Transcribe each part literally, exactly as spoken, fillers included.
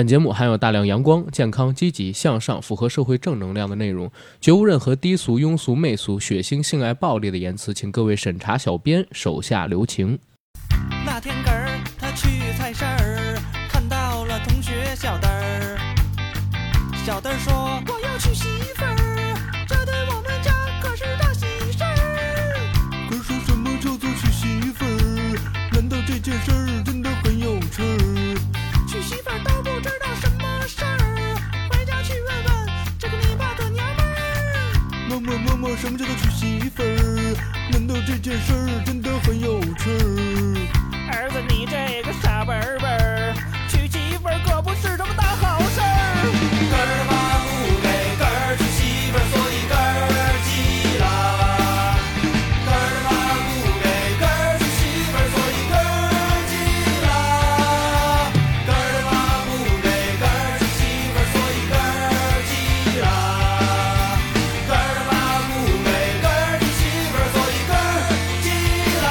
本节目含有大量阳光、健康、积极、向上、符合社会正能量的内容，绝无任何低俗、庸俗、媚俗、血腥、性爱、暴力的言辞，请各位审查小编手下留情。 那天个儿他去菜市儿，看到了同学小灯儿。小灯儿说：“我要娶媳妇儿，这对我们家可是大喜事儿。” 可是什么叫做娶媳妇儿？难道这件事儿真的很有趣儿？ 娶媳妇儿都不知道什么事儿，回家去问问这个你爸的娘们儿。 妈妈妈妈，什么叫做娶媳妇儿？难道这件事儿真的很有趣儿？ 儿子，你这个傻笨笨，娶媳妇儿可不是什么大好事儿。 根儿妈不给根儿娶媳妇儿，所以根儿急了。根儿妈不给根儿娶媳妇儿，所以根儿急了。根儿妈不给根儿娶媳妇儿，所以根儿急了。根儿妈不给根儿娶媳妇儿，所以根儿急了。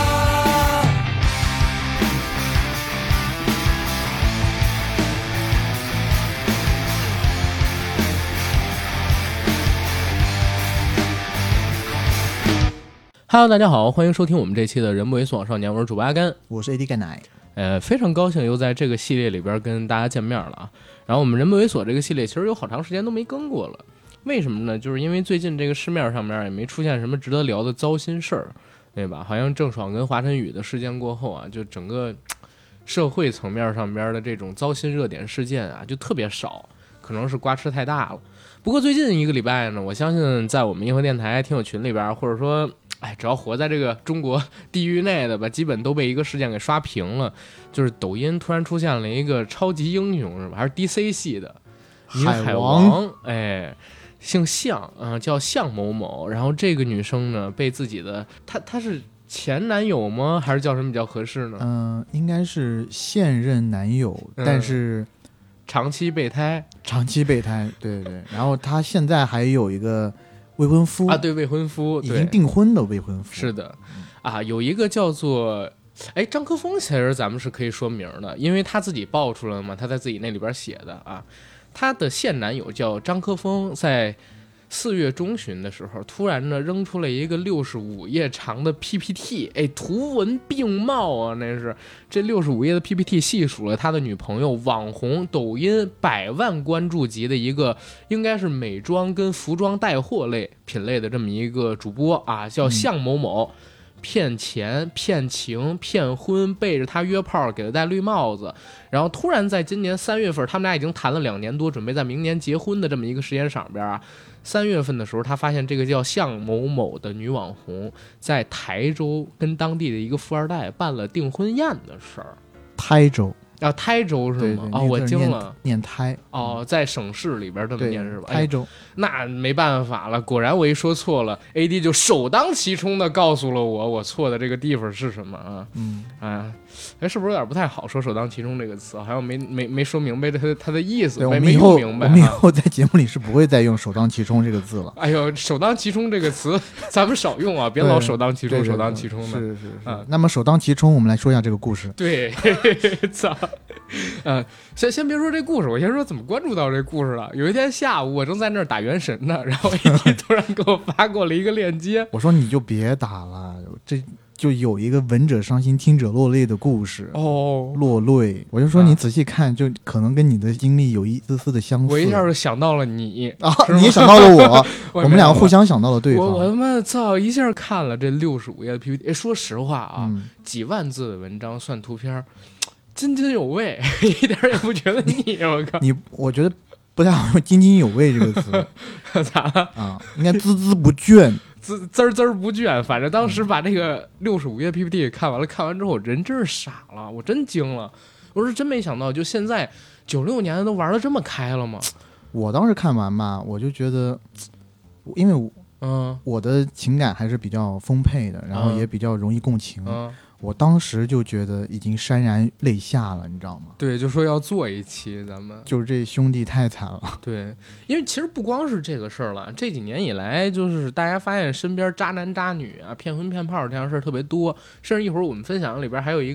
Hello， 大家好，欢迎收听我们这期的人不猥琐少年，我是主播阿甘， 我是 A D 钙奶。 呃，非常高兴又在这个系列里边跟大家见面了啊。然后我们人不猥琐这个系列其实有好长时间都没更过了，为什么呢？就是因为最近这个市面上面也没出现什么值得聊的糟心事儿，对吧？好像郑爽跟华晨宇的事件过后啊，就整个社会层面上边的这种糟心热点事件啊，就特别少，可能是瓜吃太大了。不过最近一个礼拜呢，我相信在我们硬核电台听友群里边，或者说哎，只要活在这个中国地域内的吧，基本都被一个事件给刷屏了。就是抖音突然出现了一个超级英雄，是吧？还是 D C 系的一个海王，哎，姓向啊、呃，叫向某某。然后这个女生呢，被自己的她她是前男友吗？还是叫什么比较合适呢？ 嗯、呃，应该是现任男友， 嗯、 但是长期备胎， 长期备胎，对对对。然后他现在还有一个未婚夫啊，对，未婚夫， 已经订婚的未婚夫。 是的，啊，有一个叫做，哎，张科峰，其实咱们是可以说明的，因为他自己爆出来了嘛，他在自己那里边写的啊，他的现男友叫张科峰，在四月中旬的时候，突然呢扔出了一个六十五页长的 P P T， 哎，图文并茂啊，那是这六十五页的 P P T 细数了他的女朋友网红抖音百万关注级的一个，应该是美妆跟服装带货类品类的这么一个主播啊，叫向某某。嗯，骗钱、骗情、骗婚，背着他约炮，给他戴绿帽子，然后突然在今年三月份，他们俩已经谈了两年多，准备在明年结婚的这么一个时间上边啊，三月份的时候，他发现这个叫向某某的女网红在台州跟当地的一个富二代办了订婚宴的事儿。 台州啊，台州是吗？ 对对， 哦，我惊了， 念台哦，在省市里边这么念是吧？ 台州、 哎，那没办法了，果然我一说错了 ，A D 就首当其冲的告诉了我我错的这个地方是什么啊？ 嗯， 啊，哎，是不是有点不太好说首当其冲这个词？好像没没没说明白它它的意思，没没用明白、啊。 我们以后在节目里是不会再用首当其冲这个字了。 哎呦，首当其冲这个词咱们少用啊，别老首当其冲首当其冲的。 是是是、 啊。 那么首当其冲，我们来说一下这个故事。 对，操。呃，先先别说这故事，我先说怎么关注到这故事了。有一天下午，我正在那儿打原神呢，然后 A D 突然给我发过了一个链接， 我说你就别打了，这就有一个闻者伤心，听者落泪的故事哦， 落泪。我就说你仔细看，就可能跟你的经历有一丝丝的相似。 我一下就想到了你啊，你也想到了我，我们两个互相想到了对方。 我我他妈操，一下看了这六十五页的 P P T， 哎，说实话啊、 嗯， 几万字的文章算图片。津津有味，一点也不觉得腻。我靠， 你我觉得不太好用“津津有味”这个词， 咋了啊？应该孜孜不倦， 滋滋滋不倦。反正当时把这个六十五页 P P T 给看完了，看完之后人真是傻了，我真惊了。我说真没想到，就现在九六年的都玩得这么开了吗？ 我当时看完吧，我就觉得，因为我嗯， 我的情感还是比较丰沛的，然后也比较容易共情。 嗯， 我当时就觉得已经潸然泪下了，你知道吗？ 对，就说要做一期，咱们就是这兄弟太惨了。 对，因为其实不光是这个事儿了，这几年以来，就是大家发现身边渣男渣女啊、骗婚骗炮这样的事儿特别多，甚至一会儿我们分享里边还有一个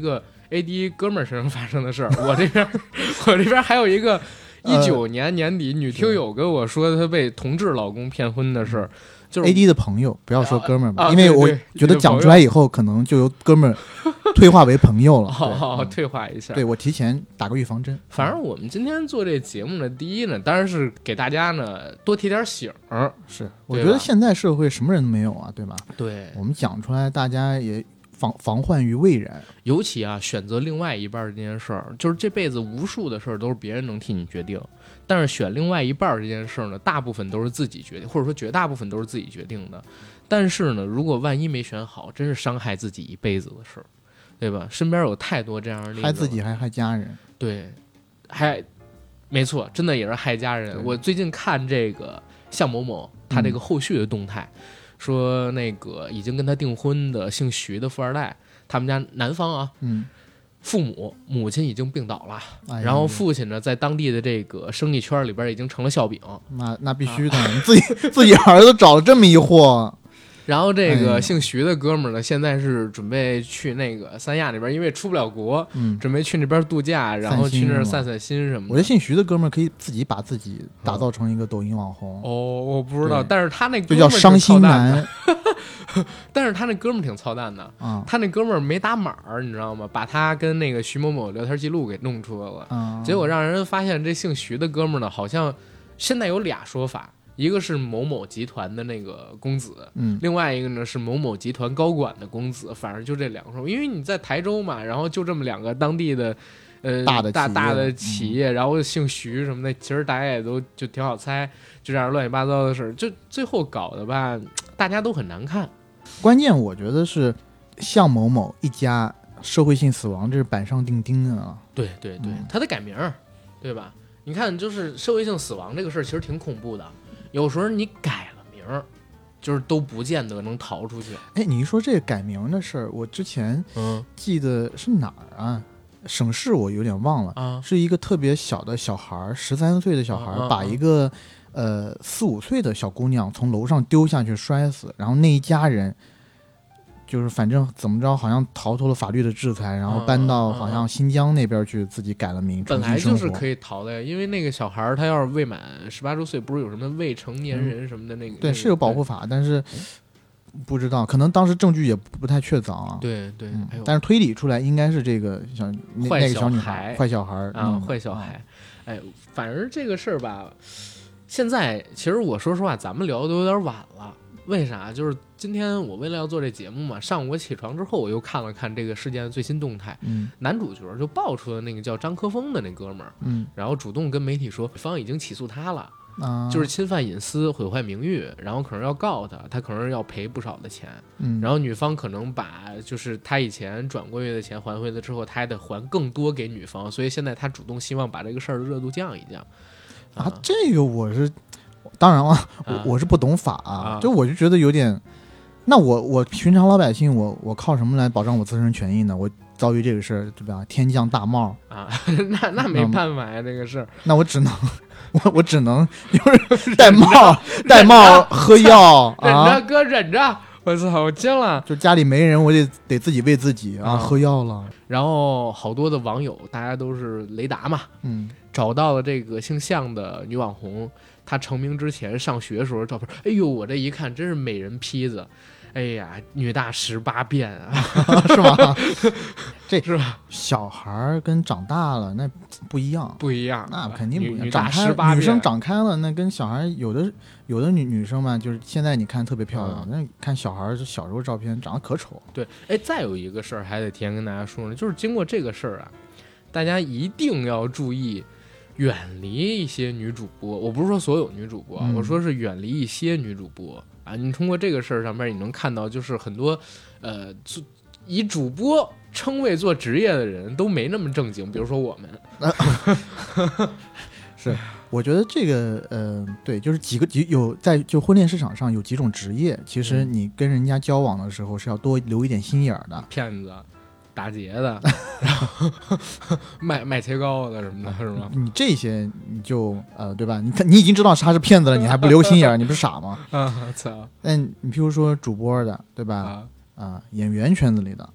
A D 哥们儿身上发生的事儿，我这边我这边还有一个一九年年底女听友跟我说她被同志老公骗婚的事儿，就是 A D 的朋友，不要说哥们儿吧， 啊因为我对对觉得讲出来以后，可能就由哥们儿退化为朋友了。 好对好嗯退化一下。 对我提前打个预防针。 反正我们今天做这节目呢，第一呢，当然是给大家呢多提点醒儿。 是，我对吧觉得现在社会什么人都没有啊，对吧？ 对， 我们讲出来，大家也防防患于未然。 尤其啊，选择另外一半这件事儿，就是这辈子无数的事儿都是别人能替你决定，但是选另外一半这件事儿呢，大部分都是自己决定，或者说绝大部分都是自己决定的。但是呢，如果万一没选好，真是伤害自己一辈子的事儿，对吧？身边有太多这样的例子了， 害自己还害家人。 对，还没错，真的也是害家人。我最近看这个向某某他这个后续的动态，嗯、说那个已经跟他订婚的姓徐的富二代，他们家男方啊， 嗯， 父母母亲已经病倒了， 哎、 然后父亲呢在当地的这个生意圈里边已经成了笑柄。 那那必须的，啊、你自己自己儿子找了这么一货。 然后这个姓徐的哥们儿呢，现在是准备去那个三亚那边，因为出不了国， 嗯， 准备去那边度假，然后去那儿散散心什么的。 我觉得姓徐的哥们儿可以自己把自己打造成一个抖音网红。 哦，我不知道，但是他那哥就们儿叫伤心男， 但是他那哥们儿挺操蛋的啊， 他那哥们儿没打码儿，你知道吗？把他跟那个徐某某聊天记录给弄出来了， 啊， 结果让人发现这姓徐的哥们儿呢，好像现在有俩说法。一个是某某集团的那个公子， 嗯， 另外一个呢是某某集团高管的公子，反正就这两个说，因为你在台州嘛，然后就这么两个当地的，呃， 大的大大的企企业，嗯、然后姓徐什么的，其实大家也都就挺好猜，就这样乱七八糟的事儿，就最后搞的吧，大家都很难看。 关键我觉得是向某某一家社会性死亡，这是板上钉钉的啊。 对对对， 嗯、 他得改名儿，对吧？你看，就是社会性死亡这个事儿，其实挺恐怖的。有时候你改了名儿，就是都不见得能逃出去。 哎，你一说这个改名的事儿，我之前嗯记得是哪儿啊？省市我有点忘了啊， 是一个特别小的小孩，十三岁的小孩， 啊、 把一个呃四五岁的小姑娘从楼上丢下去摔死，然后那一家人。就是反正怎么着，好像逃脱了法律的制裁，然后搬到好像新疆那边去，自己改了名。 本来就是可以逃的呀，因为那个小孩他要是未满十八周岁，不是有什么未成年人什么的那个？ 嗯、对，是有保护法，但是不知道，可能当时证据也不太确凿啊。 对对、 嗯哎， 但是推理出来应该是这个小那那个小女孩，坏小孩啊， 嗯、 坏小孩。哎，反正这个事儿吧，现在其实我说实话，咱们聊的都有点晚了。为啥？就是今天我为了要做这节目嘛，上午我起床之后，我又看了看这个事件的最新动态。 嗯， 男主角就爆出了那个叫张科峰的那哥们儿， 嗯， 然后主动跟媒体说，女方已经起诉他了， 啊， 就是侵犯隐私、毁坏名誉，然后可能要告他，他可能要赔不少的钱。 嗯， 然后女方可能把就是他以前转过去的钱还回来之后，他还得还更多给女方，所以现在他主动希望把这个事儿的热度降一降。 啊，这个我是。当然了，我我是不懂法啊， 啊就我就觉得有点，那我我平常老百姓，我我靠什么来保障我自身权益呢？我遭遇这个事儿，对吧？天降大帽啊，那那没办法呀，这个事儿， 那我只能我我只能就是戴帽戴帽喝药忍啊， 着哥忍着，我操，我惊了， 就家里没人，我得得自己喂自己啊， 啊喝药了。 然后好多的网友，大家都是雷达嘛， 嗯， 找到了这个姓向的女网红。她成名之前上学的时候照片，哎呦，我这一看真是美人坯子，哎呀，女大十八变啊， 是吗？这是吧？ 小孩跟长大了那不一样， 不一样， 那肯定不一样。 女长开十八， 女生长开了，那跟小孩有的有的女女生嘛，就是现在你看特别漂亮，那、嗯、看小孩小时候照片长得可丑。 对，哎，再有一个事儿还得提前跟大家说呢，就是经过这个事儿啊，大家一定要注意。远离一些女主播，我不是说所有女主播、嗯、我说是远离一些女主播啊。你通过这个事儿上面，你能看到就是很多，呃，以主播称谓做职业的人都没那么正经，比如说我们。 是，我觉得这个，呃，对，就是几个几有在就婚恋市场上有几种职业，其实你跟人家交往的时候是要多留一点心眼儿的。 骗子。打劫的，然后卖卖切糕的什么的，是吗？ 你这些你就呃，对吧？你看你已经知道他是骗子了，你还不留心眼儿，你不是傻吗？ 啊，操！ 但你譬如说主播的，对吧？啊、呃，演员圈子里的，对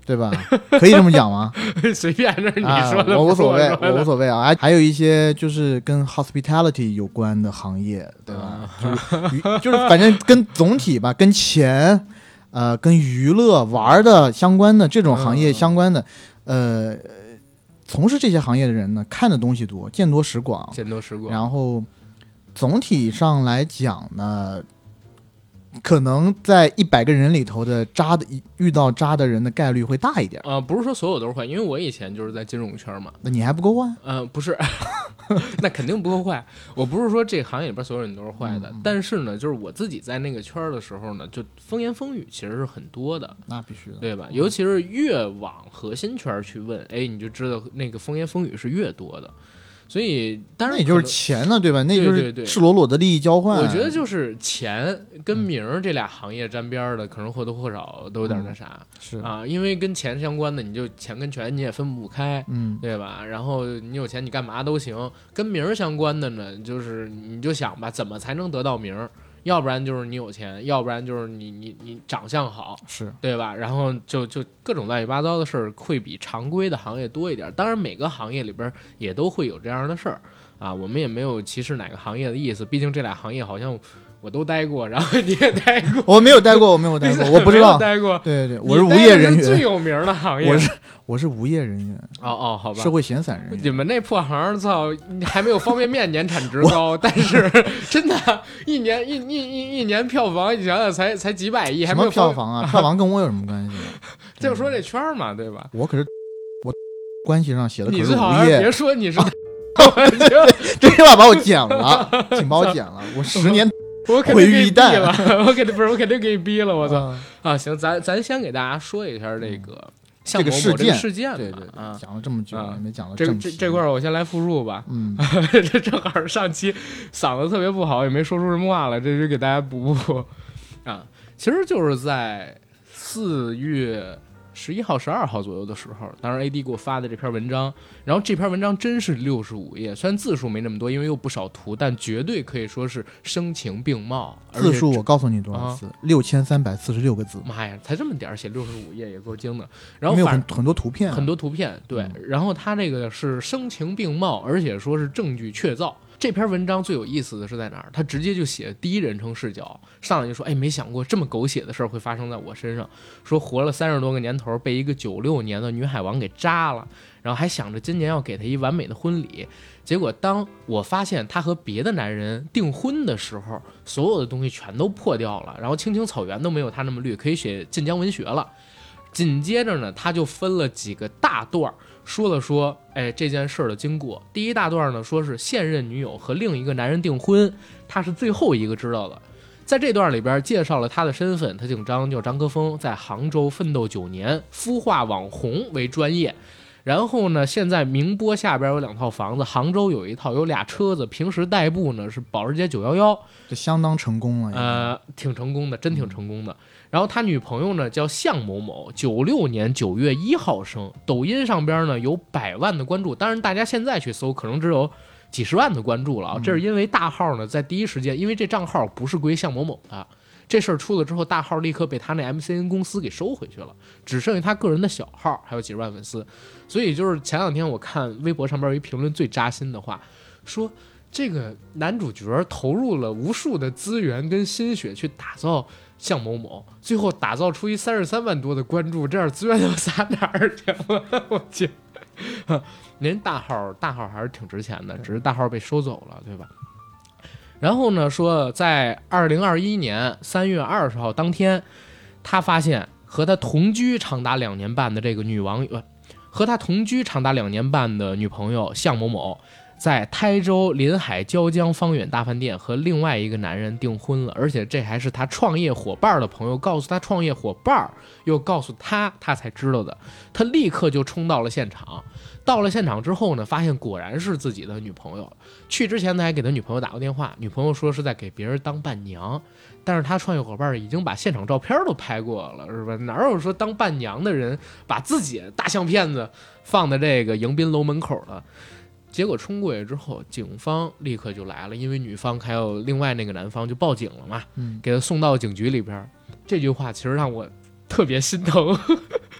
对吧？可以这么讲吗？ 随便，这是你啊说的， 我无所谓， 不是我说的我无所谓啊。还还有一些就是跟 hospitality 有关的行业，对吧？就是就是反正跟总体吧，跟钱，呃，跟娱乐玩的相关的这种行业相关的，呃，从事这些行业的人呢，看的东西多，见多识广， 见多识广。 然后总体上来讲呢。可能在一百个人里头的渣的遇到渣的人的概率会大一点啊、呃，不是说所有都是坏，因为我以前就是在金融圈嘛。 那你还不够坏？ 呃，不是，那肯定不够坏。我不是说这个行业里边所有人都是坏的，嗯、但是呢，就是我自己在那个圈的时候呢，就风言风语其实是很多的。 那必须的， 对吧？尤其是越往核心圈去问，哎，你就知道那个风言风语是越多的。所以，当然那也就是钱呢，对吧？那就是赤裸裸的利益交换。 我觉得就是钱跟名儿这俩行业沾边的，可能或多或少都有点那啥， 嗯、是啊，因为跟钱相关的，你就钱跟权你也分不开， 嗯， 对吧？然后你有钱你干嘛都行，跟名儿相关的呢，就是你就想吧，怎么才能得到名儿？要不然就是你有钱，要不然就是你你你长相好， 是对吧？然后就就各种乱七八糟的事儿会比常规的行业多一点。当然每个行业里边也都会有这样的事儿啊，我们也没有歧视哪个行业的意思，毕竟这俩行业好像我都待过，然后你也待过， 我没有待过，我没有待过，我不知道待过。 对对对，我是无业人员， 最有名的行业。 我是我是无业人员。 哦哦，好吧， 社会闲散人员。 你们那破行，操，还没有方便面年产值高，但是真的，一年一一一一年票房，你想想才才几百亿，还没有票房啊？票房跟我有什么关系？ 就说这圈嘛，对吧？ 我可是我关系上写的可是无业。 你最好别说你是。 这句话把我剪了，请把我剪了。我十年我毁于一旦了，我肯定不是，我肯定给你逼了，我操！啊，行，咱咱先给大家说一下这个这个事件， 事件， 对对啊， 讲了这么久啊， 没讲到这这这块，我先来复述吧。 嗯， 这正好上期嗓子特别不好，也没说出什么话来，这就给大家补补啊。其实就是在四月十一号、十二号左右的时候，当时 A D 给我发的这篇文章，然后这篇文章真是六十五页，虽然字数没那么多，因为有不少图，但绝对可以说是声情并茂。 字数我告诉你多少字？六千三百四十六个字。 妈呀，才这么点儿，写六十五页也够精的。然后没有很很多图片、啊， 很多图片，对。嗯、然后他这个是声情并茂，而且说是证据确凿。这篇文章最有意思的是在哪儿？他直接就写第一人称视角，上来就说：“哎，没想过这么狗血的事儿会发生在我身上。说活了三十多个年头，被一个九六年的女海王给渣了，然后还想着今年要给她一完美的婚礼。结果当我发现她和别的男人订婚的时候，所有的东西全都破掉了，然后青青草原都没有她那么绿，可以写晋江文学了。紧接着呢，他就分了几个大段。”说了说，哎，这件事的经过。第一大段呢，说是现任女友和另一个男人订婚，他是最后一个知道的。在这段里边介绍了他的身份，他姓张，叫张科峰，在杭州奋斗九年，孵化网红为专业。然后呢，现在宁波下边有两套房子，杭州有一套，有俩车子，平时代步呢是保时捷九一一， 这相当成功了。 呃，挺成功的，真挺成功的。然后他女朋友呢叫向某某，九六年九月一号生，抖音上边呢有百万的关注，当然大家现在去搜可能只有几十万的关注了啊。这是因为大号呢在第一时间，因为这账号不是归向某某的，这事儿出了之后，大号立刻被他那 M C N 公司给收回去了，只剩下他个人的小号还有几十万粉丝。所以就是前两天我看微博上边有一评论最扎心的话，说这个男主角投入了无数的资源跟心血去打造向某某，最后打造出一三十三万多的关注，这样资源都撒哪儿去了？我去，您大号大号还是挺值钱的，只是大号被收走了，对吧？然后呢，说在二零二一年三月二十号当天，他发现和他同居长达两年半的这个女网友，和他同居长达两年半的女朋友向某某，在台州临海椒江方远大饭店和另外一个男人订婚了，而且这还是他创业伙伴的朋友告诉他创业伙伴，又告诉他，他才知道的。他立刻就冲到了现场。到了现场之后呢，发现果然是自己的女朋友。去之前他还给他女朋友打过电话，女朋友说是在给别人当伴娘，但是他创业伙伴已经把现场照片都拍过了，是吧？哪有说当伴娘的人把自己大相片子放在这个迎宾楼门口的？结果冲过去之后，警方立刻就来了，因为女方还有另外那个男方就报警了嘛， 嗯， 给他送到警局里边。这句话其实让我特别心疼。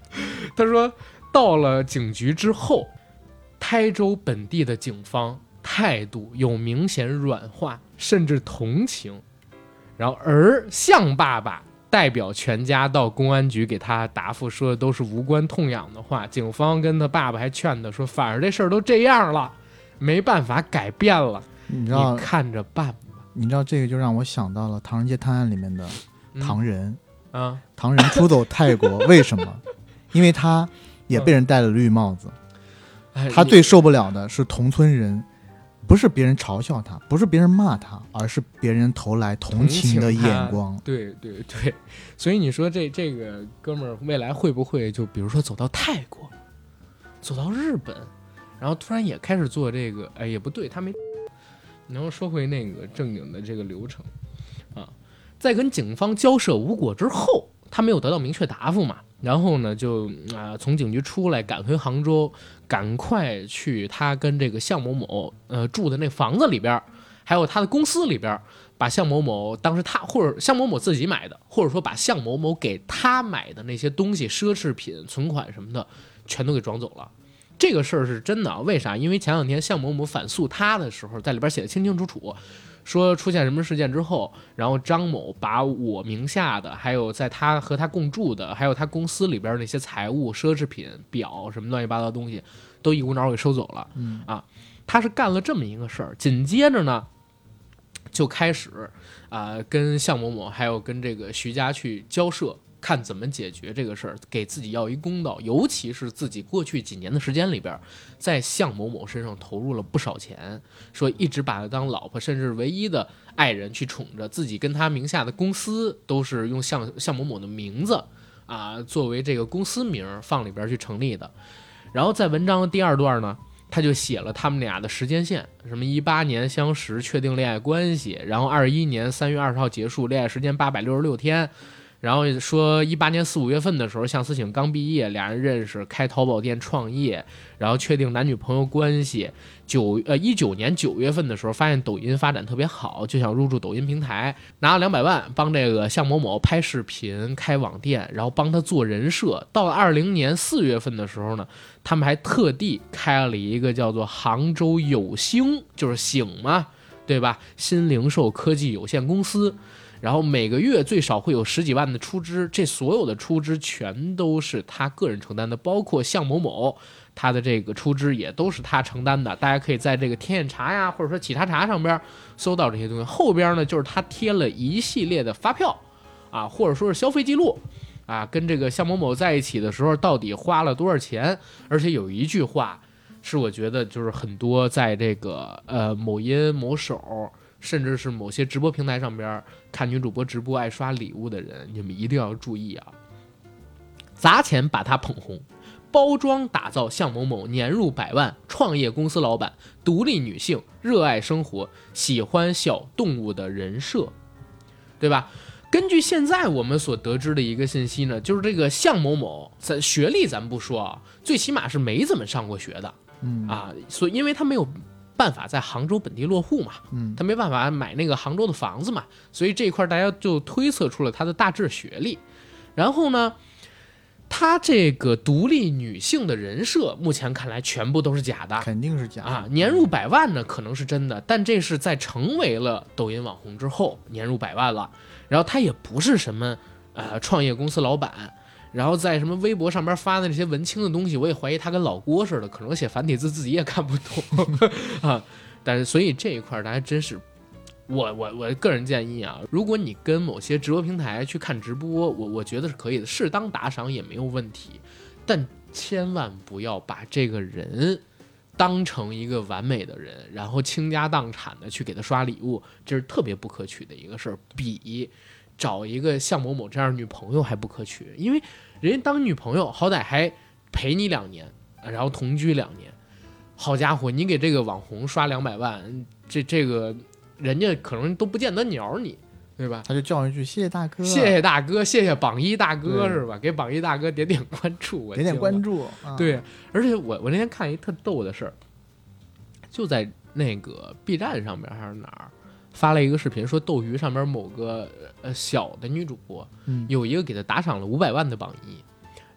他说到了警局之后，台州本地的警方态度有明显软化，甚至同情。然后而向爸爸代表全家到公安局给他答复，说的都是无关痛痒的话。警方跟他爸爸还劝他说，反正这事儿都这样了，没办法改变了， 你知道你看着办吧。 你知道这个就让我想到了《唐人街探案》里面的唐人、 嗯、啊， 唐人出走泰国，为什么？因为他也被人戴了绿帽子， 哎他最受不了的是同村人，不是别人嘲笑他，不是别人骂他，而是别人投来同情的眼光。 对对对，所以你说这这个哥们儿未来会不会就比如说走到泰国，走到日本，然后突然也开始做这个？哎，也不对，他没。然后说回那个正经的这个流程啊，在跟警方交涉无果之后，他没有得到明确答复嘛，然后呢就啊、呃、从警局出来，赶回杭州，赶快去他跟这个向某某呃住的那房子里边，还有他的公司里边，把向某某当时他或者向某某自己买的，或者说把向某某给他买的那些东西、奢侈品、存款什么的，全都给装走了。这个事儿是真的啊，为啥？因为前两天向某某反诉他的时候，在里边写的清清楚楚，说出现什么事件之后，然后张某把我名下的，还有在他和他共住的，还有他公司里边那些财物、奢侈品、表什么乱七八糟的东西，都一股脑给收走了。 嗯啊，他是干了这么一个事儿，紧接着呢，就开始啊、呃、跟向某某还有跟这个徐家去交涉。看怎么解决这个事儿，给自己要一公道。尤其是自己过去几年的时间里边，在向某某身上投入了不少钱，说一直把他当老婆，甚至唯一的爱人去宠着。自己跟他名下的公司都是用向向某某的名字啊作为这个公司名放里边去成立的。然后在文章的第二段呢，他就写了他们俩的时间线，什么一八年相识，确定恋爱关系，然后二一年三月二十号结束，恋爱时间八百六十六天。然后说一八年四五月份的时候，向思醒刚毕业，俩人认识，开淘宝店创业，然后确定男女朋友关系。九呃一九年九月份的时候，发现抖音发展特别好，就想入驻抖音平台，拿了两百万帮这个向某某拍视频、开网店，然后帮他做人设。到了二零年四月份的时候呢，他们还特地开了一个叫做杭州有星，就是醒嘛，对吧？新零售科技有限公司。然后每个月最少会有十几万的出支，这所有的出支全都是他个人承担的，包括向某某他的这个出支也都是他承担的。大家可以在这个天眼查呀，或者说企查查上边搜到这些东西。后边呢，就是他贴了一系列的发票啊，或者说是消费记录啊，跟这个向某某在一起的时候到底花了多少钱。而且有一句话是我觉得就是很多在这个呃某音、某手，甚至是某些直播平台上边看女主播直播爱刷礼物的人，你们一定要注意啊！砸钱把他捧红，包装打造向某某年入百万创业公司老板、独立女性、热爱生活、喜欢小动物的人设，对吧？根据现在我们所得知的一个信息呢，就是这个向某某在学历咱不说啊，最起码是没怎么上过学的， 嗯啊，所以因为他没有办法在杭州本地落户嘛， 嗯， 他没办法买那个杭州的房子嘛，所以这一块大家就推测出了他的大致学历。然后呢，他这个独立女性的人设，目前看来全部都是假的， 肯定是假的啊。年入百万呢，可能是真的，但这是在成为了抖音网红之后年入百万了。然后他也不是什么呃创业公司老板。然后在什么微博上边发的那些文青的东西，我也怀疑他跟老郭似的，可能写繁体字自己也看不懂啊。但是所以这一块大家真是，我我我个人建议啊，如果你跟某些直播平台去看直播，我我觉得是可以的，适当打赏也没有问题，但千万不要把这个人当成一个完美的人，然后倾家荡产的去给他刷礼物，这是特别不可取的一个事儿，比找一个像某某这样的女朋友还不可取，因为人家当女朋友好歹还陪你两年，然后同居两年。好家伙，你给这个网红刷两百万，这这个人家可能都不见得鸟你，对吧？ 他就叫一句谢谢大哥， 谢谢大哥，谢谢榜一大哥，是吧？给榜一大哥点点关注， 点点关注。啊、 对，而且我我那天看一特逗的事儿，就在那个 B 站上面还是哪儿。发了一个视频，说斗鱼上面某个呃小的女主播， 嗯， 有一个给他打赏了五百万的榜一，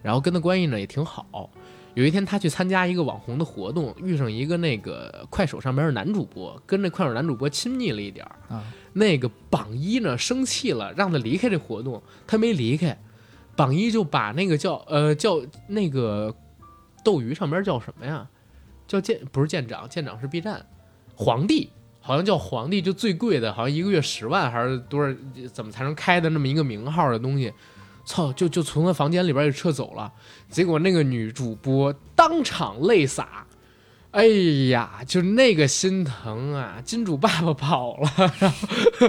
然后跟他关系呢也挺好。有一天他去参加一个网红的活动，遇上一个那个快手上边的男主播，跟那快手男主播亲密了一点啊。 那个榜一呢生气了，让他离开这活动，他没离开，榜一就把那个叫呃叫那个斗鱼上边叫什么呀？叫舰不是舰长，舰长是 B 站皇帝，好像叫皇帝，就最贵的，好像一个月十万还是多少，怎么才能开的那么一个名号的东西。操，就就从他房间里边给撤走了，结果那个女主播当场泪洒，哎呀，就那个心疼啊！金主爸爸跑了，然后，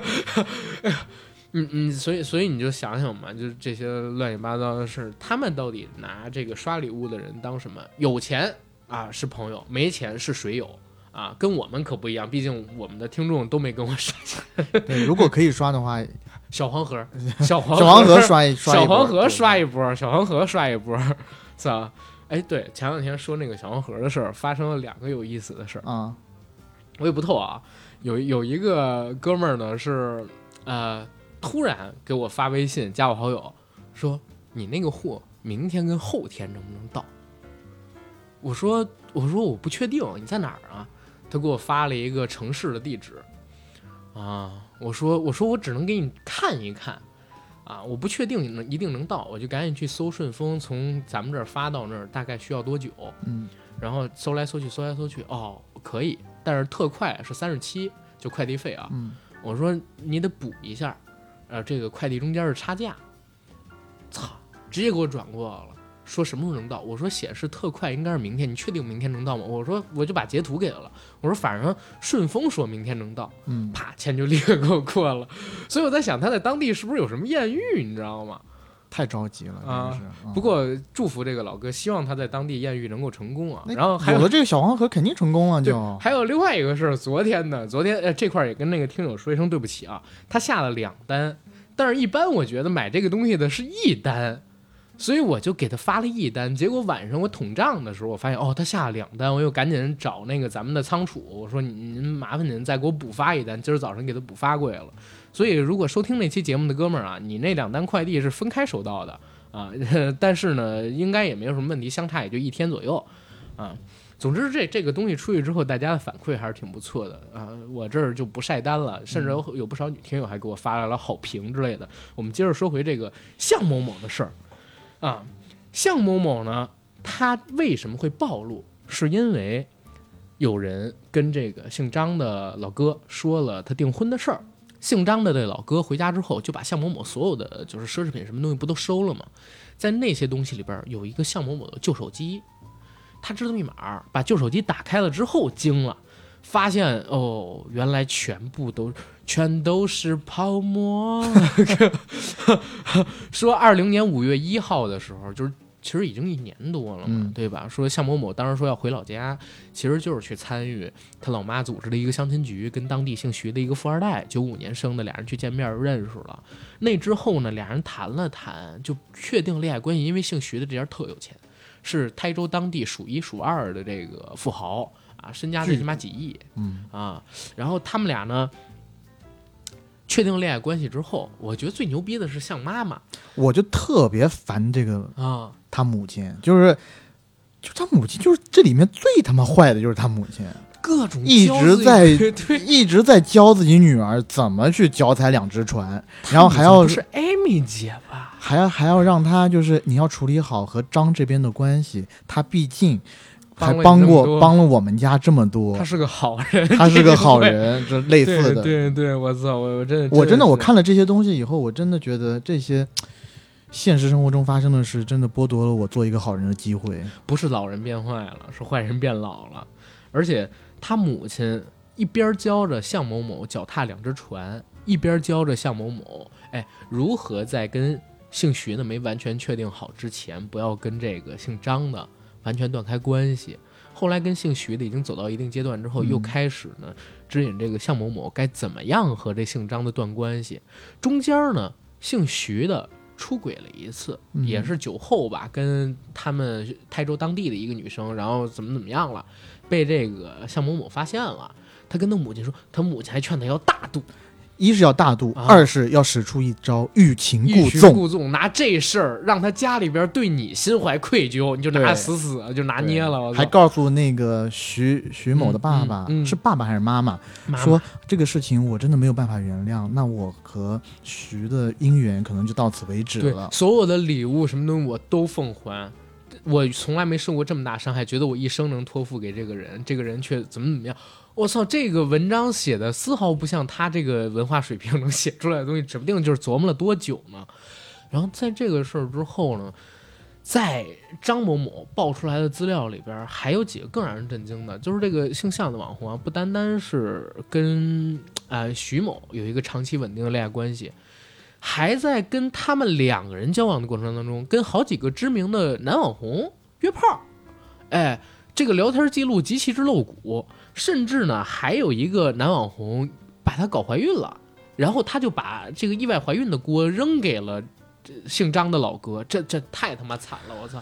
嗯嗯，所以所以你就想想嘛，就是这些乱七八糟的事，他们到底拿这个刷礼物的人当什么？有钱啊是朋友，没钱是水友。啊，跟我们可不一样，毕竟我们的听众都没跟我刷钱。 对，如果可以刷的话， 小黄盒，小黄小黄盒刷一刷一小黄盒刷一波，小黄盒刷一波，是吧？哎，对，前两天说那个小黄盒的事儿，发生了两个有意思的事儿啊， 我也不透啊。有有一个哥们儿呢是呃，突然给我发微信加我好友，说你那个货明天跟后天能不能到？我说我说我不确定，你在哪儿啊？他给我发了一个城市的地址，啊，我说我说我只能给你看一看，啊，我不确定能一定能到，我就赶紧去搜顺丰，从咱们这儿发到那儿大概需要多久？ 嗯， 然后搜来搜去，搜来搜去，哦，可以，但是特快是三十七，就快递费啊。 嗯， 我说你得补一下，呃，这个快递中间是差价，操，直接给我转过了。说什么时候能到？我说显示特快，应该是明天。你确定明天能到吗？我说我就把截图给了。我说反正顺丰说明天能到， 嗯， 啪，钱就立刻给我过了。所以我在想他在当地是不是有什么艳遇，你知道吗？ 太着急了啊！ 真是嗯、 不过祝福这个老哥，希望他在当地艳遇能够成功啊。然后还有了这个小黄盒，肯定成功了就。 还有另外一个事儿，昨天呢，昨天呃这块也跟那个听友说一声对不起啊，他下了两单，但是一般我觉得买这个东西的是一单。所以我就给他发了一单，结果晚上我统账的时候，我发现哦，他下了两单，我又赶紧找那个咱们的仓储，我说您麻烦您再给我补发一单，今儿早上给他补发过来了。所以如果收听那期节目的哥们儿啊，你那两单快递是分开收到的啊，但是呢，应该也没有什么问题，相差也就一天左右啊。总之这这个东西出去之后，大家的反馈还是挺不错的啊。我这儿就不晒单了，甚至有不少女听友还给我发来了好评之类的。我们接着说回这个向某某的事儿。啊，向某某呢，他为什么会暴露？是因为有人跟这个姓张的老哥说了他订婚的事儿。姓张的这老哥回家之后，就把向某某所有的就是奢侈品什么东西不都收了吗？在那些东西里边有一个向某某的旧手机，他知道密码，把旧手机打开了之后惊了，发现哦，原来全部都全都是泡沫。说二零年五月一号的时候，就是其实已经一年多了嘛， 嗯、 对吧？说向某某当时说要回老家，其实就是去参与他老妈组织的一个相亲局，跟当地姓徐的一个富二代，九五年生的，俩人去见面认识了。那之后呢，俩人谈了谈，就确定恋爱关系。因为姓徐的这家特有钱，是台州当地数一数二的这个富豪啊，身家最起码几亿， 嗯啊，然后他们俩呢。确定恋爱关系之后，我觉得最牛逼的是向妈妈， 我就特别烦这个啊， 他母亲，就是就他母亲，就是这里面最他妈坏的就是他母亲， 各种一直在一直在教自己女儿怎么去脚踩两只船，然后还要不是艾米姐吧， 还要还要让她就是你要处理好和张这边的关系，她毕竟。还帮过帮了我们家这么多， 他是个好人， 他是个好人，这类似的。 对 对, 对，我操，我我真的， 我真的我看了这些东西以后，我真的觉得这些现实生活中发生的事，真的剥夺了我做一个好人的机会。 不是老人变坏了，是坏人变老了。而且他母亲一边教着向某某脚踏两只船，一边教着向某某，哎，如何在跟姓徐的没完全确定好之前，不要跟这个姓张的。完全断开关系，后来跟姓徐的已经走到一定阶段之后，又开始呢指引这个向某某该怎么样和这姓张的断关系。中间呢，姓徐的出轨了一次， 嗯、 也是酒后吧，跟他们台州当地的一个女生，然后怎么怎么样了，被这个向某某发现了。他跟他母亲说，他母亲还劝他要大度。 一是要大度， 啊二是要使出一招欲擒欲擒故纵。 故纵，拿这事儿让他家里边对你心怀愧疚，你就拿对死死就拿捏了。我操还告诉那个徐徐某的爸爸， 嗯嗯嗯是爸爸还是妈妈， 妈妈说这个事情我真的没有办法原谅，那我和徐的姻缘可能就到此为止对了。 所有的礼物什么东西我都奉还。我从来没受过这么大伤害，觉得我一生能托付给这个人，这个人却怎么怎么样。我操，这个文章写的丝毫不像他这个文化水平能写出来的东西，指不定就是琢磨了多久呢。然后在这个事儿之后呢，在张某某爆出来的资料里边，还有几个更让人震惊的，就是这个姓向的网红啊，不单单是跟呃徐某有一个长期稳定的恋爱关系，还在跟他们两个人交往的过程当中，跟好几个知名的男网红约炮。哎，这个聊天记录极其之露骨，甚至呢还有一个男网红把她搞怀孕了，然后他就把这个意外怀孕的锅扔给了姓张的老哥，这这太他妈惨了，我操！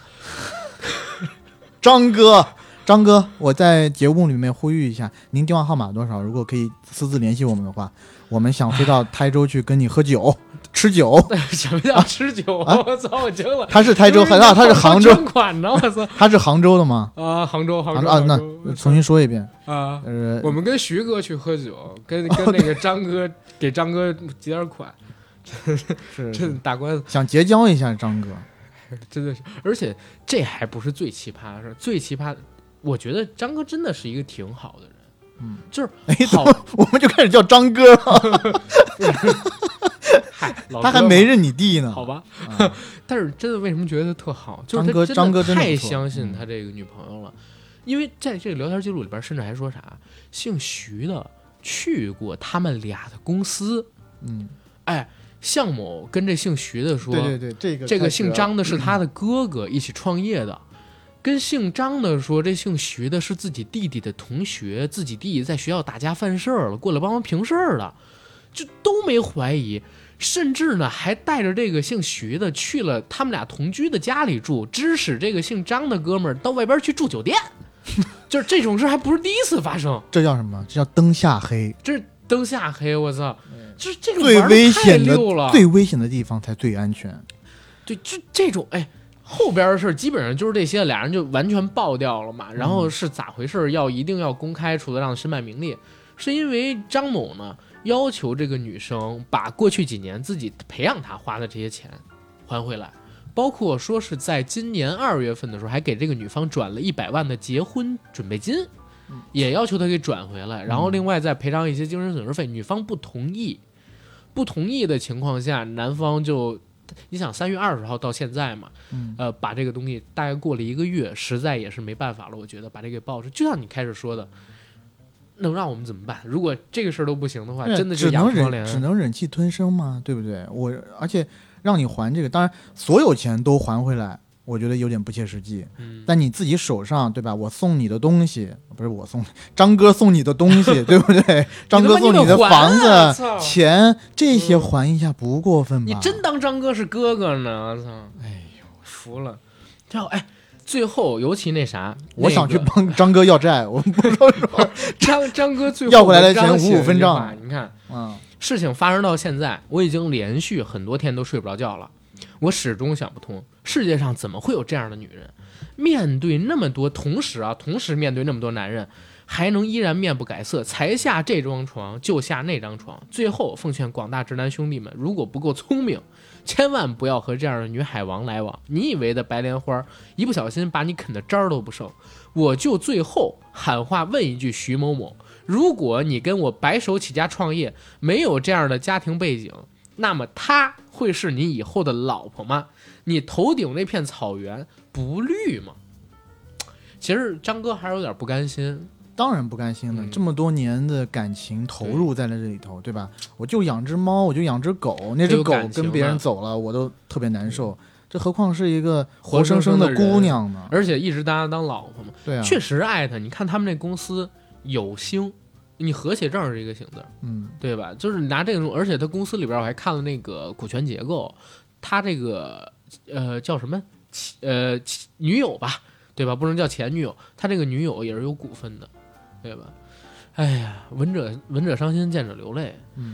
张哥，张哥，我在节目里面呼吁一下，您电话号码多少？如果可以私自联系我们的话，我们想飞到台州去跟你喝酒、吃酒。 什么叫吃酒？ 啊我操！我惊了。 他是台州，还是他是杭州？ 捐款呢？我操！ 他是杭州的吗？ 啊，杭州，杭州啊，那杭州重新说一遍。 啊， 呃， 我们跟徐哥去喝酒，跟跟那个张哥给张哥结点款， 是这打官司想结交一下张哥。 真的是，而且这还不是最奇葩的事，最奇葩的，我觉得张哥真的是一个挺好的人， 嗯， 就是哎， 好， 我们就开始叫张哥了， 嗨，老哥他还没认你弟呢。 好吧， 啊但是真的为什么觉得他特好，就是张哥他真的张哥真的太不错相信嗯他这个女朋友了，因为在这个聊天记录里边，甚至还说啥，姓徐的去过他们俩的公司， 嗯， 哎。向某跟这姓徐的说， 对对对，这个这个太绝了姓张的是他的哥哥一起创业的，跟姓张的说这姓徐的是自己弟弟的同学，自己弟弟在学校打架犯事儿了，过来帮忙平事儿了，就都没怀疑，甚至呢还带着这个姓徐的去了他们俩同居的家里住，指使这个姓张的哥们儿到外边去住酒店，就是这种事还不是第一次发生， 这叫什么？这叫灯下黑。 这是灯下黑，我操！这这个最玩得危险的太溜了， 最危险的地方才最安全。 对，就这种哎，后边的事基本上就是这些，俩人就完全爆掉了嘛。然后是咋回事？要一定要公开，除了让身败名裂，是因为张某呢要求这个女生把过去几年自己培养她花的这些钱还回来，包括说是在今年二月份的时候，还给这个女方转了一百万的结婚准备金。也要求他给转回来，然后另外再赔偿一些精神损失费，女方不同意，不同意的情况下，男方就，你想三月二十号到现在嘛， 嗯呃，把这个东西大概过了一个月，实在也是没办法了，我觉得把这个给报出，就像你开始说的，能让我们怎么办？如果这个事儿都不行的话，真的就只能哑口连忍，只能忍气吞声嘛，对不对？我而且让你还这个，当然所有钱都还回来，我觉得有点不切实际。 嗯， 但你自己手上，对吧？我送你的东西，不是我送，张哥送你的东西，对不对？张哥送你的房你他妈你得还子、 啊操钱，这些还一下不过分吧？ 你真当张哥是哥哥呢？我操！ 哎呦， 服了。这哎，最后尤其那啥， 我想去那个帮张哥要债，我不知道说， 张张哥最后要回来的钱文章写五五分账了一句话你看， 嗯， 事情发生到现在，我已经连续很多天都睡不着觉了。我始终想不通，世界上怎么会有这样的女人？面对那么多，同时啊，同时面对那么多男人，还能依然面不改色，才下这张床就下那张床。最后奉劝广大直男兄弟们，如果不够聪明，千万不要和这样的女海王来往。你以为的白莲花，一不小心把你啃的渣儿都不剩。我就最后喊话问一句徐某某，如果你跟我白手起家创业，没有这样的家庭背景，那么她会是你以后的老婆吗？你头顶那片草原不绿吗？其实张哥还是有点不甘心。 当然不甘心了， 嗯这么多年的感情投入在了这里头，对吧？我就养只猫，我就养只狗，那只狗跟别人走了，我都特别难受。这何况是一个活生生的姑娘呢？ 而且一直当当老婆嘛， 对啊， 确实爱她。你看他们那公司有星，你和谐正是一个姓字， 嗯， 对吧？就是拿这种，而且他公司里边我还看了那个股权结构，他这个呃叫什么呃女友吧，对吧？不能叫前女友，他这个女友也是有股份的，对吧？哎呀，闻者闻者伤心，见者流泪。 嗯，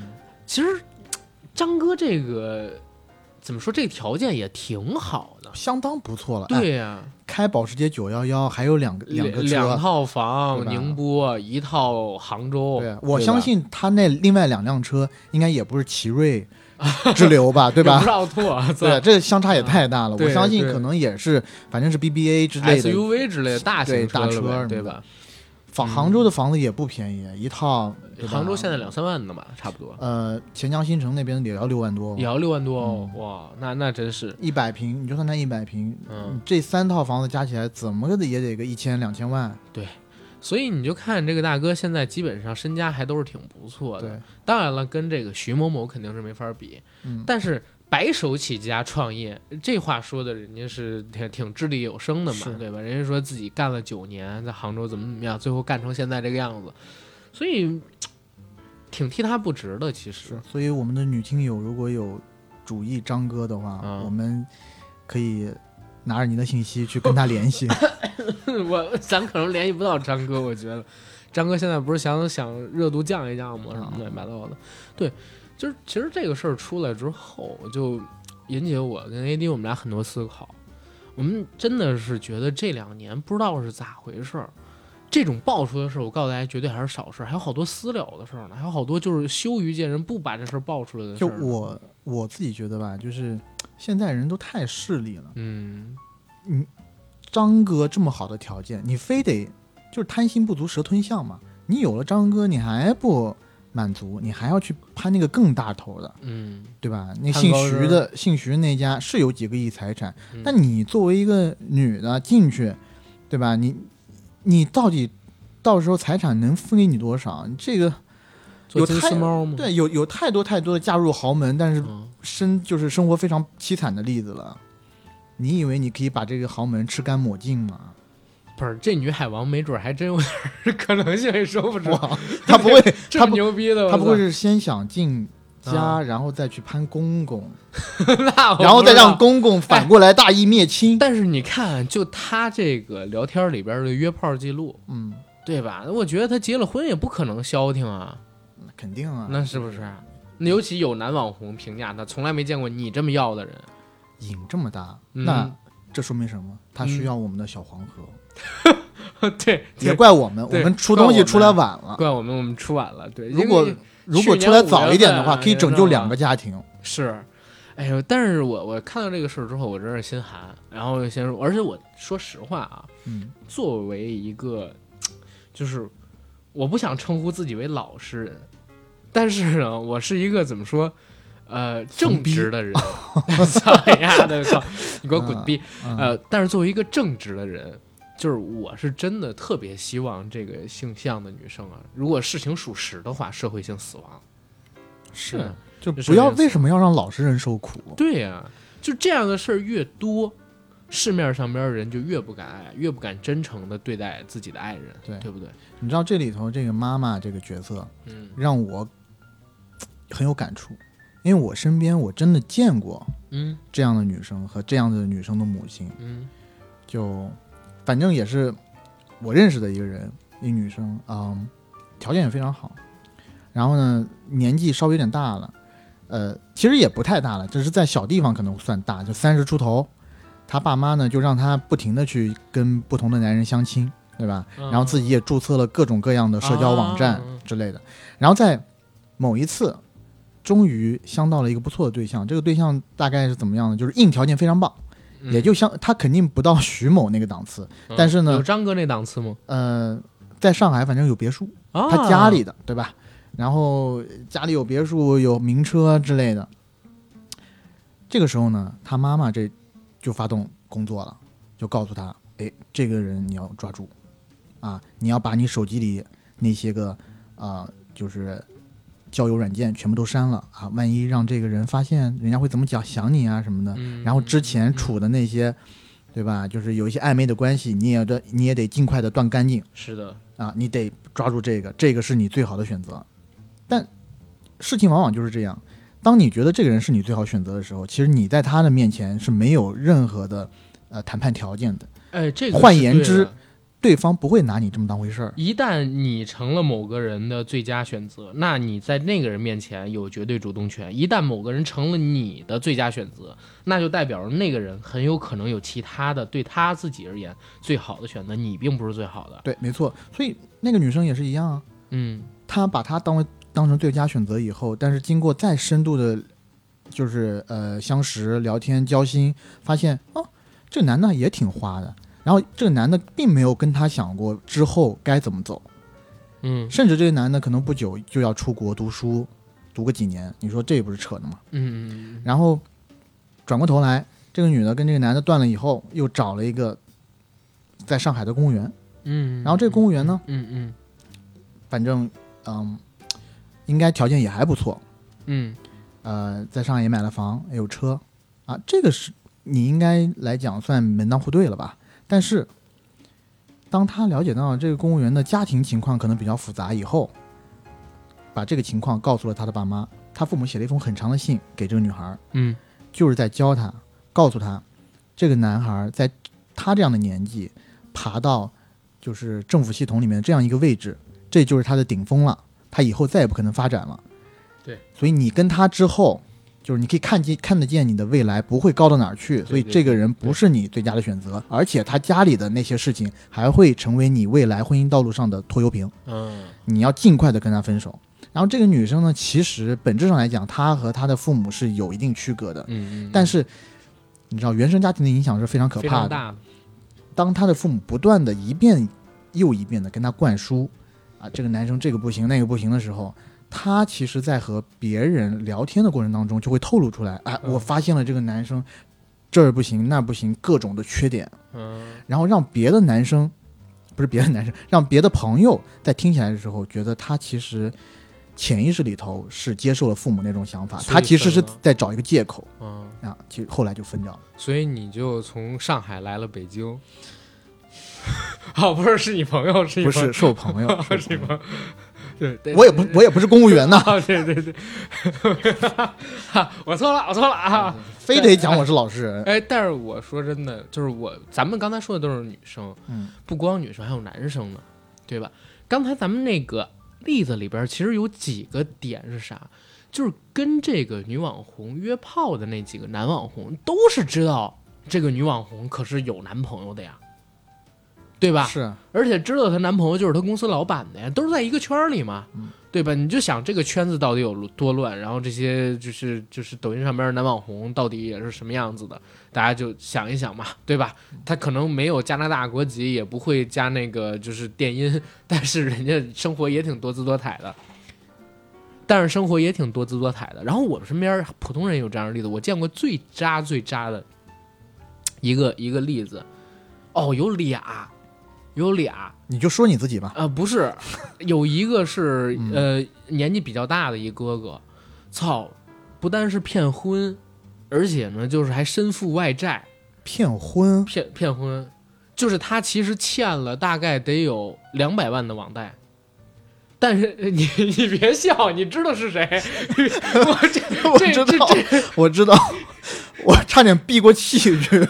其实张哥这个怎么说，这个条件也挺好的， 相当不错了。 对呀、 哎，开保时捷九一一，还有两个两个车， 两套房， 对吧宁波一套杭州。 对，我对吧相信他那另外两辆车应该也不是奇瑞之流吧，对吧也不是？奥拓， 对，这相差也太大了。 对我相信对可能也是，反正是 B B A 之类的 S U V 之类的大型对大了呗车什么的对吧？ 房杭州的房子也不便宜，一套。对吧杭州现在两三万的嘛，差不多， 呃，钱江新城那边也要六万多也，要六万多哦， 嗯哇，那那真是， 一百平，你就算它一百平， 嗯你这三套房子加起来怎么的也得个一千两千万。 所以你就看这个大哥现在基本上身家还都是挺不错的。 对， 当然了，跟这个徐某某肯定是没法比， 嗯， 但是白手起家创业，这话说的人家是挺挺掷地有声的嘛， 是对吧？人家说自己干了九年，在杭州怎么怎么样，最后干成现在这个样子，所以挺替他不值的。其实是，所以我们的女听友如果有主意张哥的话， 嗯我们可以拿着您的信息去跟他联系。 我咱可能联系不到张哥，我觉得张哥现在不是想想热度降一降吗？什么乱七八糟的。对，就是其实这个事儿出来之后，就引起我跟 A D 我们俩很多思考。我们真的是觉得这两年不知道是咋回事儿，这种爆出的事儿，我告诉大家绝对还是少事儿，还有好多私了的事儿呢，还有好多就是羞于见人，不把这事儿爆出来的事就儿呢。 我我自己觉得吧，就是现在人都太势利了。 嗯， 张哥这么好的条件，你非得就是贪心不足蛇吞象嘛？你有了张哥，你还不满足，你还要去攀那个更大头的， 嗯， 对吧？那姓攀高枝徐的，姓徐那家是有几个亿财产， 嗯但你作为一个女的进去，对吧？你你到底到时候财产能分给你多少？这个做金有太丝猫吗？ 对有有太多太多的嫁入豪门，但是嗯， 生就是生活非常凄惨的例子了。你以为你可以把这个豪门吃干抹净吗？ 不是，这女海王没准还真有点儿可能性，也说不准。 哇，他不会， 这么他不， 牛逼的，我他不会操是先想进家， 啊然后再去攀公公， 那我然后再不知道让公公反过来大义灭亲？ 但是你看，就他这个聊天里边的约炮记录， 嗯， 对吧？我觉得他结了婚也不可能消停啊， 肯定啊。 那是不是？那尤其有男网红评价他从来没见过你这么要的人， 瘾这么大， 嗯那这说明什么？他需要我们的小黄河。 对， 也怪我们，我对们出东西出来晚了。 怪我们我们出晚了。对， 如果因为如果出来早一点的话， 去年五月份可以拯救两个家庭。 是，哎呦！但是我我看到这个事儿之后，我真是心寒。然后先说，而且我说实话啊， 嗯， 作为一个，就是我不想称呼自己为老实人，但是呢，我是一个怎么说，呃，正直的人。操你丫的！操，你给我滚逼！ 嗯呃，但是作为一个正直的人，就是我是真的特别希望这个性向的女生啊，如果事情属实的话，社会性死亡。 是，就这是不要这样子为什么要让老实人受苦？ 对呀、就这样的事儿越多，市面上边的人就越不敢爱，越不敢真诚的对待自己的爱人， 对对不对？ 你知道这里头这个妈妈这个角色嗯让我很有感触，因为我身边我真的见过嗯这样的女生和这样的女生的母亲， 嗯就反正也是我认识的一个人，一女生，嗯，条件也非常好，然后呢年纪稍微有点大了，呃，其实也不太大了，只是在小地方可能算大，就三十出头。他爸妈呢就让他不停的去跟不同的男人相亲，对吧？然后自己也注册了各种各样的社交网站啊之类的。然后在某一次，终于相到了一个不错的对象。这个对象大概是怎么样呢？就是硬条件非常棒， 嗯也就相他肯定不到徐某那个档次， 嗯但是呢有张哥那档次吗？ 呃，在上海反正有别墅， 啊， 他家里的，对吧？然后家里有别墅、有名车之类的。这个时候呢，他妈妈这就发动工作了，就告诉他：“哎，这个人你要抓住，啊，你要把你手机里那些个啊、呃，就是交友软件全部都删了啊，万一让这个人发现，人家会怎么讲想你啊什么的。 嗯然后之前处的那些，对吧？就是有一些暧昧的关系，你也得你也得尽快的断干净。” 是的， 啊，你得抓住这个，这个是你最好的选择。但事情往往就是这样，当你觉得这个人是你最好选择的时候，其实你在他的面前是没有任何的呃谈判条件的。 哎，这个换是对言之的对方不会拿你这么当回事儿。 一旦你成了某个人的最佳选择，那你在那个人面前有绝对主动权。一旦某个人成了你的最佳选择，那就代表着那个人很有可能有其他的对他自己而言最好的选择，你并不是最好的。 对，没错。所以那个女生也是一样啊， 嗯， 她把他当为当成最佳选择以后，但是经过再深度的，就是呃相识、聊天、交心，发现哦，这个男的也挺花的。然后这个男的并没有跟他想过之后该怎么走， 嗯甚至这个男的可能不久就要出国读书，读个几年，你说这也不是扯的吗？ 嗯嗯然后转过头来，这个女的跟这个男的断了以后，又找了一个在上海的公务员， 嗯， 然后这个公务员呢， 嗯嗯反正嗯，应该条件也还不错， 嗯呃，在上海也买了房，也有车，啊，这个是你应该来讲算门当户对了吧？但是，当他了解到这个公务员的家庭情况可能比较复杂以后，把这个情况告诉了他的爸妈，他父母写了一封很长的信给这个女孩， 嗯就是在教他，告诉他，这个男孩在他这样的年纪爬到就是政府系统里面这样一个位置，这就是他的顶峰了，他以后再也不可能发展了。 对， 所以你跟他之后，就是你可以看见看得见你的未来不会高到哪儿去，所以这个人不是你最佳的选择，而且他家里的那些事情还会成为你未来婚姻道路上的拖油瓶， 嗯你要尽快的跟他分手。然后这个女生呢，其实本质上来讲，她和她的父母是有一定区隔的， 嗯嗯， 但是你知道原生家庭的影响是非常可非怕的。 常大的。 当她的父母不断的一遍又一遍的跟她灌输啊，这个男生这个不行那个不行的时候，他其实在和别人聊天的过程当中就会透露出来，哎， 嗯我发现了这个男生这儿不行那不行，各种的缺点， 嗯然后让别的男生，不是别的男生，让别的朋友在听起来的时候觉得他其实潜意识里头是接受了父母那种想法， 所以他其实是分了在找一个借口嗯， 啊，其实后来就分掉了。 所以你就从上海来了北京。哦，不是，是你朋友，是你朋友不是，是我朋友， 是你朋友。对，对我也不我也不是公务员呐， 啊，对对对，我错了，我错了啊！ 非得讲我是老实人。 哎，但是我说真的，就是我，咱们刚才说的都是女生， 嗯， 不光女生，还有男生呢，对吧？刚才咱们那个例子里边，其实有几个点是啥？就是跟这个女网红约炮的那几个男网红，都是知道这个女网红可是有男朋友的呀，对吧？ 是， 而且知道她男朋友就是她公司老板的呀，都是在一个圈里嘛， 嗯、 对吧？你就想这个圈子到底有多乱，然后这些就是就是抖音上边的男网红到底也是什么样子的，大家就想一想嘛，对吧？他可能没有加拿大国籍，也不会加那个就是电音，但是人家生活也挺多姿多彩的。但是生活也挺多姿多彩的。然后我们身边普通人有这样的例子，我见过最渣最渣的一个一个例子，哦，有俩，有俩， 你就说你自己吧。 呃，不是，有一个是嗯呃年纪比较大的一哥哥，操，不单是骗婚，而且呢就是还身负外债， 骗婚， 骗骗婚，就是他其实欠了大概得有两百万的网贷。但是你你别笑，你知道是谁？我这我知道，我知道，我差点闭过气去。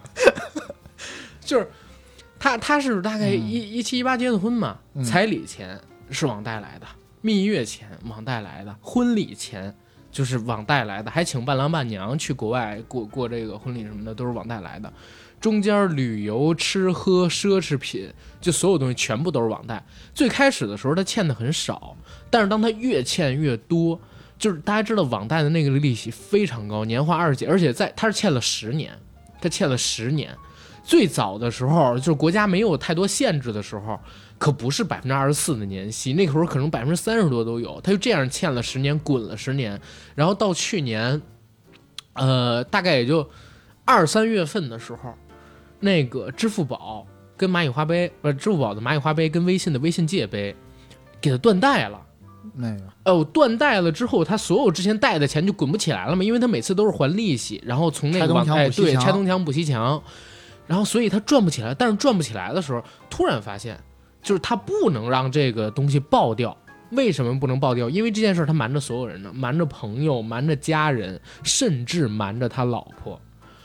就是他他是大概一一七一八结的婚嘛， 嗯、 彩礼钱是网贷来的，蜜月钱网贷来的，婚礼钱就是网贷来的，还请伴郎伴娘去国外过过这个婚礼什么的都是网贷来的。中间旅游、吃喝、奢侈品，就所有东西全部都是网贷。最开始的时候他欠的很少，但是当他越欠越多，就是大家知道网贷的那个利息非常高，年化二十几，而且在他是欠了十年，他欠了十年。最早的时候，就是国家没有太多限制的时候，可不是百分之二十四的年息，那个时候可能百分之三十多都有。他就这样欠了十年，滚了十年，然后到去年，呃，大概也就二三月份的时候。那个支付宝跟蚂蚁花呗，呃，支付宝的蚂蚁花呗跟微信的微信借呗，给他断贷了。 那个哦，断贷了之后，他所有之前贷的钱就滚不起来了嘛，因为他每次都是还利息，然后从那个网贷对拆东墙补西墙，然后所以他赚不起来。但是赚不起来的时候，突然发现，就是他不能让这个东西爆掉。为什么不能爆掉？因为这件事他瞒着所有人呢，瞒着朋友，瞒着家人，甚至瞒着他老婆。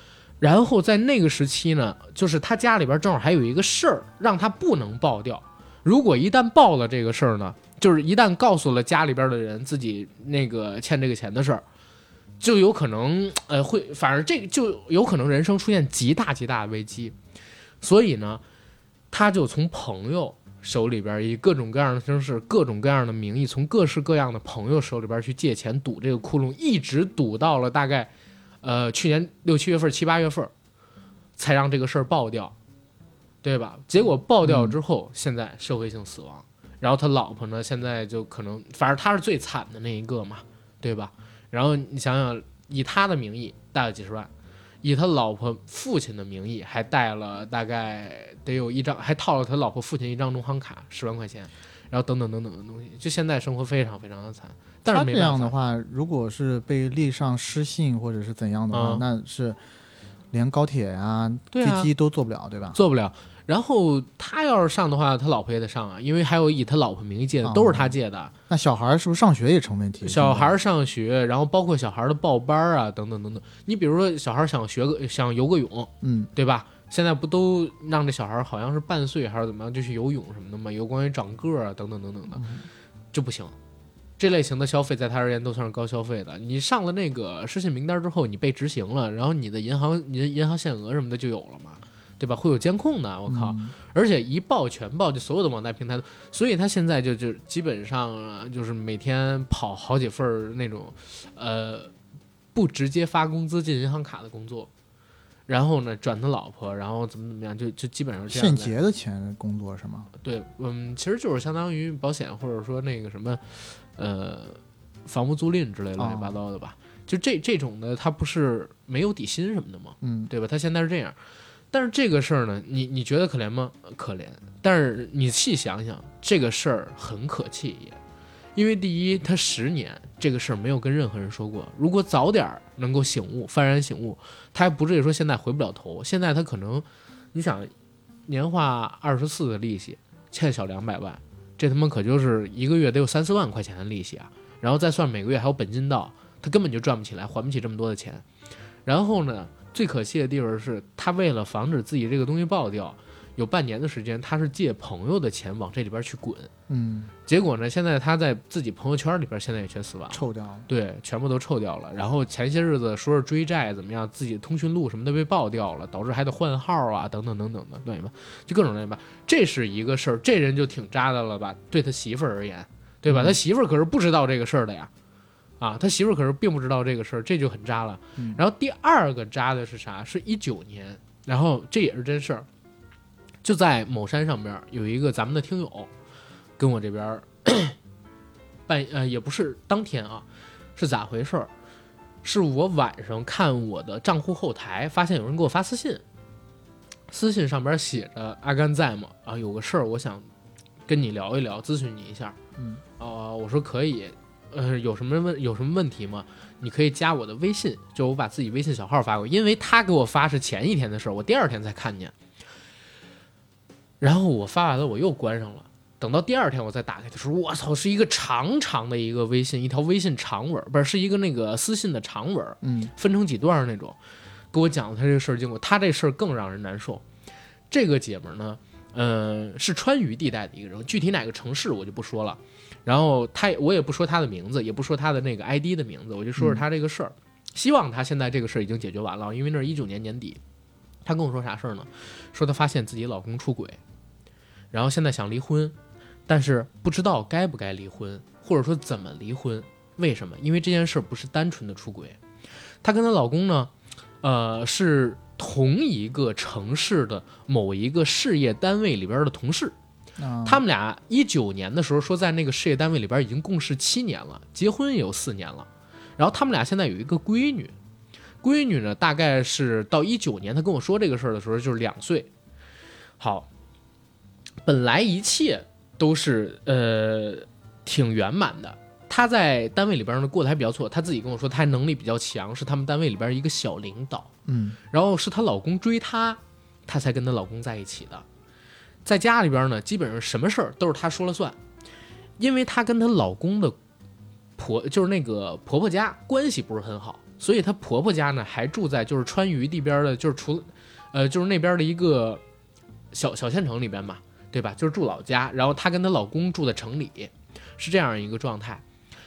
然后在那个时期呢，就是他家里边正好还有一个事儿，让他不能爆掉。如果一旦爆了这个事儿呢，就是一旦告诉了家里边的人自己那个欠这个钱的事儿，就有可能呃会，反正这个就有可能人生出现极大极大的危机。所以呢，他就从朋友手里边以各种各样的方式、各种各样的名义，从各式各样的朋友手里边去借钱堵这个窟窿，一直堵到了大概。呃，去年六七月份、七八月份，才让这个事儿爆掉，对吧？结果爆掉之后，嗯、现在社会性死亡，然后他老婆呢，现在就可能，反正他是最惨的那一个嘛，对吧？然后你想想，以他的名义贷了几十万，以他老婆父亲的名义还贷了大概得有一张，还套了他老婆父亲一张农行卡十万块钱，然后等等等等的东西，就现在生活非常非常的惨。但是没他这样的话，如果是被列上失信或者是怎样的话，嗯、那是连高铁啊、飞机都做不了，对吧？ 做不了。然后他要是上的话，他老婆也得上啊，因为还有以他老婆名义借的，哦、都是他借的。 那小孩是不是上学也成问题？ 小孩上学，然后包括小孩的报班啊，等等等等。你比如说，小孩想学个想游个泳， 嗯， 对吧？现在不都让这小孩好像是半岁还是怎么样就去游泳什么的吗？有关于长个儿啊，等等等等的，嗯、就不行。这类型的消费在他而言都算是高消费的。你上了那个失信名单之后，你被执行了，然后你的银行、你的银行限额什么的就有了嘛，对吧？会有监控的，我靠！嗯、而且一报全报，就所有的网贷平台都，所以他现在就就基本上就是每天跑好几份那种，呃，不直接发工资进银行卡的工作。然后呢，转他老婆，然后怎么怎么样，就就基本上这样。 现结的钱工作是吗？ 对，嗯，其实就是相当于保险或者说那个什么，呃，房屋租赁之类乱七八糟的吧。哦、就这这种的，他不是没有底薪什么的吗？ 嗯， 对吧？他现在是这样，但是这个事儿呢，你你觉得可怜吗？可怜。但是你细想想，这个事儿很可气也。因为第一，他十年这个事儿没有跟任何人说过。如果早点能够醒悟、幡然醒悟，他还不至于说现在回不了头。现在他可能，你想，年化二十四的利息，欠小两百万，这他妈可就是一个月得有三四万块钱的利息啊！然后再算每个月还有本金到，他根本就赚不起来，还不起这么多的钱。然后呢，最可气的地方是他为了防止自己这个东西爆掉。有半年的时间，他是借朋友的钱往这里边去滚， 嗯， 结果呢，现在他在自己朋友圈里边现在也全死亡， 臭掉了， 对，全部都臭掉了。然后前些日子说是追债怎么样，自己通讯录什么的被爆掉了，导致还得换号啊，等等等等的，乱七八糟，就各种乱七八糟。这是一个事儿，这人就挺渣的了吧？对他媳妇儿而言，对吧？嗯、他媳妇儿可是不知道这个事儿的呀，啊，他媳妇儿可是并不知道这个事儿，这就很渣了。 嗯、 然后第二个渣的是啥？是一九年，然后这也是真事儿。就在某山上边有一个咱们的听友，跟我这边半呃也不是当天啊，是咋回事？是我晚上看我的账户后台，发现有人给我发私信，私信上边写着阿甘在吗？啊，有个事儿我想跟你聊一聊，咨询你一下。 嗯， 啊、呃，我说可以，呃，有什么问有什么问题吗？你可以加我的微信，就我把自己微信小号发过，因为他给我发是前一天的事儿，我第二天才看见。然后我发完了，我又关上了。等到第二天我再打开的时候，我操，是一个长长的一个微信，一条微信长文，不是，是一个那个私信的长文， 嗯， 分成几段那种，给我讲了他这个事儿经过。他这事儿更让人难受。这个姐们呢，嗯、呃，是川渝地带的一个人，具体哪个城市我就不说了。然后他，我也不说他的名字，也不说他的那个 I D 的名字，我就说说他这个事儿。嗯、希望他现在这个事儿已经解决完了，因为那是一九年年底。他跟我说啥事儿呢？说他发现自己老公出轨。然后现在想离婚，但是不知道该不该离婚，或者说怎么离婚。为什么？因为这件事不是单纯的出轨。她跟她老公呢，呃，是同一个城市的某一个事业单位里边的同事。 嗯、 他们俩一九年的时候说在那个事业单位里边已经共事七年了，结婚也有四年了。然后他们俩现在有一个闺女，闺女呢大概是到一九年，她跟我说这个事儿的时候就是两岁。好。本来一切都是呃挺圆满的，她在单位里边呢过得还比较错，她自己跟我说她能力比较强，是他们单位里边一个小领导， 嗯， 然后是她老公追她，她才跟她老公在一起的。在家里边呢，基本上什么事儿都是她说了算，因为她跟她老公的婆就是那个婆婆家关系不是很好， 所以她婆婆家呢还住在就是川渝地边的，就是除了呃就是那边的一个小小县城里边嘛，对吧？就是住老家，然后她跟她老公住在城里，是这样一个状态。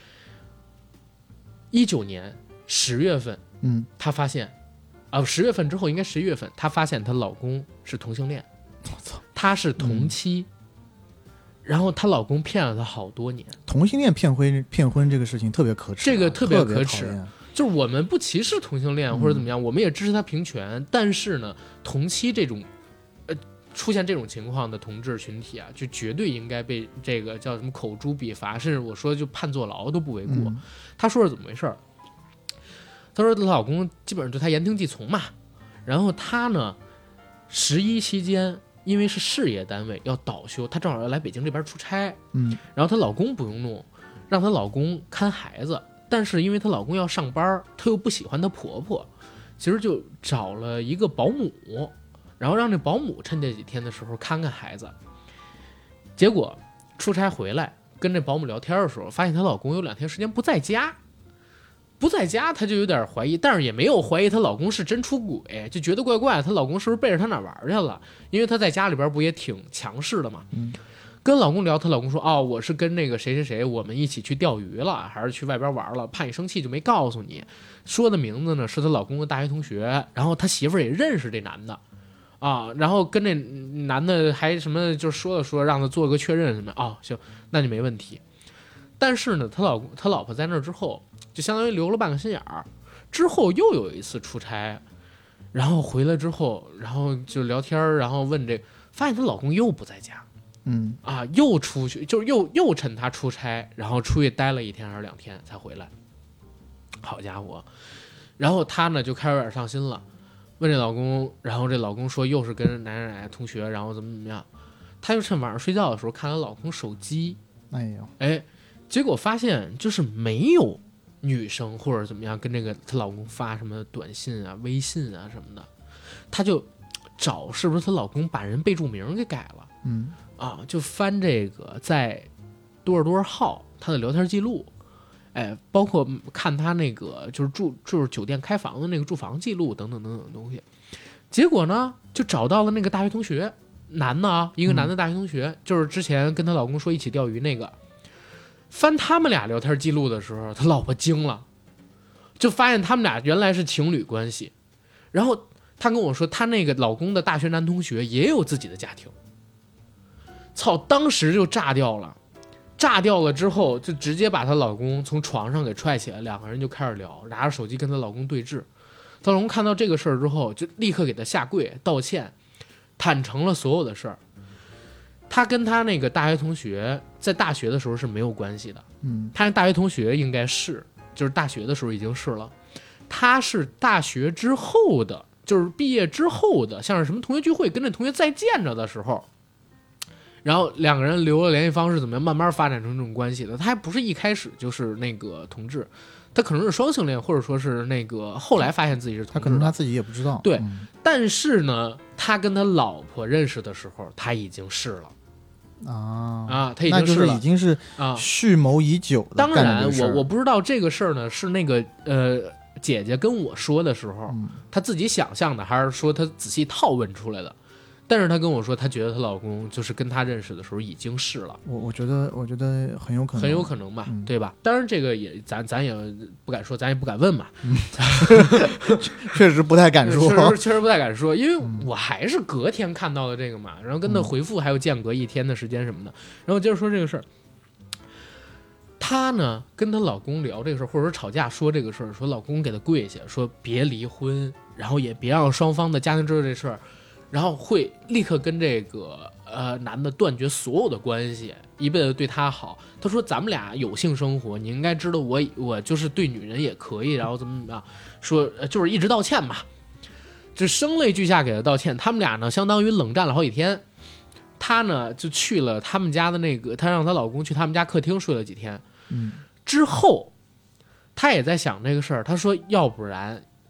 一九年十月份， 嗯， 她发现，啊，十月份之后应该十一月份，她发现她老公是同性恋， 我操， 她是同妻，嗯、然后她老公骗了她好多年。 同性恋骗婚骗婚这个事情特别可耻、啊， 这个特别可耻。 别就是我们不歧视同性恋或者怎么样，嗯、我们也支持他平权，但是呢，同妻这种，呃，出现这种情况的同志群体啊，就绝对应该被这个叫什么口诛笔伐，甚至我说就判坐牢都不为过。嗯、她说是怎么回事？她说她老公基本上对她言听计从嘛，然后她呢，十一期间因为是事业单位要倒休，她正好要来北京这边出差， 嗯， 然后她老公不用弄，让她老公看孩子。但是因为她老公要上班，她又不喜欢她婆婆，其实就找了一个保姆，然后让这保姆趁这几天的时候看看孩子。结果出差回来跟这保姆聊天的时候，发现她老公有两天时间不在家，不在家，她就有点怀疑，但是也没有怀疑她老公是真出轨，就觉得怪怪，她老公是不是背着她哪玩去了？因为她在家里边不也挺强势的嘛。 嗯， 跟老公聊，她老公说：“哦，我是跟那个谁谁谁，我们一起去钓鱼了，还是去外边玩了，怕你生气就没告诉你。”说的名字呢是她老公的大学同学，然后她媳妇儿也认识这男的，啊，然后跟这男的还什么就说了说，让他做个确认什么，哦，行，那就没问题。但是呢，她老公她老婆在那之后，就相当于留了半个心眼儿。之后又有一次出差，然后回来之后，然后就聊天，然后问这，发现她老公又不在家。 嗯啊，又出去，就是又又趁他出差，然后出去待了一天还是两天才回来。好家伙，然后她呢就开始有点上心了，问这老公，然后这老公说又是跟哪哪哪同学，然后怎么怎么样，她就趁晚上睡觉的时候看她老公手机， 哎呦， 哎，结果发现就是没有女生或者怎么样跟这个她老公发什么短信啊、微信啊什么的，她就找是不是她老公把人备注名给改了。 嗯啊，就翻这个在多少多少号他的聊天记录，哎，包括看他那个就是住就是酒店开房的那个住房记录等等等等的东西，结果呢就找到了那个大学同学，男的啊，一个男的大学同学，嗯、就是之前跟她老公说一起钓鱼那个，翻他们俩聊天记录的时候，他老婆惊了，就发现他们俩原来是情侣关系，然后他跟我说，他那个老公的大学男同学也有自己的家庭。操！当时就炸掉了，炸掉了之后，就直接把她老公从床上给踹起来，两个人就开始聊，拿着手机跟她老公对峙。她老公看到这个事儿之后，就立刻给她下跪道歉，坦诚了所有的事儿。她跟她那个大学同学在大学的时候是没有关系的， 嗯， 她大学同学应该是就是大学的时候已经是了，她是大学之后的，就是毕业之后的，像是什么同学聚会跟这同学再见着的时候。然后两个人留了联系方式，怎么样慢慢发展成这种关系的？他还不是一开始就是那个同志，他可能是双性恋，或者说是那个后来发现自己是同志， 他可能他自己也不知道。 对， 嗯、 但是呢，他跟他老婆认识的时候，他已经是了啊啊，他已经是了， 那就是已经是啊蓄谋已久的。 当然，我我不知道这个事儿呢是那个呃姐姐跟我说的时候， 嗯、 她自己想象的，还是说她仔细套问出来的？但是她跟我说，她觉得她老公就是跟她认识的时候已经是了。 我我觉得，我觉得很有可能， 很有可能吧， 嗯、 对吧？当然，这个也咱咱也不敢说，咱也不敢问嘛。 嗯、确实不太敢说， 确实确实不太敢说，因为我还是隔天看到的这个嘛，然后跟他回复还有间隔一天的时间什么的。然后接着说这个事儿，她呢跟她老公聊这个事儿，或者说吵架说这个事儿，说老公给她跪下，说别离婚，然后也别让双方的家庭知道这事儿。然后会立刻跟这个呃男的断绝所有的关系，一辈子对他好。他说咱们俩有性生活，你应该知道我我就是对女人也可以，然后怎么怎么样，说就是一直道歉嘛，就声泪俱下给他道歉。他们俩呢相当于冷战了好几天，他呢就去了他们家的那个，他让她老公去他们家客厅睡了几天。 嗯， 之后他也在想这个事儿，他说要不然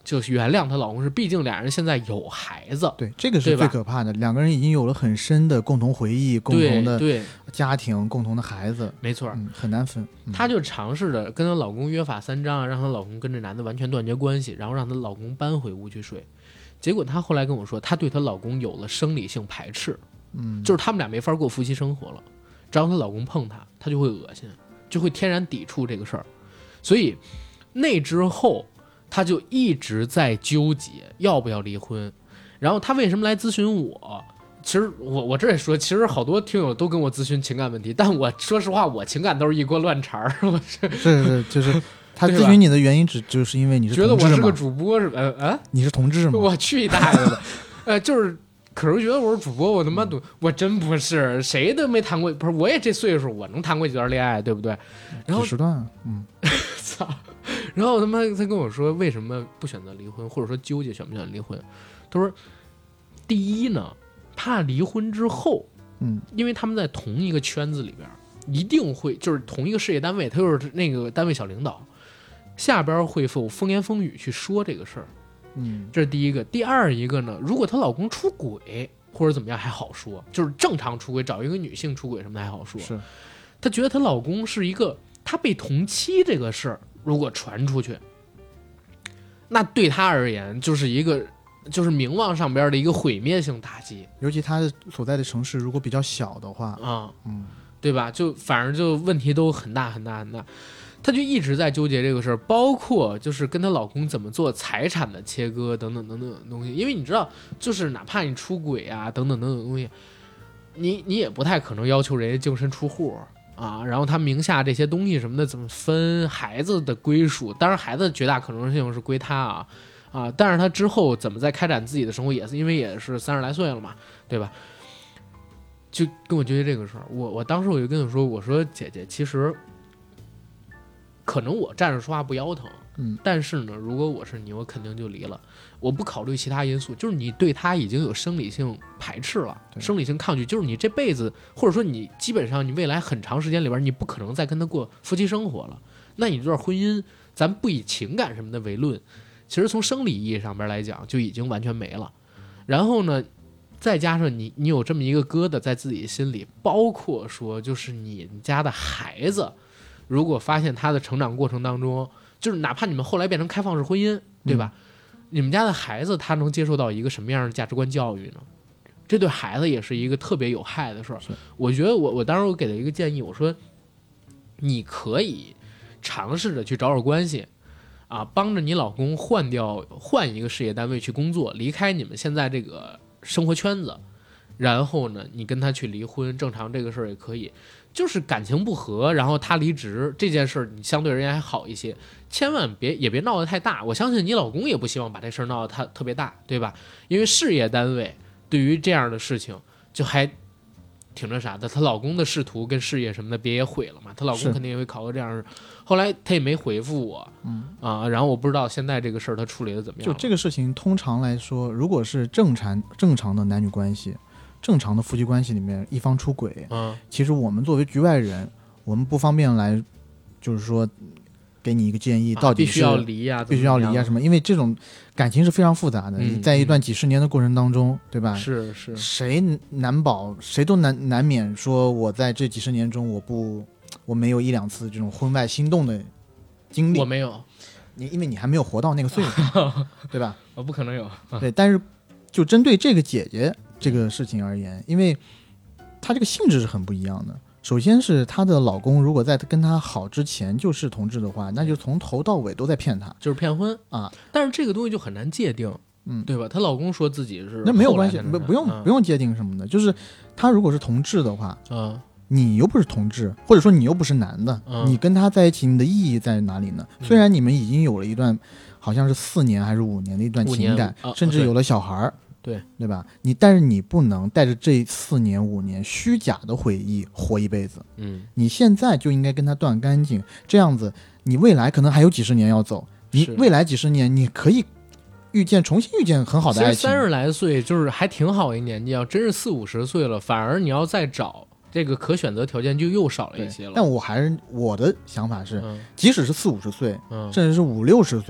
就原谅她老公是，毕竟俩人现在有孩子， 对，这个是对吧最可怕的。两个人已经有了很深的共同回忆、共同的对对， 家庭、共同的孩子， 没错。 嗯，很难分。嗯、 她就尝试着跟她老公约法三章，让她老公跟这男的完全断绝关系，然后让她老公搬回屋去睡。结果她后来跟我说，她对她老公有了生理性排斥， 嗯， 就是他们俩没法过夫妻生活了。只要她老公碰她，她就会恶心，就会天然抵触这个事儿。所以那之后，她就一直在纠结要不要离婚。然后她为什么来咨询我？其实我我这也说，其实好多听友都跟我咨询情感问题，但我说实话，我情感都是一锅乱茬儿。我是是是，就是他对吧咨询你的原因只就是因为你是觉得同志嘛？ 我是个主播是吧？呃啊， 你是同志吗？ 我去你大爷的！呃，就是可是觉得我是主播，我他妈赌，我真不是，谁都没谈过，不是我也这岁数，我能谈过几段恋爱，对不对？然后几十段，嗯， 操，然后他妈他跟我说为什么不选择离婚，或者说纠结选不选择离婚？他说，第一呢，怕离婚之后， 嗯， 因为他们在同一个圈子里边，一定会就是同一个事业单位，他又是那个单位小领导，下边会有风言风语去说这个事儿。 嗯， 这是第一个。第二一个呢，如果她老公出轨或者怎么样还好说，就是正常出轨，找一个女性出轨什么的还好说。 是， 她觉得她老公是一个，她被同妻这个事儿，如果传出去，那对她而言就是一个，就是名望上边的一个毁灭性打击尤其他所在的城市如果比较小的话， 啊， 嗯， 对吧？就反而就问题都很大很大很大。她就一直在纠结这个事儿，包括就是跟她老公怎么做财产的切割等等等等的东西。因为你知道，就是哪怕你出轨啊等等等等的东西，你你也不太可能要求人家净身出户啊，然后他名下这些东西什么的怎么分，孩子的归属，当然孩子绝大可能性是归他啊啊，但是他之后怎么再开展自己的生活，也是因为也是三十来岁了嘛，对吧？就跟我纠结这个事儿，我我当时我就跟你说，我说姐姐，其实。可能我站着说话不腰疼， 嗯， 但是呢，如果我是你，我肯定就离了。我不考虑其他因素，就是你对他已经有生理性排斥了，生理性抗拒，就是你这辈子，或者说你基本上你未来很长时间里边，你不可能再跟他过夫妻生活了。那你这段婚姻，咱不以情感什么的为论，其实从生理意义上边来讲，就已经完全没了。然后呢，再加上你，你有这么一个疙瘩在自己心里，包括说就是你家的孩子。如果发现他的成长过程当中，就是哪怕你们后来变成开放式婚姻，对吧？嗯、你们家的孩子他能接受到一个什么样的价值观教育呢？这对孩子也是一个特别有害的事儿。我觉得我我当时我给了一个建议，我说你可以尝试着去找找关系啊，帮着你老公换掉换一个事业单位去工作，离开你们现在这个生活圈子，然后呢，你跟他去离婚，正常这个事儿也可以。就是感情不和，然后他离职这件事儿，你相对而言还好一些，千万别也别闹得太大。我相信你老公也不希望把这事儿闹得他特别大，对吧？因为事业单位对于这样的事情就还挺那啥的，她老公的仕途跟事业什么的别也毁了嘛，她老公肯定也会考虑这样的。后来他也没回复我，嗯啊，然后我不知道现在这个事儿他处理的怎么样。 就这个事情，通常来说，如果是正常正常的男女关系。正常的夫妻关系里面，一方出轨， 嗯， 其实我们作为局外人，我们不方便来，就是说，给你一个建议，到底是、 啊、必须要离呀、啊， 必须要离啊什么？因为这种感情是非常复杂的， 嗯、 你在一段几十年的过程当中，对吧？ 是是， 谁难保，谁都难难免说，我在这几十年中，我不，我没有一两次这种婚外心动的经历， 我没有， 你因为你还没有活到那个岁数，对吧？ 我不可能有， 对，但是就针对这个姐姐。这个事情而言，因为她这个性质是很不一样的。首先是她的老公，如果在跟她好之前就是同志的话，那就从头到尾都在骗她， 就是骗婚啊。 但是这个东西就很难界定， 嗯， 对吧？她老公说自己是那没有关系，不不用、 嗯、 不用界定什么的。就是她如果是同志的话， 嗯， 你又不是同志，或者说你又不是男的， 嗯、 你跟他在一起，你的意义在哪里呢？虽然你们已经有了一段好像是四年还是五年的一段情感， 啊、 甚至有了小孩。 对对吧？你但是你不能带着这四年五年虚假的回忆活一辈子。 嗯， 你现在就应该跟他断干净，这样子你未来可能还有几十年要走，你未来几十年你可以遇见重新遇见很好的爱情。 三十来岁就是还挺好一年纪，要真是四五十岁了，反而你要再找这个可选择条件就又少了一些了。 但我还是我的想法是， 嗯、 即使是四五十岁， 嗯、 甚至是五六十岁。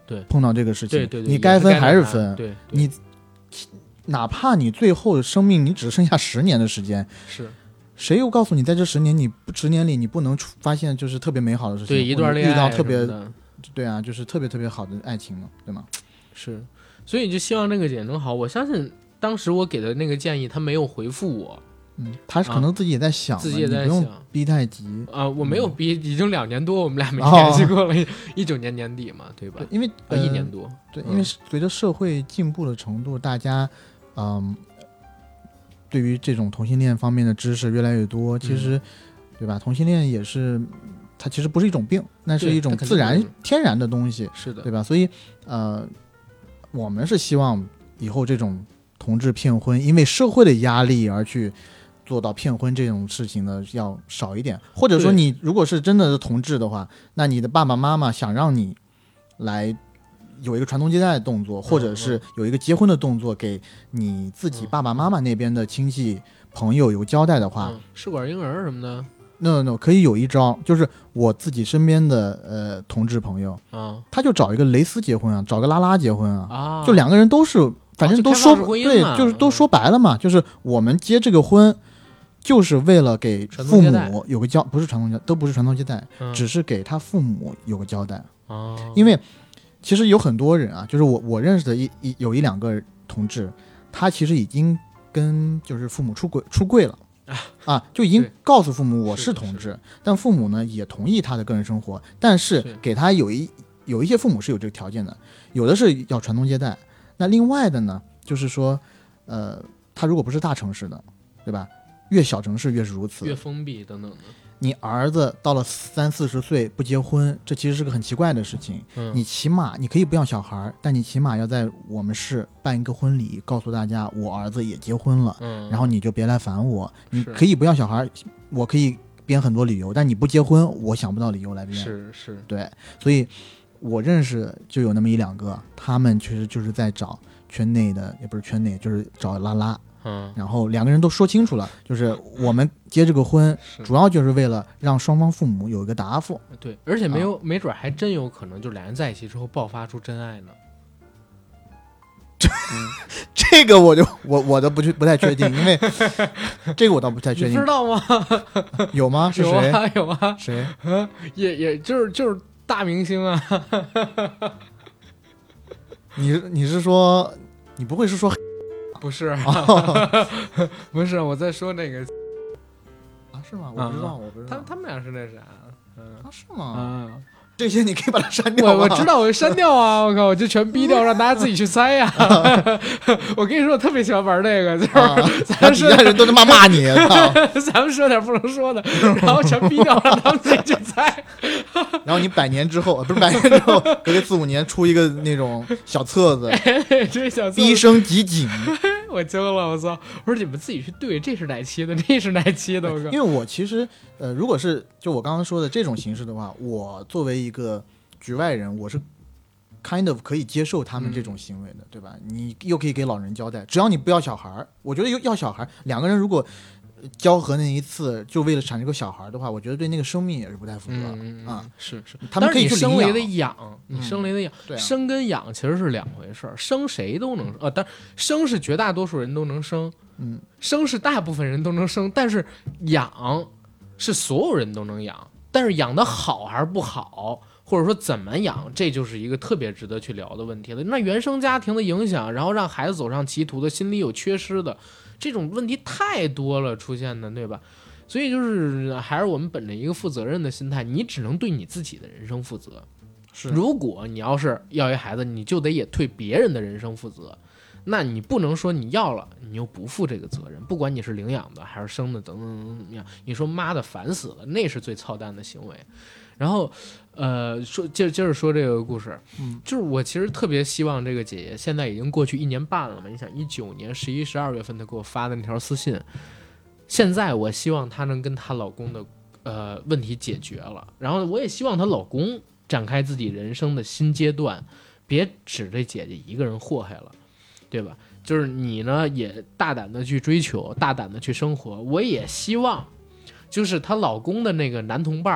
对碰到这个事情， 对对对， 你该分还是分， 对，对你哪怕你最后生命你只剩下十年的时间， 是谁又告诉你在这十年你十年里你不能出发现就是特别美好的事情， 对一段恋爱遇到特别什么的对啊，就是特别特别好的爱情嘛，对吗？ 是，所以就希望那个姐能好。我相信当时我给的那个建议，她没有回复我。 嗯，他可能自己也在想、啊， 自己也在想， 你不用逼太急啊、呃。我没有逼，已经两年多，我们俩没哦联系过了，一九年年底嘛，对吧？ 对因为呃一年多， 对，因为随着社会进步的程度，大家嗯，对于这种同性恋方面的知识越来越多，其实、嗯、对吧？同性恋也是，它其实不是一种病，那是一种自然天然的东西， 是的， 对吧？所以呃，我们是希望以后这种同志骗婚，因为社会的压力而去做到骗婚这种事情呢，要少一点。或者说，你如果是真的是同志的话，那你的爸爸妈妈想让你来有一个传宗接代的动作，或者是有一个结婚的动作，给你自己爸爸妈妈那边的亲戚朋友有交代的话， 嗯、试管婴儿什么的。 no no 可以有一招，就是我自己身边的呃同志朋友啊， 他就找一个蕾丝结婚啊，找个拉拉结婚啊， 啊就两个人都是，反正都说、 哦、 对，就是都说白了嘛，就是我们结这个婚，就是为了给父母有个交，不是传宗接代，都不是传宗接代、嗯，只是给他父母有个交代。 哦， 因为其实有很多人啊，就是我我认识的一一有一两个同志，他其实已经跟就是父母出轨出柜了。啊，就已经告诉父母我是同志，但父母呢也同意他的个人生活，但是给他有一有一些父母是有这个条件的，有的是要传宗接代，那另外的呢，就是说，呃，他如果不是大城市的，对吧？越小城市越是如此， 越封闭等等的。 你儿子到了三四十岁不结婚，这其实是个很奇怪的事情。 嗯、 你起码你可以不要小孩，但你起码要在我们市办一个婚礼，告诉大家我儿子也结婚了， 嗯、 然后你就别来烦我。你可以不要小孩，我可以编很多理由，但你不结婚，我想不到理由来编。 是是， 对，所以我认识就有那么一两个，他们其实就是在找圈内的，也不是圈内，就是找拉拉。 嗯， 然后两个人都说清楚了，就是我们结这个婚，主要就是为了让双方父母有一个答复。 对，而且没有、啊、没准还真有可能，就俩人在一起之后爆发出真爱呢。 嗯、这个我就我我都不去不太确定，因为这个我倒不太确定。 你知道吗？ 有吗？是谁？ 有啊，有啊。 谁？ 也也就是就是大明星啊。 你你是说你不会是说？ 不是、哦，不是，我在说那个啊，是吗？我不知道，嗯、我不知道。 他他们俩是那啥，嗯， 啊，是吗？ 嗯， 这些你可以把它删掉。 我我知道，我就删掉啊！我靠，我就全逼掉，让大家自己去猜呀、啊。我跟你说，我特别喜欢玩这个，就是、啊、咱们底下人都他妈骂你， 咱们说点不能说的，然后全逼掉，让他们自己去猜。 然后你百年之后，不是百年之后，隔个四五年出一个那种小册子， 这小册子逼升集锦。 我惊了，我操！我说你们自己去对，这是哪期的，这是哪期的？我靠！ 因为我其实，呃，如果是就我刚刚说的这种形式的话，我作为一个局外人，我是 kind of 可以接受他们这种行为的，嗯、对吧？你又可以给老人交代，只要你不要小孩，我觉得要小孩，两个人如果交合那一次就为了产生个小孩的话，我觉得对那个生命也是不太负责的、 嗯、 啊。 是是， 他们可以去生雷的养，你生雷的养， 嗯啊、 生跟养其实是两回事儿。生谁都能呃，但生是绝大多数人都能生， 嗯， 生是大部分人都能生，但是养是所有人都能养，但是养的好还是不好，或者说怎么养，这就是一个特别值得去聊的问题了。那原生家庭的影响，然后让孩子走上歧途的，心理有缺失的。这种问题太多了出现的，对吧？所以就是还是我们本着一个负责任的心态，你只能对你自己的人生负责。 是， 如果你要是要一孩子，你就得也对别人的人生负责。那你不能说你要了，你又不负这个责任，不管你是领养的还是生的，等等等等怎么样？你说妈的烦死了，那是最操蛋的行为。然后，呃，说接接着说这个故事， 嗯， 就是我其实特别希望这个姐姐，现在已经过去一年半了嘛，你想一九年十一、十二月份她给我发的那条私信，现在我希望她能跟她老公的呃问题解决了，然后我也希望她老公展开自己人生的新阶段，别指这姐姐一个人祸害了，对吧？就是你呢也大胆的去追求，大胆的去生活，我也希望。就是她老公的那个男同伴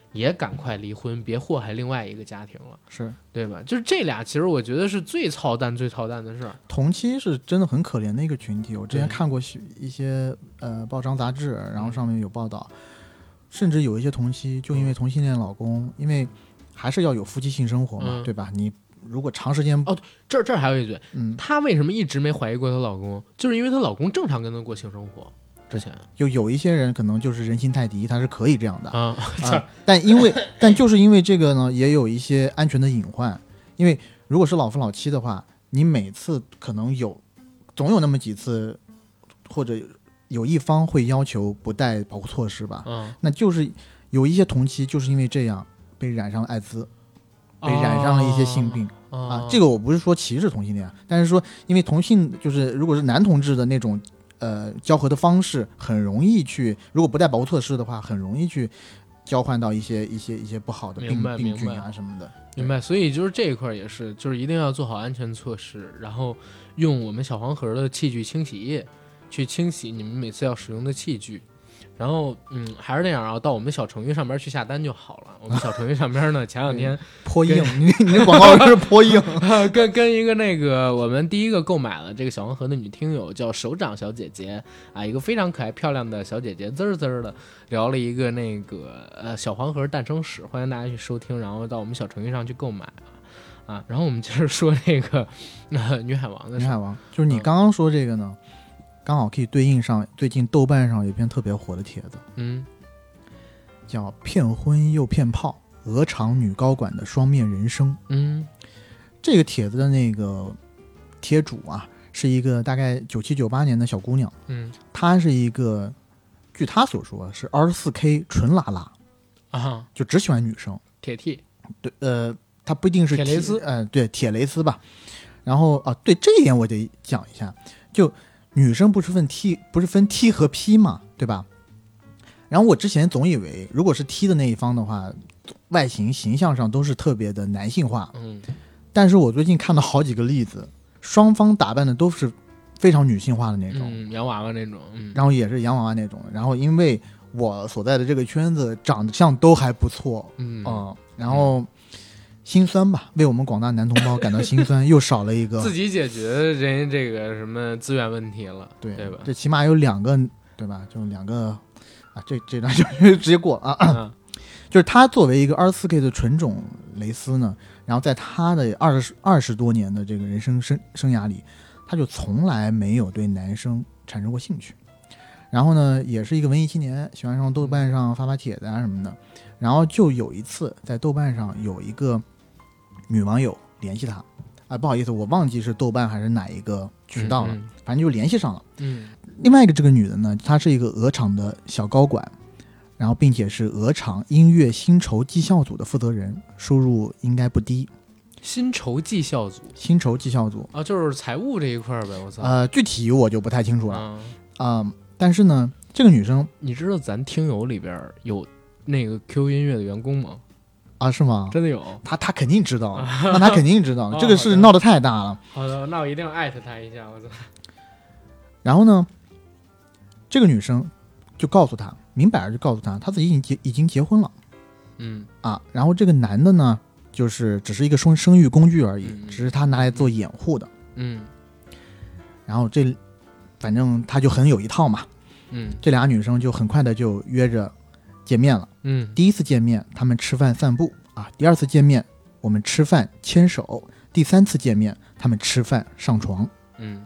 也赶快离婚，别祸害另外一个家庭了， 是对吧？就是这俩，其实我觉得是最操蛋、最操蛋的事儿。 同期是真的很可怜的一个群体，我之前对看过一些呃报章杂志，然后上面有报道，甚至有一些同期就因为同性恋老公，因为还是要有夫妻性生活嘛， 嗯对吧？你如果长时间哦这这儿还有一句， 嗯， 她为什么一直没怀疑过她老公？就是因为她老公正常跟她过性生活。之前就有一些人可能就是人心太低，他是可以这样的啊， 啊，但因为但就是因为这个呢，也有一些安全的隐患。因为如果是老夫老妻的话，你每次可能有总有那么几次，或者有一方会要求不带保护措施吧， 嗯， 那就是有一些同期就是因为这样被染上了艾滋，被染上了一些性病、 哦、 啊。这个我不是说歧视同性恋，但是说因为同性就是如果是男同志的那种呃交合的方式，很容易去，如果不带保护措施的话，很容易去交换到一些一些一些不好的病明白病菌明白啊什么的。 明白，所以就是这一块也是，就是一定要做好安全措施，然后用我们小黄盒的器具清洗液去清洗你们每次要使用的器具。然后，嗯，还是那样啊，到我们小程序上边去下单就好了。我们小程序上边呢，前两天颇硬，你你这广告是颇硬。 跟跟一个那个我们第一个购买了这个小黄盒的女听友叫手掌小姐姐啊，一个非常可爱漂亮的小姐姐，滋儿滋儿的聊了一个那个呃小黄盒诞生史，欢迎大家去收听，然后到我们小程序上去购买啊啊。然后我们接着说那个、呃、女海王的事。 女海王就是你刚刚说这个呢。嗯，刚好可以对应上最近豆瓣上有一篇特别火的帖子， 嗯， 叫骗婚又骗炮，鹅厂女高管的双面人生。 嗯， 这个帖子的那个帖主啊，是一个大概九七九八年的小姑娘， 嗯， 她是一个，据她所说是二十四 K 纯拉拉啊， 就只喜欢女生， 铁 T， 对，呃，她不一定是铁蕾丝， 呃，对，铁蕾丝吧。然后啊，对这一点我得讲一下，就。女生不是分 T 不是分 T 和 P 嘛，对吧？然后我之前总以为，如果是 T 的那一方的话，外形形象上都是特别的男性化。 嗯， 但是我最近看到好几个例子，双方打扮的都是非常女性化的那种， 嗯，洋娃娃那种，嗯， 然后也是洋娃娃那种。然后因为我所在的这个圈子长相都还不错， 嗯、 呃、然后。嗯心酸吧，为我们广大男同胞感到心酸，又少了一个自己解决人家这个什么资源问题了， 对对吧？ 这起码有两个，对吧？就两个啊，这这段就直接过了啊。 嗯、 就是他作为一个二十四 K 的纯种蕾丝呢，然后在他的二十二十多年的这个人生生生涯里，他就从来没有对男生产生过兴趣。然后呢，也是一个文艺青年，喜欢上豆瓣上发发帖子啊什么的。然后就有一次在豆瓣上有一个女网友联系他，啊，不好意思，我忘记是豆瓣还是哪一个渠道了， 嗯嗯、 反正就联系上了。 嗯， 另外一个这个女的呢，她是一个鹅厂的小高管，然后并且是鹅厂音乐薪酬绩效组的负责人，收入应该不低。 薪酬绩效组， 薪酬绩效组啊，就是财务这一块呗，我操。 呃，具体我就不太清楚了啊、 嗯呃。但是呢，这个女生， 你知道咱听友里边有那个 Q Q 音乐的员工吗？ 啊，是吗？ 真的有， 他他肯定知道，那他肯定知道， 哦、 这个事闹得太大了。 好的，那我一定要艾特他一下，我操。 然后呢，这个女生就告诉他，明摆着就告诉他，他自己已经结已经结婚了， 嗯啊，然后这个男的呢，就是只是一个生生育工具而已， 嗯、 只是他拿来做掩护的， 嗯， 然后这反正他就很有一套嘛， 嗯， 这俩女生就很快的就约着见面了， 嗯， 第一次见面他们吃饭散步啊，第二次见面我们吃饭牵手，第三次见面他们吃饭上床， 嗯。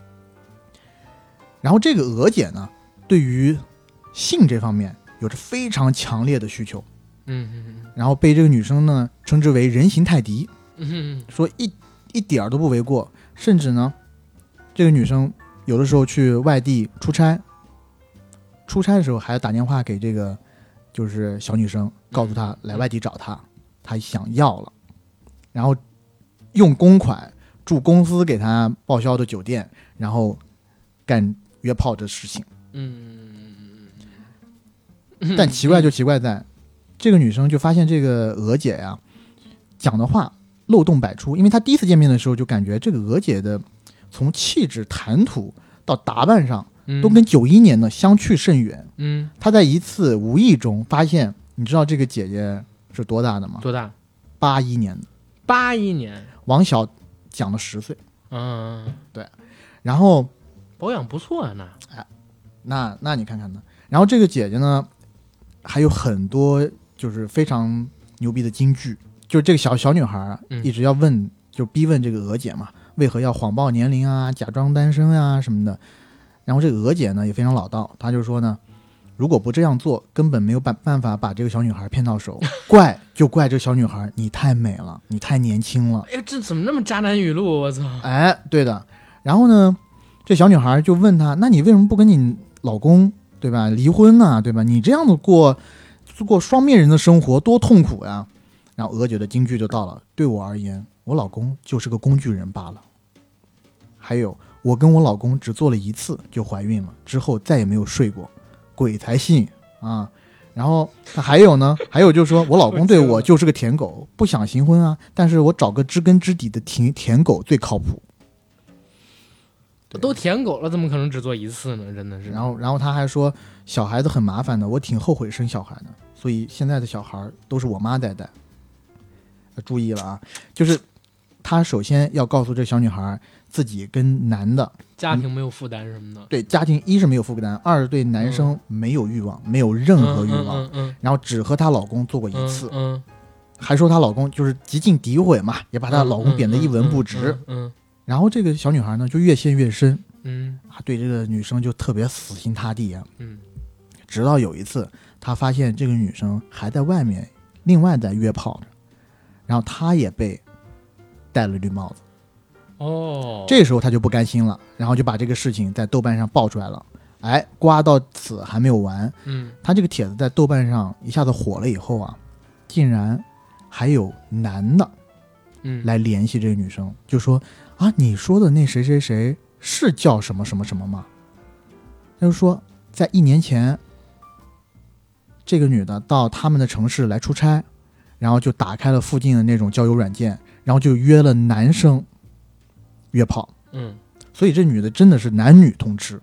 然后这个娥姐呢，对于性这方面有着非常强烈的需求， 嗯嗯， 然后被这个女生呢称之为人形泰迪， 嗯， 说一一点都不为过，甚至呢，这个女生有的时候去外地出差，出差的时候还要打电话给这个就是小女生，告诉她来外地找她，她想要了，然后用公款住公司给她报销的酒店，然后干约炮的事情。 嗯， 但奇怪就奇怪在，这个女生就发现这个娥姐呀讲的话漏洞百出，因为她第一次见面的时候就感觉这个娥姐的从气质、谈吐到打扮上都跟九一年的相去甚远。 嗯， 她在一次无意中发现你知道这个姐姐是多大的吗？ 多大？ 八一年的， 八一年， 王小讲了十岁。 嗯， 然后保养不错啊，那那那你看看呢？然后这个姐姐呢，还有很多就是非常牛逼的金句，就是这个小小女孩啊嗯一直要问，就逼问这个娥姐嘛，为何要谎报年龄啊，假装单身啊什么的。然后这个娥姐呢也非常老道，她就说呢，如果不这样做，根本没有办办法把这个小女孩骗到手，怪就怪这个小女孩，你太美了，你太年轻了。 哎呀，这怎么那么渣男语录？我操！ 哎，对的。然后呢，这小女孩就问她，那你为什么不跟你老公对吧离婚呢、啊？对吧？你这样的过过双面人的生活多痛苦呀！然后娥姐的金句就到了，对我而言，我老公就是个工具人罢了。还有，我跟我老公只做了一次就怀孕了，之后再也没有睡过，鬼才信啊！然后还有呢，还有就是说我老公对我就是个舔狗，不想行婚啊，但是我找个知根知底的舔舔狗最靠谱。 都舔狗了，怎么可能只做一次呢？真的是。 然后，然后他还说小孩子很麻烦的，我挺后悔生小孩的，所以现在的小孩都是我妈带带。呃注意了啊，就是他首先要告诉这小女孩自己跟男的家庭没有负担什么的， 对家庭一是没有负担，二是对男生没有欲望，没有任何欲望， 嗯嗯嗯然后只和她老公做过一次， 嗯嗯还说她老公就是极尽诋毁嘛，也把她老公贬得一文不值。 嗯然后这个小女孩呢就越陷越深， 嗯她对这个女生就特别死心塌地啊。 嗯直到有一次，她发现这个女生还在外面另外在约炮着，然后她也被戴了绿帽子。 哦， 这时候她就不甘心了，然后就把这个事情在豆瓣上爆出来了。哎，刮到此还没有完， 嗯她这个帖子在豆瓣上一下子火了以后啊，竟然还有男的嗯来联系这个女生，就说啊，你说的那谁谁谁是叫什么什么什么吗？他就说在一年前，这个女的到他们的城市来出差，然后就打开了附近的那种交友软件，然后就约了男生约炮， 嗯， 所以这女的真的是男女通吃。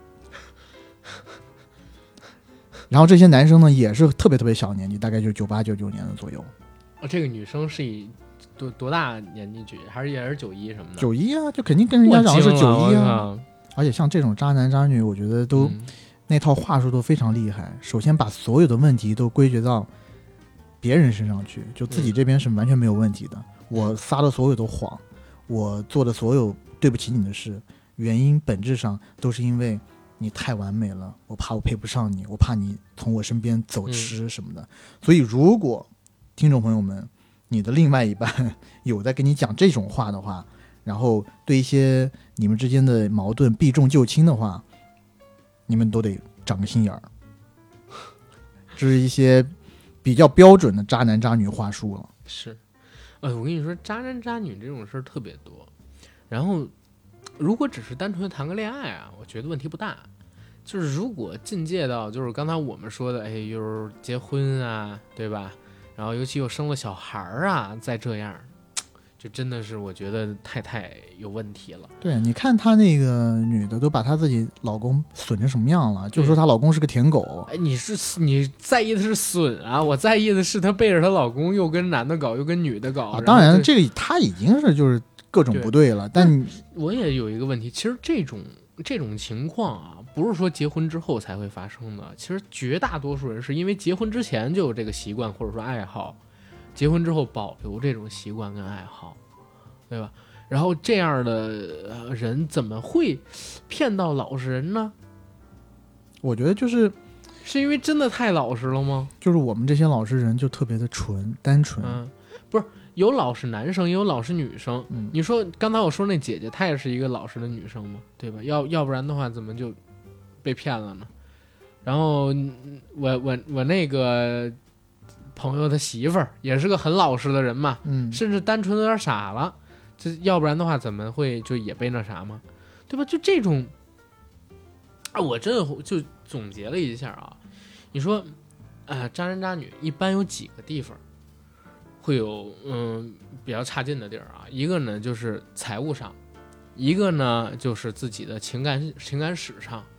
然后这些男生呢也是特别特别小年纪，大概就九八九九年的左右。 哦，这个女生是以多多大年纪去，还是也是九一什么的？ 九一啊，就肯定跟人家讲的是九一啊。 啊， 而且像这种渣男渣女，我觉得都、 嗯那套话术都非常厉害。首先把所有的问题都归结到别人身上去，就自己这边是完全没有问题的。我撒的所有的谎，我做的所有对不起你的事，原因本质上都是因为你太完美了，我怕我配不上你，我怕你从我身边走失什么的。所以如果听众朋友们，你的另外一半有在跟你讲这种话的话，然后对一些你们之间的矛盾避重就轻的话，你们都得长个心眼儿。这是一些比较标准的渣男渣女话术了。 是，呃，我跟你说，渣男渣女这种事儿特别多。然后，如果只是单纯的谈个恋爱啊，我觉得问题不大。就是如果进阶到就是刚才我们说的，哎，又是结婚啊，对吧？然后尤其又生了小孩儿啊，再这样，就真的是我觉得太太有问题了。 对，你看她那个女的都把她自己老公损成什么样了，就说她老公是个舔狗。 哎，你是你在意的是损啊，我在意的是她背着她老公又跟男的搞，又跟女的搞。 啊，当然然后这个她已经是就是各种不对了，但你我也有一个问题，其实这种这种情况啊，不是说结婚之后才会发生的。其实绝大多数人是因为结婚之前就有这个习惯或者说爱好，结婚之后保留这种习惯跟爱好，对吧？然后这样的人怎么会骗到老实人呢？ 我觉得就是是因为真的太老实了吗？ 就是我们这些老实人就特别的纯单纯。 嗯，不是，有老实男生，也有老实女生。 嗯， 你说刚才我说那姐姐，她也是一个老实的女生嘛，对吧？要要不然的话，怎么就被骗了呢？然后我我我那个朋友他媳妇儿也是个很老实的人嘛， 嗯， 甚至单纯的有点傻了，这要不然的话，怎么会就也被那啥吗？对吧？就这种啊，我真的就总结了一下啊，你说啊、呃，渣男渣女一般有几个地方会有嗯比较差劲的地儿啊，一个呢就是财务上，一个呢就是自己的情感情感史上，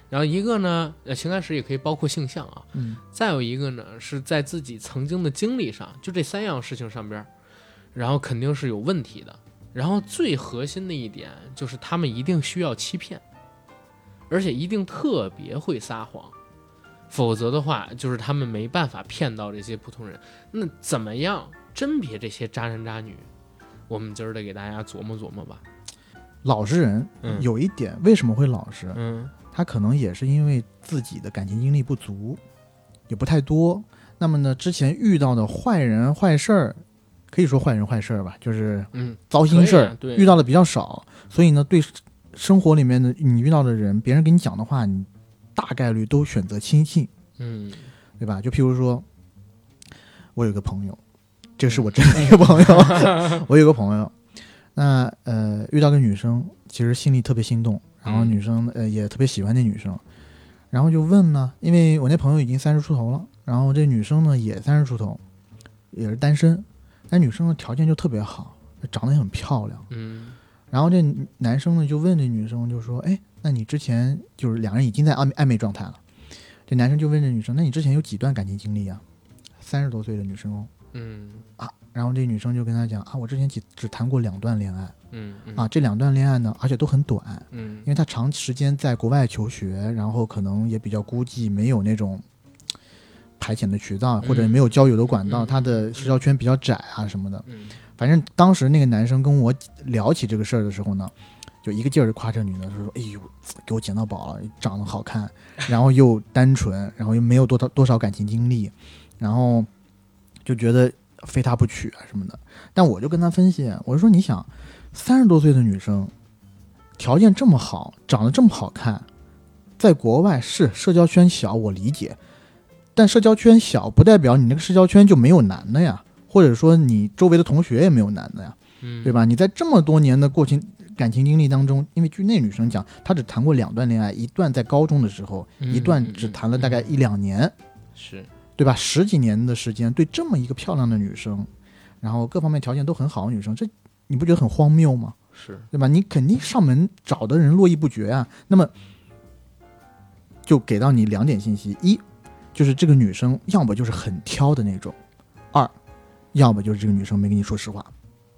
然后一个呢，呃，情感史也可以包括性向啊， 嗯， 再有一个呢是在自己曾经的经历上，就这三样事情上边，然后肯定是有问题的。然后最核心的一点就是他们一定需要欺骗，而且一定特别会撒谎，否则的话就是他们没办法骗到这些普通人。那怎么样甄别这些渣男渣女？我们今儿得给大家琢磨琢磨吧。 老实人、 嗯、 有一点为什么会老实？ 嗯， 他可能也是因为自己的感情经历不足，也不太多。那么呢，之前遇到的坏人坏事儿，可以说坏人坏事儿吧，就是嗯， 糟心事儿、 啊、 遇到的比较少，所以呢，对生活里面的你遇到的人，别人给你讲的话，你大概率都选择轻信， 嗯， 对吧？就譬如说，我有个朋友，这是我真的一个朋友，我有个朋友。那呃，遇到个女生，其实心里特别心动，然后女生呃也特别喜欢那女生，然后就问呢，因为我那朋友已经三十出头了，然后这女生呢也三十出头，也是单身，但女生的条件就特别好，长得也很漂亮， 嗯， 然后这男生呢就问这女生，就说，哎，那你之前就是两人已经在暧昧暧昧状态了，这男生就问这女生，那你之前有几段感情经历啊？三十多岁的女生哦， 嗯啊。然后这女生就跟他讲啊，我之前只只谈过两段恋爱， 嗯, 嗯啊，这两段恋爱呢，而且都很短， 嗯， 因为她长时间在国外求学，然后可能也比较孤寂，没有那种排遣的渠道，或者没有交友的管道，她、嗯、的社交圈比较窄啊什么的。 嗯， 反正当时那个男生跟我聊起这个事儿的时候呢，就一个劲儿的夸这女的，说：“哎呦，给我捡到宝了，长得好看，然后又单纯，然后又没有多少多少感情经历，然后就觉得。”非他不娶啊什么的，但我就跟他分析，我就说你想，三十多岁的女生，条件这么好，长得这么好看，在国外是社交圈小，我理解，但社交圈小不代表你那个社交圈就没有男的呀，或者说你周围的同学也没有男的呀， 嗯， 对吧？你在这么多年的过情感情经历当中，因为据那女生讲，她只谈过两段恋爱，一段在高中的时候， 嗯、 一段只谈了大概一两年， 嗯、是。 对吧？十几年的时间，对这么一个漂亮的女生，然后各方面条件都很好的女生，这你不觉得很荒谬吗？ 是， 对吧？你肯定上门找的人络绎不绝啊。那么就给到你两点信息：一，就是这个女生要么就是很挑的那种；二，要么就是这个女生没跟你说实话，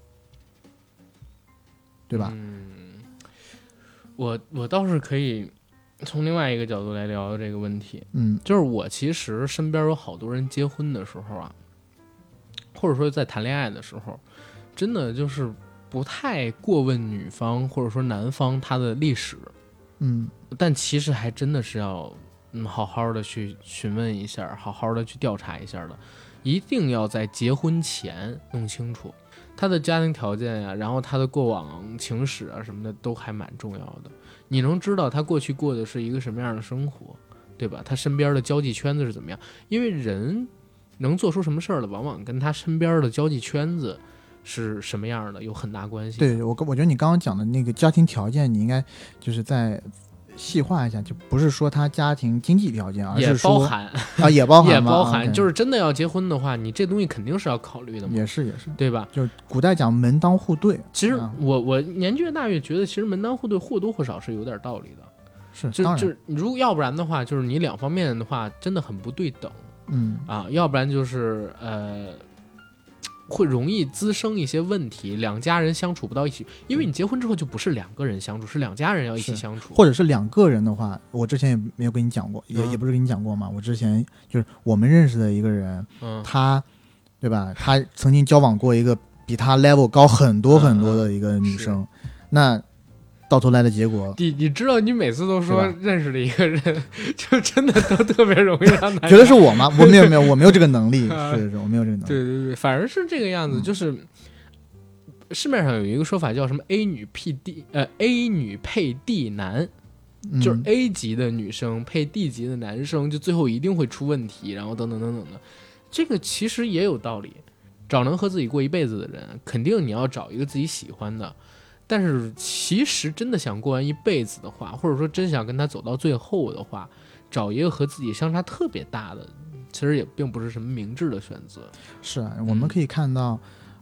对吧？ 嗯，我我倒是可以。从另外一个角度来聊聊这个问题， 嗯， 就是我其实身边有好多人结婚的时候啊，或者说在谈恋爱的时候，真的就是不太过问女方或者说男方他的历史， 嗯， 但其实还真的是要嗯好好的去询问一下，好好的去调查一下的，一定要在结婚前弄清楚他的家庭条件呀、啊，然后他的过往情史啊什么的都还蛮重要的。你能知道他过去过的是一个什么样的生活，对吧？他身边的交际圈子是怎么样？因为人能做出什么事儿的，往往跟他身边的交际圈子是什么样的有很大关系。 对，我我觉得你刚刚讲的那个家庭条件，你应该就是在细化一下，就不是说他家庭经济条件，而是说也包含啊，也包含也包含， okay 就是真的要结婚的话，你这东西肯定是要考虑的嘛。 也是也是， 对吧？ 就是古代讲门当户对。 其实啊、 我我年纪越大越觉得，其实门当户对或多或少是有点道理的。 是， 就当然就如果要不然的话，就是你两方面的话真的很不对等。 嗯啊，要不然就是呃。会容易滋生一些问题，两家人相处不到一起，因为你结婚之后就不是两个人相处，是两家人要一起相处， 或者是两个人的话，我之前也没有跟你讲过，也、嗯、也不是跟你讲过嘛。我之前就是我们认识的一个人， 嗯， 他，对吧？他曾经交往过一个比他 level 高很多很多的一个女生，嗯、那。到头来的结果， 你你知道，你每次都说认识了一个人，就真的都特别容易让男人觉得是我吗？我没有没有，我没有这个能力，是是，我没有这个能力。 对对对，反而是这个样子，嗯、就是市面上有一个说法叫什么 A 女配 D， 呃 A 女配 D 男， 嗯、 就是 A 级的女生配 D 级的男生，就最后一定会出问题，然后等等等等的。这个其实也有道理，找能和自己过一辈子的人，肯定你要找一个自己喜欢的。但是其实真的想过完一辈子的话，或者说真想跟他走到最后的话，找一个和自己相差特别大的，其实也并不是什么明智的选择。 是啊，我们可以看到，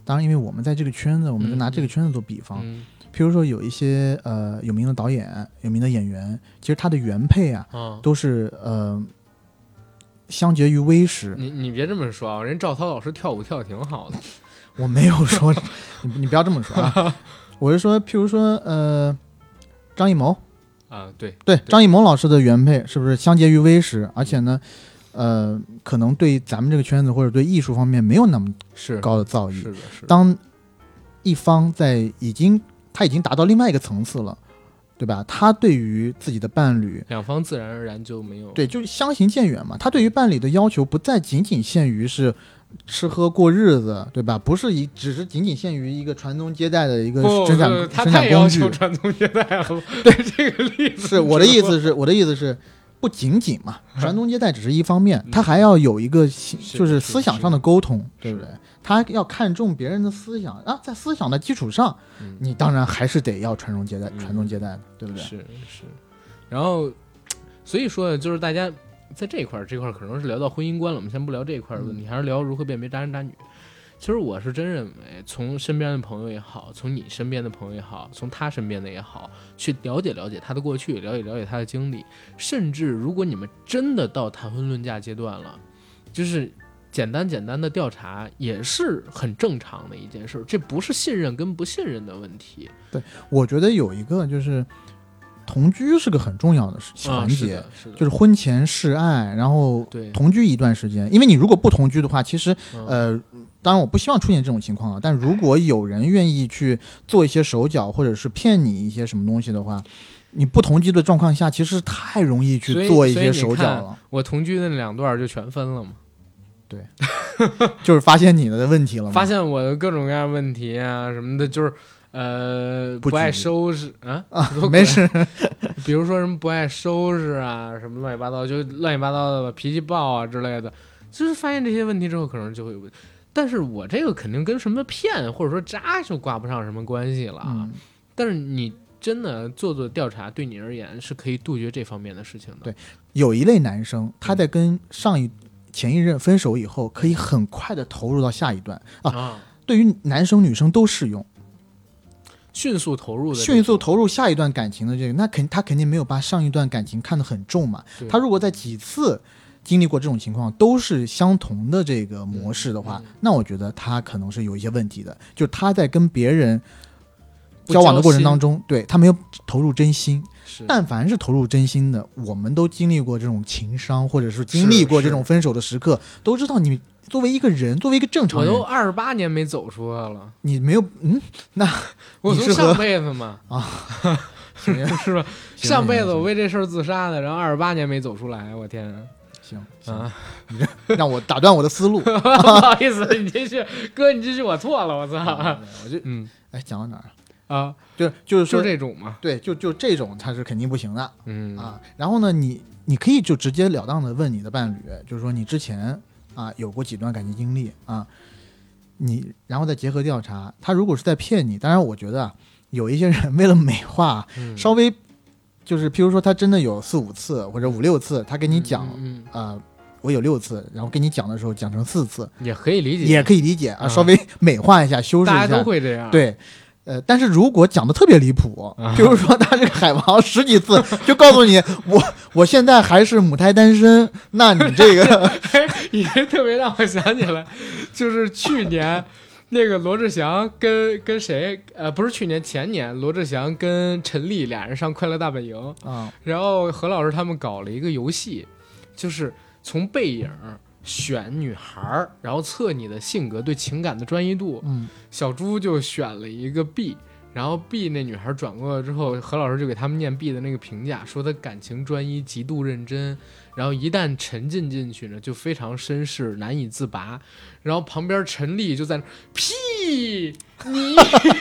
当然，因为我们在这个圈子，我们就拿这个圈子做比方， 嗯譬如说有一些呃有名的导演、有名的演员，其实他的原配啊， 啊， 都是呃相结于微时。 你你别这么说啊，人赵涛老师跳舞跳的挺好的。 我没有说，你你不要这么说啊，我是说，譬如说呃张艺谋。 啊，对对，张艺谋老师的原配是不是相结于微时？而且呢，呃，可能对咱们这个圈子或者对艺术方面没有那么是高的造诣。 是的，是的。 当一方在已经他已经达到另外一个层次了，对吧？他对于自己的伴侣， 两方自然而然就没有对，就是相行渐远嘛。他对于伴侣的要求不再仅仅限于是吃喝过日子，对吧？不是一只是仅仅限于一个传宗接代的一个不生产不他生产工具太要求。传宗接代了。对这个例子是我的意思是，我的意思是，不仅仅嘛，传宗接代只是一方面，他还要有一个就是思想上的沟通，对不对？他要看重别人的思想啊，在思想的基础上， 嗯你当然还是得要传宗接代， 嗯传宗接代的，对不对？ 是是，然后所以说就是大家在这一块儿这块儿可能是聊到婚姻观了，我们先不聊这一块儿的问题，还是聊如何辨别渣男渣女。其实我是真认为，从身边的朋友也好，从你身边的朋友也好，从他身边的也好，去了解了解他的过去，了解了解他的经历，甚至如果你们真的到谈婚论嫁阶段了，就是简单简单的调查也是很正常的一件事，这不是信任跟不信任的问题。 对，我觉得有一个就是同居是个很重要的事环节， 啊、是的， 就是婚前示爱，然后对同居一段时间。因为你如果不同居的话，其实、 嗯、 呃。当然，我不希望出现这种情况啊。但如果有人愿意去做一些手脚，或者是骗你一些什么东西的话，你不同居的状况下，其实太容易去做一些手脚了。 我同居的那两段就全分了嘛。 对，就是发现你的问题了嘛。 发现我的各种各样问题啊什么的，就是呃不爱收拾啊啊，没事。 比如说什么不爱收拾啊，什么乱七八糟，就乱七八糟的脾气暴啊之类的。就是发现这些问题之后，可能就会有问题。但是我这个肯定跟什么骗或者说渣就挂不上什么关系了、 嗯、 但是你真的做做调查，对你而言是可以杜绝这方面的事情的。 对，有一类男生，他在跟上一前一任分手以后，可以很快的投入到下一段啊。 啊对于男生女生都适用， 迅速投入的， 迅速投入下一段感情的这个，那肯他肯定没有把上一段感情看得很重嘛。他如果在几次经历过这种情况都是相同的这个模式的话、嗯嗯、那我觉得他可能是有一些问题的，就是他在跟别人交往的过程当中，对他没有投入真心。但凡是投入真心的，我们都经历过这种情伤，或者是经历过这种分手的时刻，都知道你作为一个人，作为一个正常人， 我都二十八年没走出来了， 你没有嗯，那我从上辈子嘛啊。 是吧？上辈子我为这事儿自杀的，然后二十八年没走出来，我天！ 行行啊， 你这让我打断我的思路。 不好意思，你继续，哥，你继续，我错了，我操！ 我就嗯， 哎，讲到哪儿啊？ 就就是说就这种嘛， 对，就就这种，它是肯定不行的。 嗯啊，然后呢，你你可以就直截了当的问你的伴侣，就是说你之前啊有过几段感情经历啊，你然后再结合调查，他如果是在骗你，当然我觉得啊，有一些人为了美化， 嗯、 稍微。就是譬如说他真的有四五次或者五六次，他跟你讲啊、 嗯嗯呃，我有六次，然后跟你讲的时候讲成四次， 也可以理解， 也可以理解啊， 嗯、 稍微美化一下，修饰一下， 大家都会这样。 对，呃，但是如果讲的特别离谱， 嗯、 比如说他这个海王十几次就告诉你我我现在还是母胎单身，那你这个你这特别让我想起来，就是去年。那个罗志祥跟跟谁？呃，不是去年前年，罗志祥跟陈粒俩人上《快乐大本营》 啊， 然后何老师他们搞了一个游戏，就是从背影选女孩，然后测你的性格对情感的专一度。 嗯， 小猪就选了一个 B， 然后 B 那女孩转过来之后，何老师就给他们念 B 的那个评价，说她感情专一，极度认真。然后一旦沉浸进去呢，就非常绅士，难以自拔。然后旁边陈粒就在那屁你，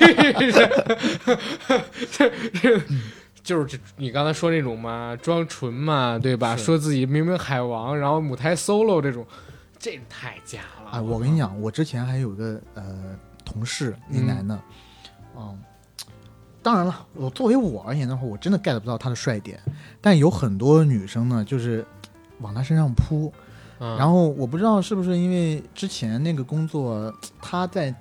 就是你刚才说那种嘛，装纯嘛，对吧？说自己明明海王，然后母胎 solo 这种，这太假了。 哎，我跟你讲，我之前还有个呃同事，一男的，嗯。嗯当然了，我作为我而言的话，我真的 get 不到他的帅点，但有很多女生呢，就是往他身上扑， 嗯、 然后我不知道是不是因为之前那个工作，他在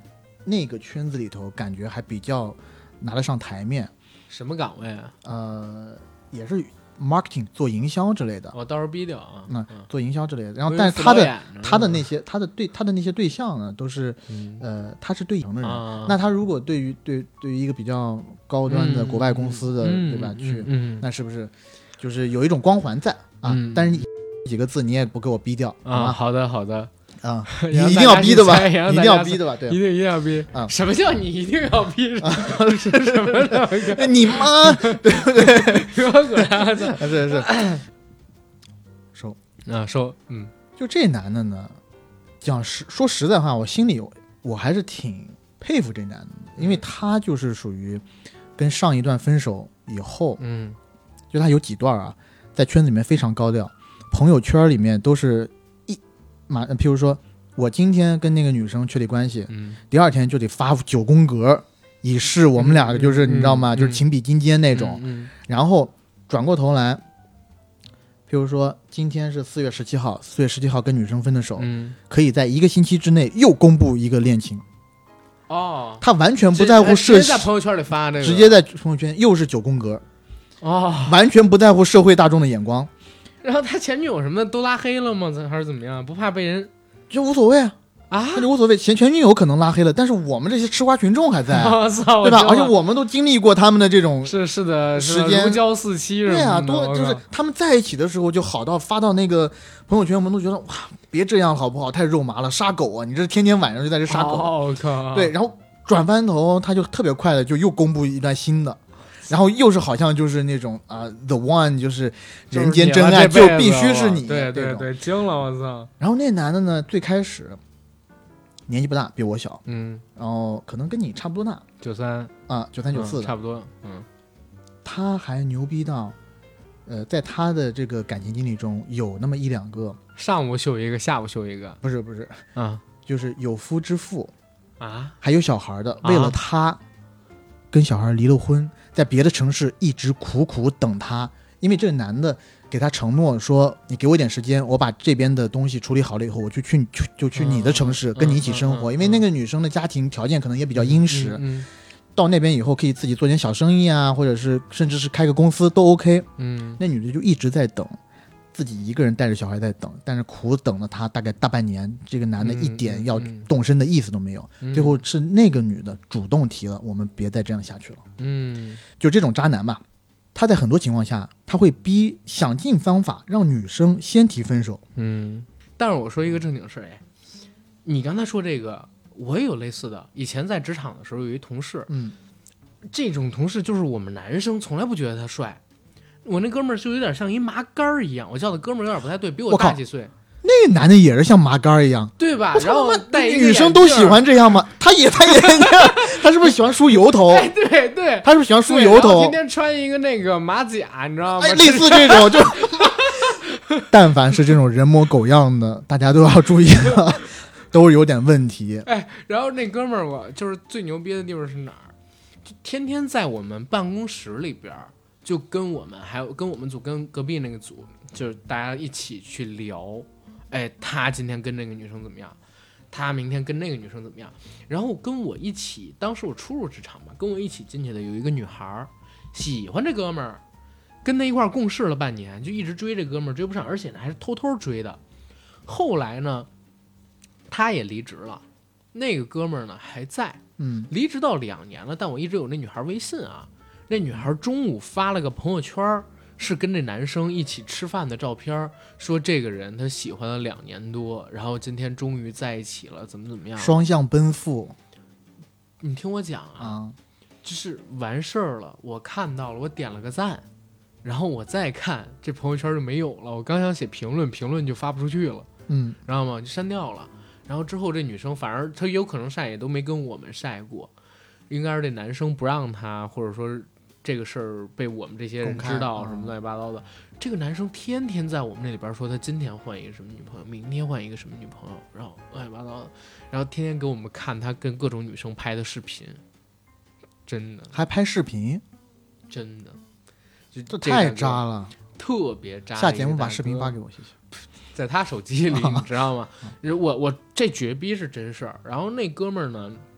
那个圈子里头感觉还比较拿得上台面， 什么岗位啊？ 呃，也是 marketing 做营销之类的， 我到时候逼掉啊。 那、 嗯做营销之类的。然后， 不是但是他的辅导演呢他的那些他的对他的那些对象呢，都是嗯呃，他是对营的人。 啊那他如果对于对对于一个比较高端的国外公司的， 嗯对吧？ 嗯去， 嗯那是不是就是有一种光环在啊？ 嗯但是你几个字你也不给我逼掉啊， 吗？ 好的好的， 啊， 让你一定要大家逼的吧？ 去猜让一定大家要逼的吧？对一定一定要逼啊什么叫你一定要逼？是什么两个？ 哎你妈！对不对？ 果果然啊是是。收啊说嗯就这男的呢，讲实说实在话，我心里有我还是挺佩服这男的，因为他就是属于跟上一段分手以后， 嗯就他有几段啊，在圈子里面非常高调，朋友圈里面都是一马，譬如说我今天跟那个女生确立关系， 嗯第二天就得发九宫格，以示我们两个就是、 嗯你知道吗？ 嗯就是情比金坚那种。 嗯然后转过头来，譬如说今天是四月十七号，四月十七号跟女生分的手， 嗯可以在一个星期之内又公布一个恋情， 哦， 他完全不在乎社直接在朋友圈里发这个， 直接在朋友圈又是九宫格， 哦。 完全不在乎社会大众的眼光， 然后他前女友什么的都拉黑了吗？还是怎么样？不怕被人就无所谓啊。 啊？ 那就无所谓，前前女友可能拉黑了，但是我们这些吃瓜群众还在， 我操， 对吧？ 我知道而且我们都经历过他们的这种， 是是的，是的时间如胶似漆什么的。 对啊，多我靠就是他们在一起的时候就好到发到那个朋友圈，我们都觉得哇，别这样好不好？太肉麻了，杀狗啊！你这天天晚上就在这杀狗， 哦我靠， 对，然后转翻头他就特别快的就又公布一段新的。然后又是好像就是那种啊、呃、，the one 就是人间真爱，就必须是你， 对对这种。 对，惊了，我操， 然后那男的呢，最开始年纪不大，比我小， 嗯， 然后可能跟你差不多大九三啊，九三九四的， 差不多，嗯他还牛逼到，呃，在他的这个感情经历中有那么一两个， 上午休一个，下午休一个， 不是不是， 啊就是有夫之妇， 啊， 还有小孩的，为了他跟小孩离了婚，在别的城市一直苦苦等他，因为这个男的给他承诺说，你给我一点时间，我把这边的东西处理好了以后，我就去去就去你的城市、 嗯跟你一起生活、 嗯嗯嗯因为那个女生的家庭条件可能也比较殷实、 嗯到那边以后可以自己做点小生意啊，或者是甚至是开个公司都 OK。 嗯那女的就一直在等，自己一个人带着小孩在等，但是苦等了他大概大半年，这个男的一点要动身的意思都没有。 嗯最后是那个女的主动提了，我们别再这样下去了。 嗯就这种渣男吧，他在很多情况下他会逼想尽方法让女生先提分手。 嗯，但是我说一个正经事儿，哎，你刚才说这个，我也有类似的。以前在职场的时候，有一同事， 嗯， 这种同事就是我们男生从来不觉得他帅。我那哥们儿就有点像一麻杆儿一样，我叫他哥们儿有点不太对，比我我靠大几岁， 那个男的也是像麻杆一样， 对吧我？操然后他妈戴一个女生都喜欢这样吗？他也他也这样，他是不是喜欢梳油头？ 眼镜儿，哎，对对， 他是不是喜欢梳对油头然后天？天穿一个那个马甲，你知道吗？ 哎，类似这种就，但凡是这种人模狗样的，大家都要注意了，都有点问题。 哎，然后那哥们儿，我就是最牛逼的地方是哪儿？就天天在我们办公室里边儿，就跟我们还有跟我们组跟隔壁那个组，就是大家一起去聊。哎，他今天跟那个女生怎么样？他明天跟那个女生怎么样？然后跟我一起，当时我初入职场嘛，跟我一起进去的有一个女孩儿，喜欢这哥们儿，跟他一块儿共事了半年，就一直追这哥们儿，追不上，而且呢还是偷偷追的。后来呢，他也离职了，那个哥们儿呢还在， 嗯， 离职到两年了，但我一直有那女孩微信啊。那女孩中午发了个朋友圈，是跟这男生一起吃饭的照片，说这个人他喜欢了两年多，然后今天终于在一起了，怎么怎么样？ 双向奔赴你听我讲啊， 啊， 就是完事儿了，我看到了，我点了个赞，然后我再看这朋友圈就没有了。我刚想写评论，评论就发不出去了， 嗯， 知道吗？就删掉了。然后之后这女生反而她有可能晒也都没跟我们晒过，应该是这男生不让她，或者说这个事儿被我们这些人知道， 公开什么乱七八糟的。这个男生天天在我们那里边说他今天换一个什么女朋友，明天换一个什么女朋友，然后乱七八糟的，然后天天给我们看他跟各种女生拍的视频，真的还拍视频， 真的，就这太这个渣了。 特别渣。 下节目把视频发给我，谢谢。 在他手机里，你知道吗？我我这绝逼是真事儿。然后那哥们儿呢，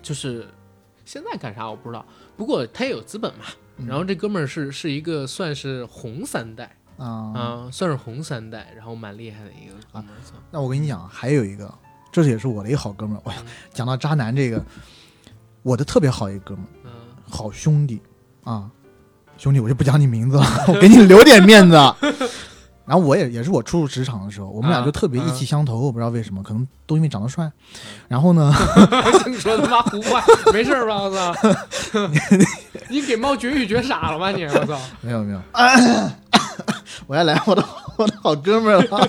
就是现在干啥我不知道，不过他也有资本嘛。 嗯、 然后这哥们儿是是一个算是红三代啊、 啊，算是红三代，然后蛮厉害的一个哥们儿、啊。 那我跟你讲，还有一个，这也是我的一个好哥们儿。我、嗯、讲到渣男这个，我的特别好一个哥们儿，嗯，好兄弟啊，兄弟，我就不讲你名字了，我给你留点面子。然后我也也是我初入职场的时候，我们俩就特别意气相投，啊、我不知道为什么，可能都因为长得帅。然后呢， 你说他妈胡话，没事吧？我操！你给猫绝育绝傻了吧你？我操！ 没有没有，我要来我的我的好哥们儿了。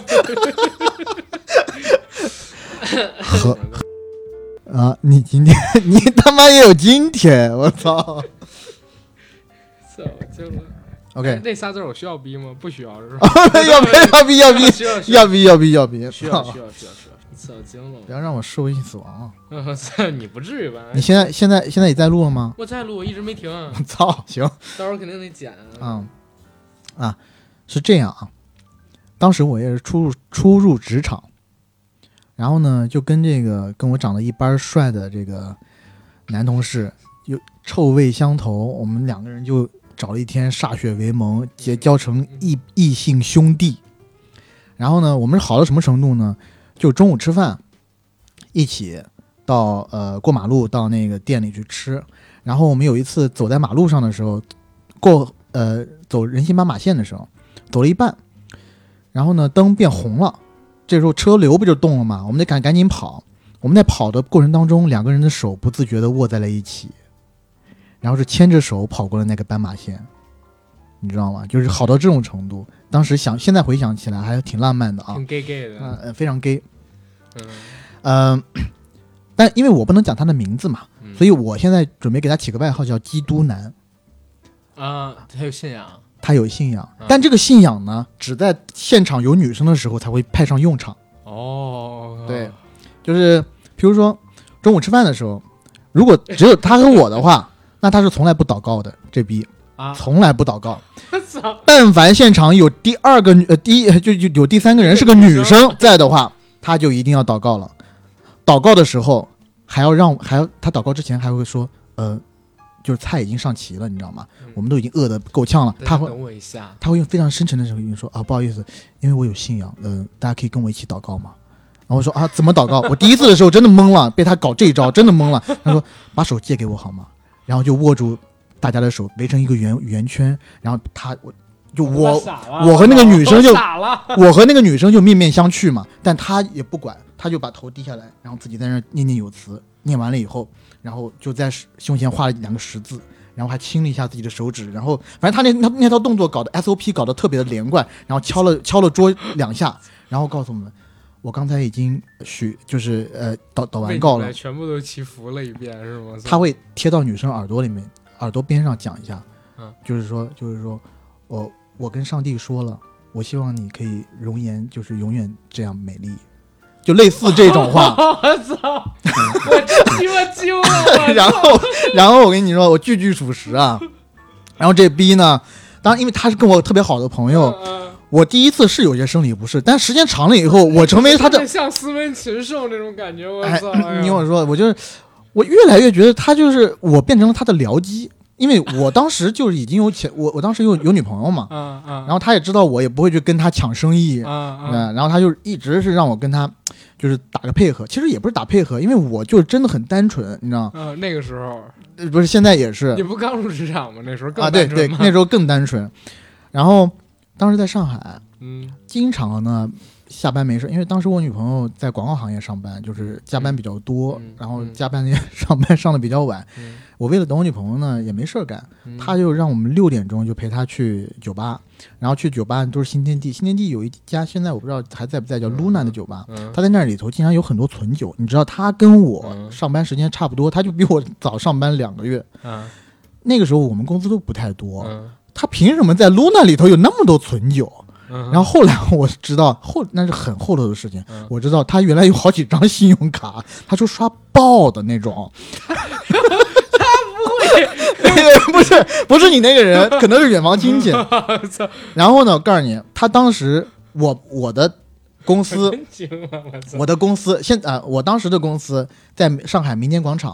和啊，你今天你他妈也有今天，我操！ 操，惊了。 OK， 那仨字我需要逼吗？不需要是吧？ 要逼要逼要逼需要要逼要逼要逼， 需要需要需要需要！操，惊了！ 不要让我失微信死亡啊！ 你不至于吧？ 你现在现在现在也在录了吗？ 我在录，我一直没停。 操，行， 到时候肯定得剪。 嗯啊，是这样啊。当时我也是初入初入职场，然后呢，就跟这个跟我长得一般帅的这个男同事就臭味相投，我们两个人就找了一天歃血为盟，结交成异异性兄弟。然后呢，我们好到什么程度呢？就中午吃饭，一起到呃过马路到那个店里去吃。然后我们有一次走在马路上的时候，过呃走人行斑马线的时候，走了一半，然后呢灯变红了，这时候车流不就动了吗？我们得赶赶紧跑。我们在跑的过程当中，两个人的手不自觉地握在了一起，然后是牵着手跑过了那个斑马线，你知道吗？就是好到这种程度。当时想，现在回想起来还挺浪漫的啊， 挺 gay gay 的， 呃，非常 gay。 嗯， 呃，但因为我不能讲他的名字嘛， 嗯、 所以我现在准备给他起个外号叫基督男。 啊，他有信仰。 他有信仰， 啊、 但这个信仰呢，只在现场有女生的时候才会派上用场。 哦， 对，就是比如说中午吃饭的时候，如果只有他和我的话，那他是从来不祷告的，这逼啊， 从来不祷告。但凡现场有第二个呃第一就就有第三个人是个女生在的话，他就一定要祷告了。祷告的时候还要让还要他祷告之前还会说呃。就是菜已经上齐了，你知道吗？嗯、我们都已经饿得够呛了。他会等我一下， 他会用非常深沉的声音说：“啊，不好意思，因为我有信仰，嗯、呃，大家可以跟我一起祷告吗？”然后我说：“啊，怎么祷告？”我第一次的时候真的懵了，被他搞这一招真的懵了。他说：“把手借给我好吗？”然后就握住大家的手，围成一个圆圆圈，然后他我就我我和那个女生就我和那个女生就面面相觑嘛，但他也不管，他就把头低下来，然后自己在那儿念念有词，念完了以后。然后就在胸前画了两个十字，然后还亲了一下自己的手指，然后反正他那那那套动作搞的 S O P 搞得特别的连贯，然后敲了敲了桌两下，然后告诉我们，我刚才已经许就是呃祷祷完告了， 全部都祈福了一遍是吗？ 他会贴到女生耳朵里面，耳朵边上讲一下， 嗯， 就是说就是说我我跟上帝说了，我希望你可以容颜就是永远这样美丽。就类似这种话， 我操！我真鸡巴惊了。 然后，然后我跟你说，我句句属实啊。然后这逼呢，当然因为他是跟我特别好的朋友， 嗯、 我第一次是有些生理不适，但时间长了以后，我成为他的像斯温禽兽那种感觉。我操！ 哎、你听我说，我就是我越来越觉得他就是我变成了他的僚机。因为我当时就是已经有前我我当时有有女朋友嘛， 嗯嗯， 然后他也知道我也不会去跟他抢生意， 嗯嗯，然后他就一直是让我跟他就是打个配合，其实也不是打配合，因为我就真的很单纯，你知道？ 嗯，那个时候不是现在也是， 你不刚入职场吗？那时候更啊，对对，那时候更单纯。然后当时在上海， 嗯， 经常呢下班没事，因为当时我女朋友在广告行业上班，就是加班比较多， 嗯、 然后加班也上班上的比较晚。 嗯我为了等我女朋友呢，也没事干， 嗯、 他就让我们六点钟就陪她去酒吧，然后去酒吧都是新天地，新天地有一家现在我不知道还在不在，叫 Luna 的酒吧， 嗯、 他在那里头竟然有很多存酒，你知道他跟我嗯、 上班时间差不多，他就比我早上班两个月， 嗯、 那个时候我们工资都不太多， 嗯、 他凭什么在 Luna 里头有那么多存酒？ 嗯、 然后后来我知道后那是很后头的事情， 嗯、 我知道他原来有好几张信用卡，他说刷爆的那种。不是不是你那个人，可能是远房亲戚。然后呢，我告诉你，他当时我我的公司，我的公司现啊、呃，我当时的公司在上海民间广场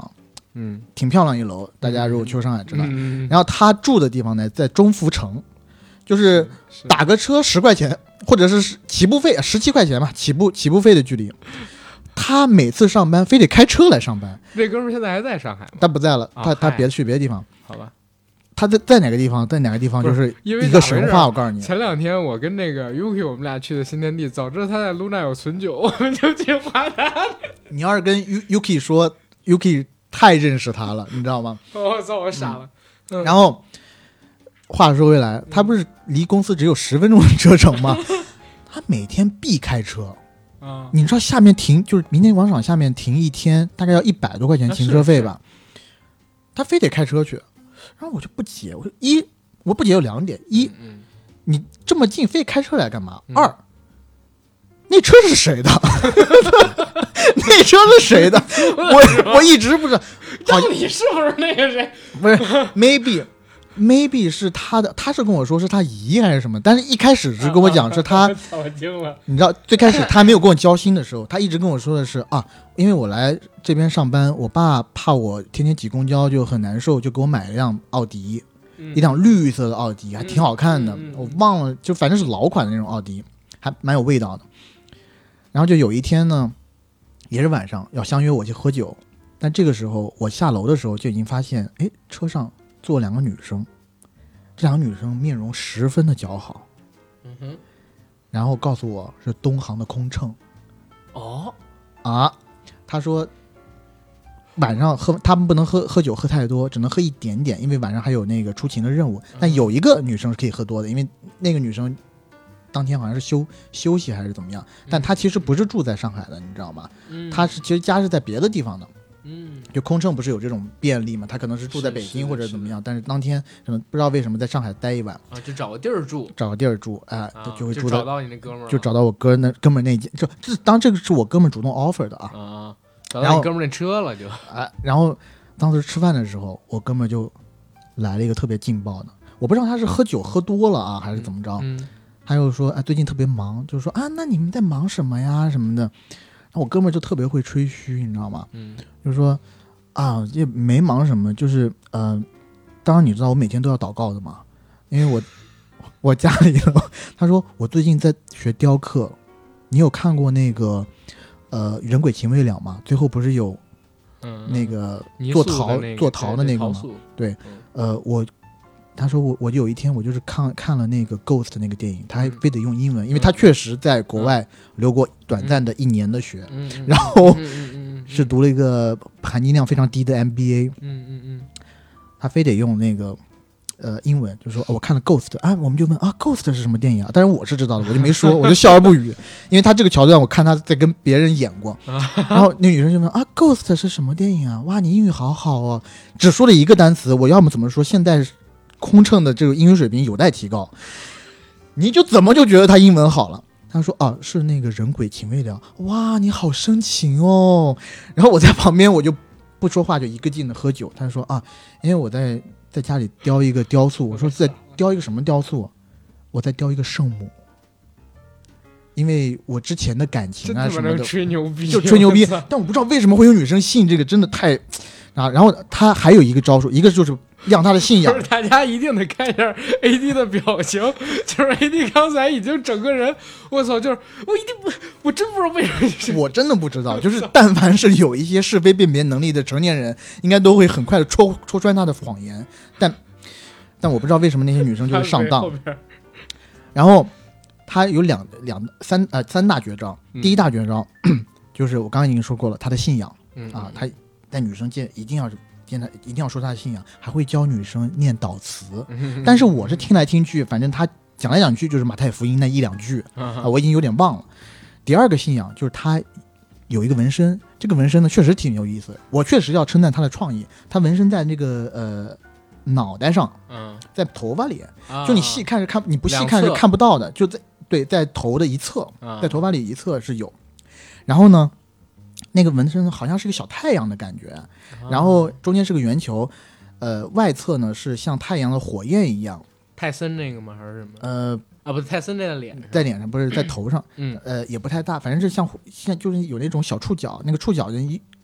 嗯， 挺漂亮一楼，大家如果去上海知道。 嗯， 然后他住的地方呢，在中福城，就是是打个车十块钱，或者是起步费十七块钱吧，起步起步费的距离。他每次上班非得开车来上班。 那哥们儿现在还在上海吗？ 他不在了， 啊他他嗨别去别的地方。 好吧， 他在在哪个地方，在哪个地方不就是是因为一个咋回事神话。我告诉你， 前两天我跟那个 Yuki 我们俩去的新天地，早知道他在露娜有存酒，我们就去花他。 你要是跟 Yuki 说 ，Yuki 太认识他了，你知道吗？ 我操，我傻了。嗯然后话说回来，他不是离公司只有十分钟的车程吗？他每天必开车。 啊， 你知道下面停就是明天广场下面停一天大概要一百多块钱停车费吧？他非得开车去，然后我就不解，我说一我不解有两点，一嗯， 你这么近非开车来干嘛？ 嗯二那车是谁的？那车是谁的？我我一直不知道，好到底是不是那个谁？ 不是 maybe maybe 是他的，他是跟我说是他姨还是什么，但是一开始是跟我讲是他， 操，我惊了。 你知道最开始他没有跟我交心的时候，他一直跟我说的是啊，因为我来这边上班，我爸怕我天天挤公交就很难受，就给我买了辆奥迪， 嗯一辆绿色的奥迪，还挺好看的， 嗯嗯嗯我忘了，就反正是老款的那种奥迪，还蛮有味道的。然后就有一天呢，也是晚上要相约我去喝酒，但这个时候我下楼的时候就已经发现，哎，车上坐两个女生，这两个女生面容十分的姣好， 嗯哼， 然后告诉我是东航的空乘哦， 啊，他说晚上喝他们不能喝喝酒喝太多，只能喝一点点，因为晚上还有那个出勤的任务。但有一个女生是可以喝多的，因为那个女生当天好像是休休息还是怎么样，但她其实不是住在上海的，你知道吗？ 嗯她是其实家是在别的地方的。 嗯就空乘不是有这种便利吗？她可能是住在北京是是的或者怎么样，但是当天可能不知道为什么在上海待一晚， 啊，就找个地儿住， 找个地儿住，哎、 啊就会住到就找到你那哥们儿了， 就找到我哥那哥们儿那间，就这当这个是我哥们儿主动 offer 的啊， 啊，找然后到你哥们儿那车了就， 哎，然后当时吃饭的时候，我哥们儿就来了一个特别劲爆的，我不知道他是喝酒喝多了啊，还是怎么着， 嗯他又说哎最近特别忙，就是说啊那你们在忙什么呀什么的，然后我哥们儿就特别会吹嘘，你知道吗？ 嗯就是说啊也没忙什么，就是呃，当然你知道我每天都要祷告的嘛，因为我我家里头，他说我最近在学雕刻，你有看过那个呃人鬼情未了吗？最后不是有嗯， 那个泥塑的做陶那个做陶的那个吗？ 对对陶塑对嗯呃，我他说我我有一天我就是看看了那个 Ghost 那个电影，他还非得用英文，因为他确实在国外留过短暂的一年的学， 嗯，嗯然后嗯嗯嗯是读了一个含金量非常低的 M B A， 嗯嗯嗯他非得用那个呃英文，就说、哦、我看了 Ghost 啊，我们就问啊 Ghost 是什么电影啊？当然我是知道的，我就没说，我就笑而不语，因为他这个桥段我看他在跟别人演过，然后那女生就问啊 Ghost 是什么电影啊？哇，你英语好好哦，只说了一个单词，我要么怎么说？现在空乘的这个英语水平有待提高，你就怎么就觉得他英文好了？他说啊，是那个人鬼情未了，哇，你好深情哦。然后我在旁边我就不说话，就一个劲的喝酒。他说啊，因为我在在家里雕一个雕塑，我说在雕一个什么雕塑？我在雕一个圣母，因为我之前的感情真他妈能啊什么的， 吹牛逼， 就吹牛逼我操。 但我不知道为什么会有女生信这个，真的太啊。然后他还有一个招数，一个就是让他的信仰就是大家一定得看一下 A D 的表情，就是 A D 刚才已经整个人，我操，就是我一定不，我真不知道为什么是我真的不知道，就是但凡是有一些是非辨别能力的成年人，应该都会很快的戳戳穿他的谎言。但但我不知道为什么那些女生就是上当后。边然后他有两两三呃三大绝招， 嗯第一大绝招、就是我刚刚已经说过了，他的信仰嗯啊，他带女生见一定要见他一定要说他的信仰，还会教女生念祷词。 嗯但是我是听来听去，反正他讲来讲去就是马太福音那一两句啊， 啊我已经有点忘了。第二个信仰就是他有一个纹身，这个纹身呢确实挺有意思，我确实要称赞他的创意。他纹身在那个呃脑袋上， 嗯， 在头发里， 啊就你细看是看，你不细两看是侧看不到的，就在对在头的一侧， 啊在头发里一侧是有。然后呢，那个纹身好像是个小太阳的感觉， 啊然后中间是个圆球，呃，外侧呢是像太阳的火焰一样， 泰森那个吗？还是什么？ 呃， 啊，不是泰森那个脸上， 在脸上不是在头上， 嗯呃，也不太大，反正是像像就是有那种小触角，那个触角的一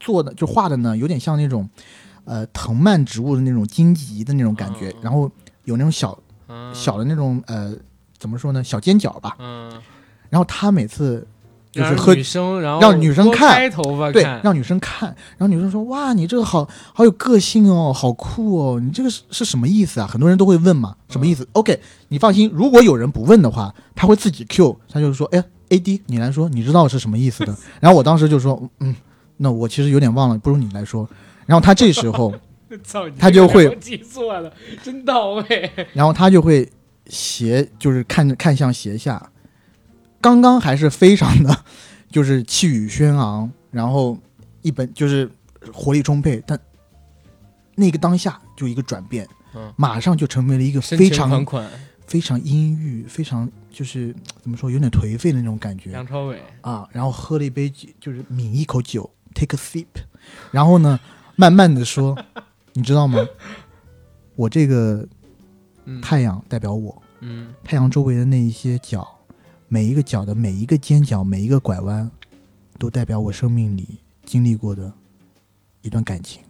做的就画的呢，有点像那种呃藤蔓植物的那种荆棘的那种感觉， 嗯、 然后有那种小、 嗯、 小的那种呃怎么说呢，小尖角吧。 嗯， 然后他每次就是让和女生，然后让女生看开头发对， 看， 让女生看，然后女生说哇，你这个好好有个性哦，好酷哦，你这个是是什么意思啊？很多人都会问嘛，什么意思、嗯、？OK， 你放心，如果有人不问的话，他会自己 Q， 他就是说，哎 ，A D， 你来说，你知道是什么意思的？然后我当时就说，嗯，那我其实有点忘了，不如你来说。然后他这时候，他就会记错的，真到位。 然后他就会斜，就是看看向斜下，刚刚还是非常的，就是气宇轩昂，然后一本就是活力充沛，但那个当下就一个转变， 嗯， 马上就成为了一个非常款款非常阴郁、非常就是怎么说有点颓废的那种感觉。 梁朝伟啊，然后喝了一杯酒，就是抿一口酒 ，take a sip， 然后呢，慢慢的说，你知道吗？我这个太阳代表我， 嗯， 太阳周围的那一些角，每一个角的每一个尖角，每一个拐弯，都代表我生命里经历过的一段感情。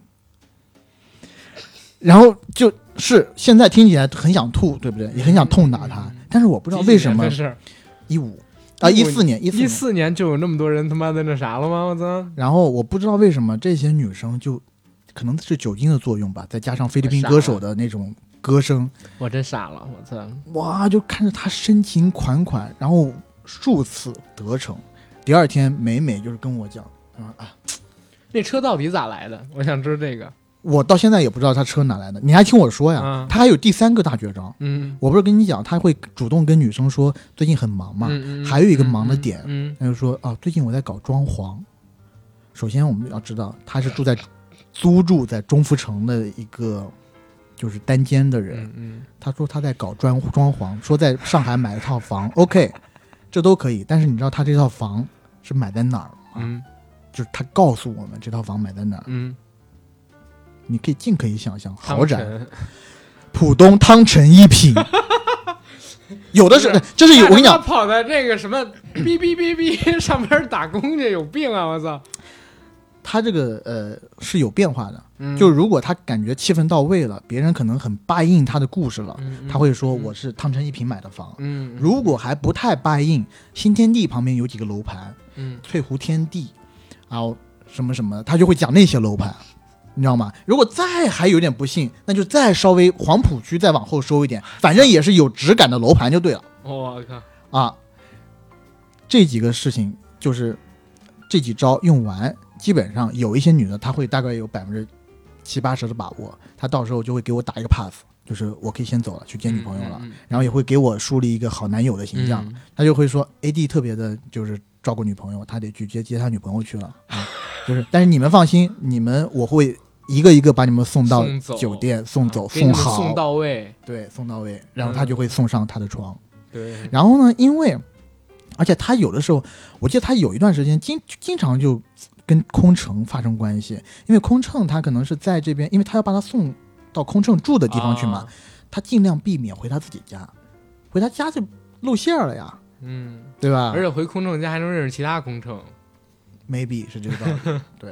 然后就是现在听起来很想吐，对不对？也很想痛打他，嗯、但是我不知道为什么。一五啊，一四年， 一四年就有那么多人他妈的那啥了吗？我操！ 然后我不知道为什么这些女生就可能是酒精的作用吧，再加上菲律宾歌手的那种歌声， 我真傻了，我操！ 哇，就看着她深情款款，然后数次得逞。第二天美美就是跟我讲啊啊， 那车到底咋来的？我想知道这个。 我到现在也不知道他车哪来的，你还听我说呀？ 嗯、 他还有第三个大绝招。 嗯， 我不是跟你讲，他会主动跟女生说最近很忙嘛。 嗯嗯、 还有一个忙的点， 嗯， 他就说啊，最近我在搞装潢。首先我们要知道，他是住在租住在中福城的一个就是单间的人。 嗯嗯、 他说他在搞装装潢，说在上海买了套房。OK， 这都可以，但是你知道他这套房是买在哪儿吗？ 嗯， 就是他告诉我们这套房买在哪儿。 嗯。 你可以尽可以想象豪宅，浦东汤臣一品，有的是，这是有我跟你讲， 跑在这个什么哔哔哔哔上边打工去，有病啊！我操， 他这个呃是有变化的， 嗯、 就如果他感觉气氛到位了，别人可能很buy in他的故事了， 嗯嗯、 他会说我是汤臣一品买的房。 嗯，嗯如果还不太buy in，新天地旁边有几个楼盘， 嗯， 翠湖天地，然后什么什么，他就会讲那些楼盘。你知道吗？如果再还有点不幸，那就再稍微黄浦区再往后收一点，反正也是有质感的楼盘就对了。 我靠啊！这几个事情就是这几招用完，基本上有一些女的她会大概有百分之七八十的把握，她到时候就会给我打一个 pass， 就是我可以先走了，去见女朋友了， 嗯嗯嗯、 然后也会给我树立一个好男友的形象。她、嗯、就会说 A D 特别的就是照顾女朋友，他得去接接他女朋友去了。啊、就是，但是你们放心，你们我会。一个一个把你们送到酒店，送走，送好， 送到位， 对，送到位，然后他就会送上他的床。 对， 然后呢，因为，而且他有的时候，我记得他有一段时间经经常就跟空乘发生关系，因为空乘他可能是在这边，因为他要把他送到空乘住的地方去嘛，啊、他尽量避免回他自己家，回他家就露馅了呀， 嗯， 对吧？ 而且回空乘家还能认识其他空乘 ，maybe 是这个道理，对。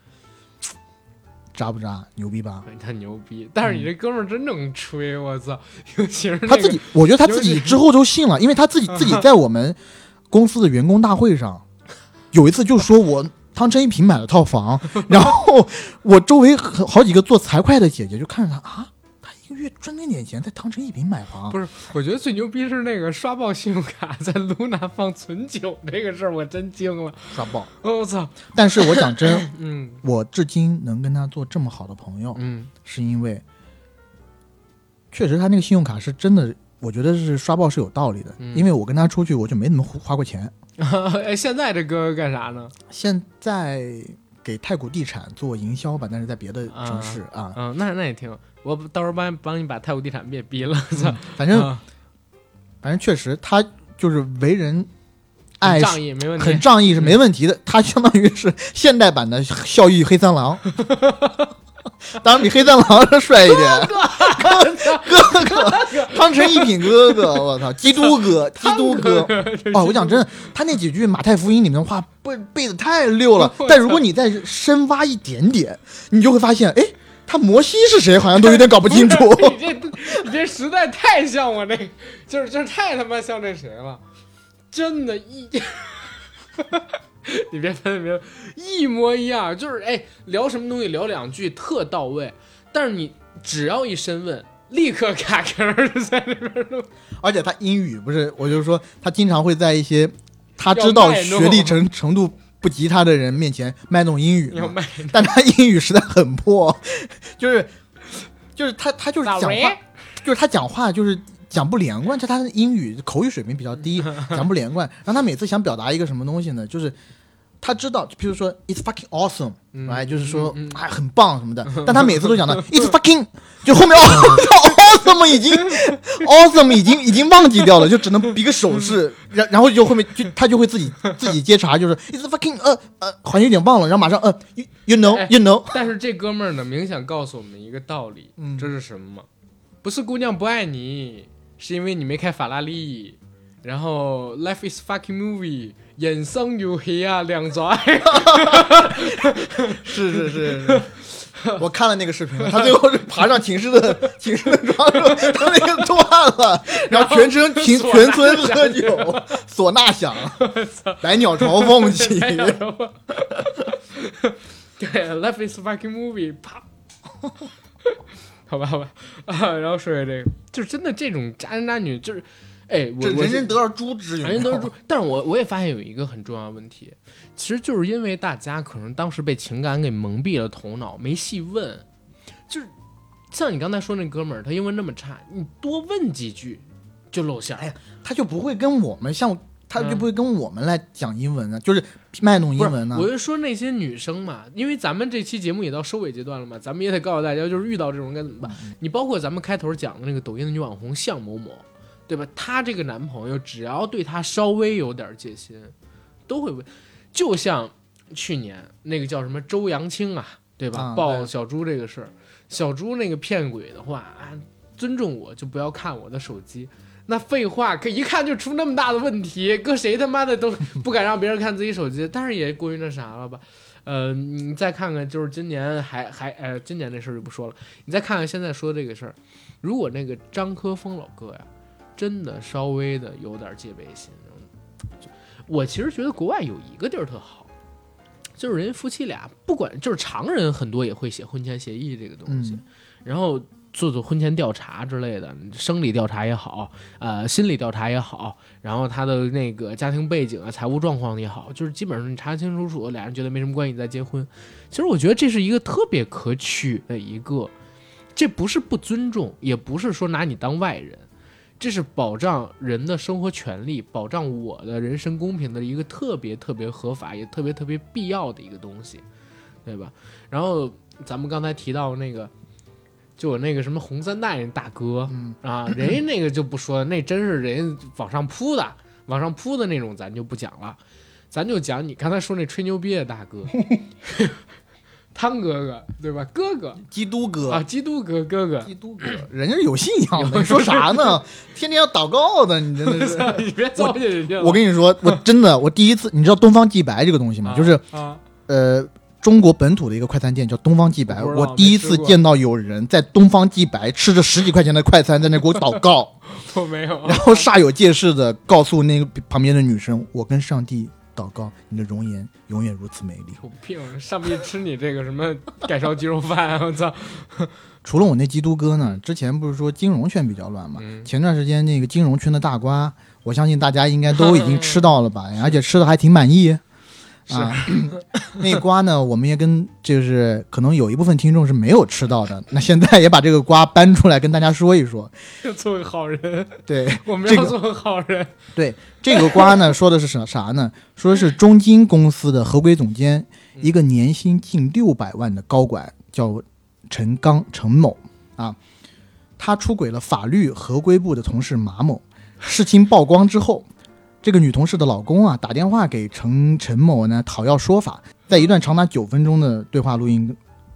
渣不渣？牛逼吧？ 他牛逼，但是你这哥们儿真能吹，我操！尤其是、那个、 他自己，我觉得他自己之后就信了，因为他自己自己在我们公司的员工大会上，有一次就说我汤臣一品买了套房，然后我周围好几个做财会的姐姐就看着他啊，他一个月赚那点钱在汤臣一品买房。 不是，我觉得最牛逼是那个刷爆信用卡在 Luna 放存酒这个事儿，我真惊了， 刷爆！ 哦我操！ 但是我讲真， 嗯， 我至今能跟他做这么好的朋友， 嗯， 是因为确实他那个信用卡是真的，我觉得是刷爆是有道理的， 嗯、 因为我跟他出去我就没怎么花过钱。 哎，现在这哥干啥呢？ 现在给太古地产做营销吧，但是在别的城市啊。 嗯，啊、那那也挺，我到时候帮帮你把太古地产别逼了。嗯、 反正、 啊、 反正确实他就是为人爱很仗义，没问题， 很仗义是没问题的。嗯、他相当于是现代版的孝义黑三郎。 当然比黑三郎帅一点。哥哥，汤臣一品哥哥，我操，基督哥，基督哥。哦，我讲真的，他那几句马太福音里面的话背背的太溜了。但如果你再深挖一点点，你就会发现，哎，他摩西是谁，好像都有点搞不清楚。 你这你这实在太像我那个，就是就是太他妈像那谁了，真的，一。你别分别一模一样，就是哎，聊什么东西聊两句特到位，但是你只要一深问，立刻卡壳在那边录。 而且他英语不是，我就说他经常会在一些他知道学历程程度不及他的人面前卖弄英语嘛，但他英语实在很破，就是就是他他就是讲话，就是他讲话就是讲不连贯，就他的英语口语水平比较低，讲不连贯。然后他每次想表达一个什么东西呢，就是他知道，比如说 it's fucking awesome， 哎、嗯，就是说哎、嗯嗯、很棒什么的，但他每次都讲到 it's fucking， 就后面哦 awesome 已经 awesome 已经已经忘记掉了，就只能比个手势，然然后就后面就他就会自己自己接茬，就是 it's fucking 呃呃好像有点忘了，然后马上呃 you, you know、哎、you know。 但是这哥们儿呢，明显告诉我们一个道理，嗯，这是什么吗？不是姑娘不爱你，是因为你没开法拉利。然后 Life is fucking movie， 人生有戲啊，兩載。 是是是是，我看了那个视频，他最后是爬上寝室的寝室的窗户，他那个断了，然后全村全全村喝酒，唢呐响，百鸟朝凤起。 对 ，Life is fucking movie， 啪。好吧好吧啊，然后说回这个，就是真的这种渣男渣女，就是。哎，我人人得而诛之， 人人得而诛。但是我我也发现有一个很重要的问题，其实就是因为大家可能当时被情感给蒙蔽了头脑，没细问。就是像你刚才说那哥们儿，他英文那么差，你多问几句就露馅。 哎呀，他就不会跟我们像，他就不会跟我们来讲英文呢，嗯、就是卖弄英文呢。 我就说那些女生嘛，因为咱们这期节目也到收尾阶段了嘛，咱们也得告诉大家，就是遇到这种该怎么办。嗯、你包括咱们开头讲的那个抖音的女网红向某某。对吧？她这个男朋友只要对她稍微有点戒心，都会问。就像去年那个叫什么周扬青啊，对吧？啊、抱小猪这个事儿，小猪那个骗鬼的话啊，尊重我就不要看我的手机。那废话，可一看就出那么大的问题，搁谁他妈的都不敢让别人看自己手机，但是也过于那啥了吧？呃，你再看看，就是今年还还呃，今年那事儿就不说了。你再看看现在说这个事儿，如果那个张科峰老哥呀。真的稍微的有点戒备心，我其实觉得国外有一个地儿特好，就是人家夫妻俩不管就是常人很多也会写婚前协议这个东西，嗯、然后做做婚前调查之类的，生理调查也好，呃，心理调查也好，然后他的那个家庭背景啊、财务状况也好，就是基本上你查清楚楚，俩人觉得没什么关系再结婚。其实我觉得这是一个特别可取的一个，这不是不尊重，也不是说拿你当外人。这是保障人的生活权利，保障我的人身公平的一个特别特别合法也特别特别必要的一个东西，对吧？然后咱们刚才提到那个，就有那个什么红三代那大哥、嗯、啊，人家那个就不说，那真是人家往上扑的，往上扑的那种，咱就不讲了，咱就讲你刚才说那吹牛逼的大哥。汤哥哥对吧？哥哥， 基督哥啊，基督哥哥哥， 基督哥，人家有信仰的，你说啥呢？天天要祷告的，你真的是， 你别糟践人家了。 我跟你说，我真的，我第一次，你知道东方既白这个东西吗？啊、就是、啊、呃，中国本土的一个快餐店叫东方既白。我, 我第一次见到有人在东方既白吃着十几块钱的快餐，在那给我祷告。 我没有。 然后煞有介事的告诉那个旁边的女生，我跟上帝祷告，你的容颜永远如此美丽。 有病！上帝吃你这个什么盖烧鸡肉饭、啊？我操！ 除了我那基督哥呢，之前不是说金融圈比较乱嘛？嗯、前段时间那个金融圈的大瓜，我相信大家应该都已经吃到了吧，而且吃的还挺满意。啊，那瓜呢，我们也跟就是可能有一部分听众是没有吃到的，那现在也把这个瓜搬出来跟大家说一说。 做个好人， 对， 我们要做个好人。 对，这个瓜呢，说的是啥啥呢？说的是中金公司的合规总监，一个年薪近六百万的高管，叫陈刚陈某啊，他出轨了法律合规部的同事马某，事情曝光之后。这个女同事的老公啊，打电话给陈陈某呢讨要说法，在一段长达九分钟的对话录音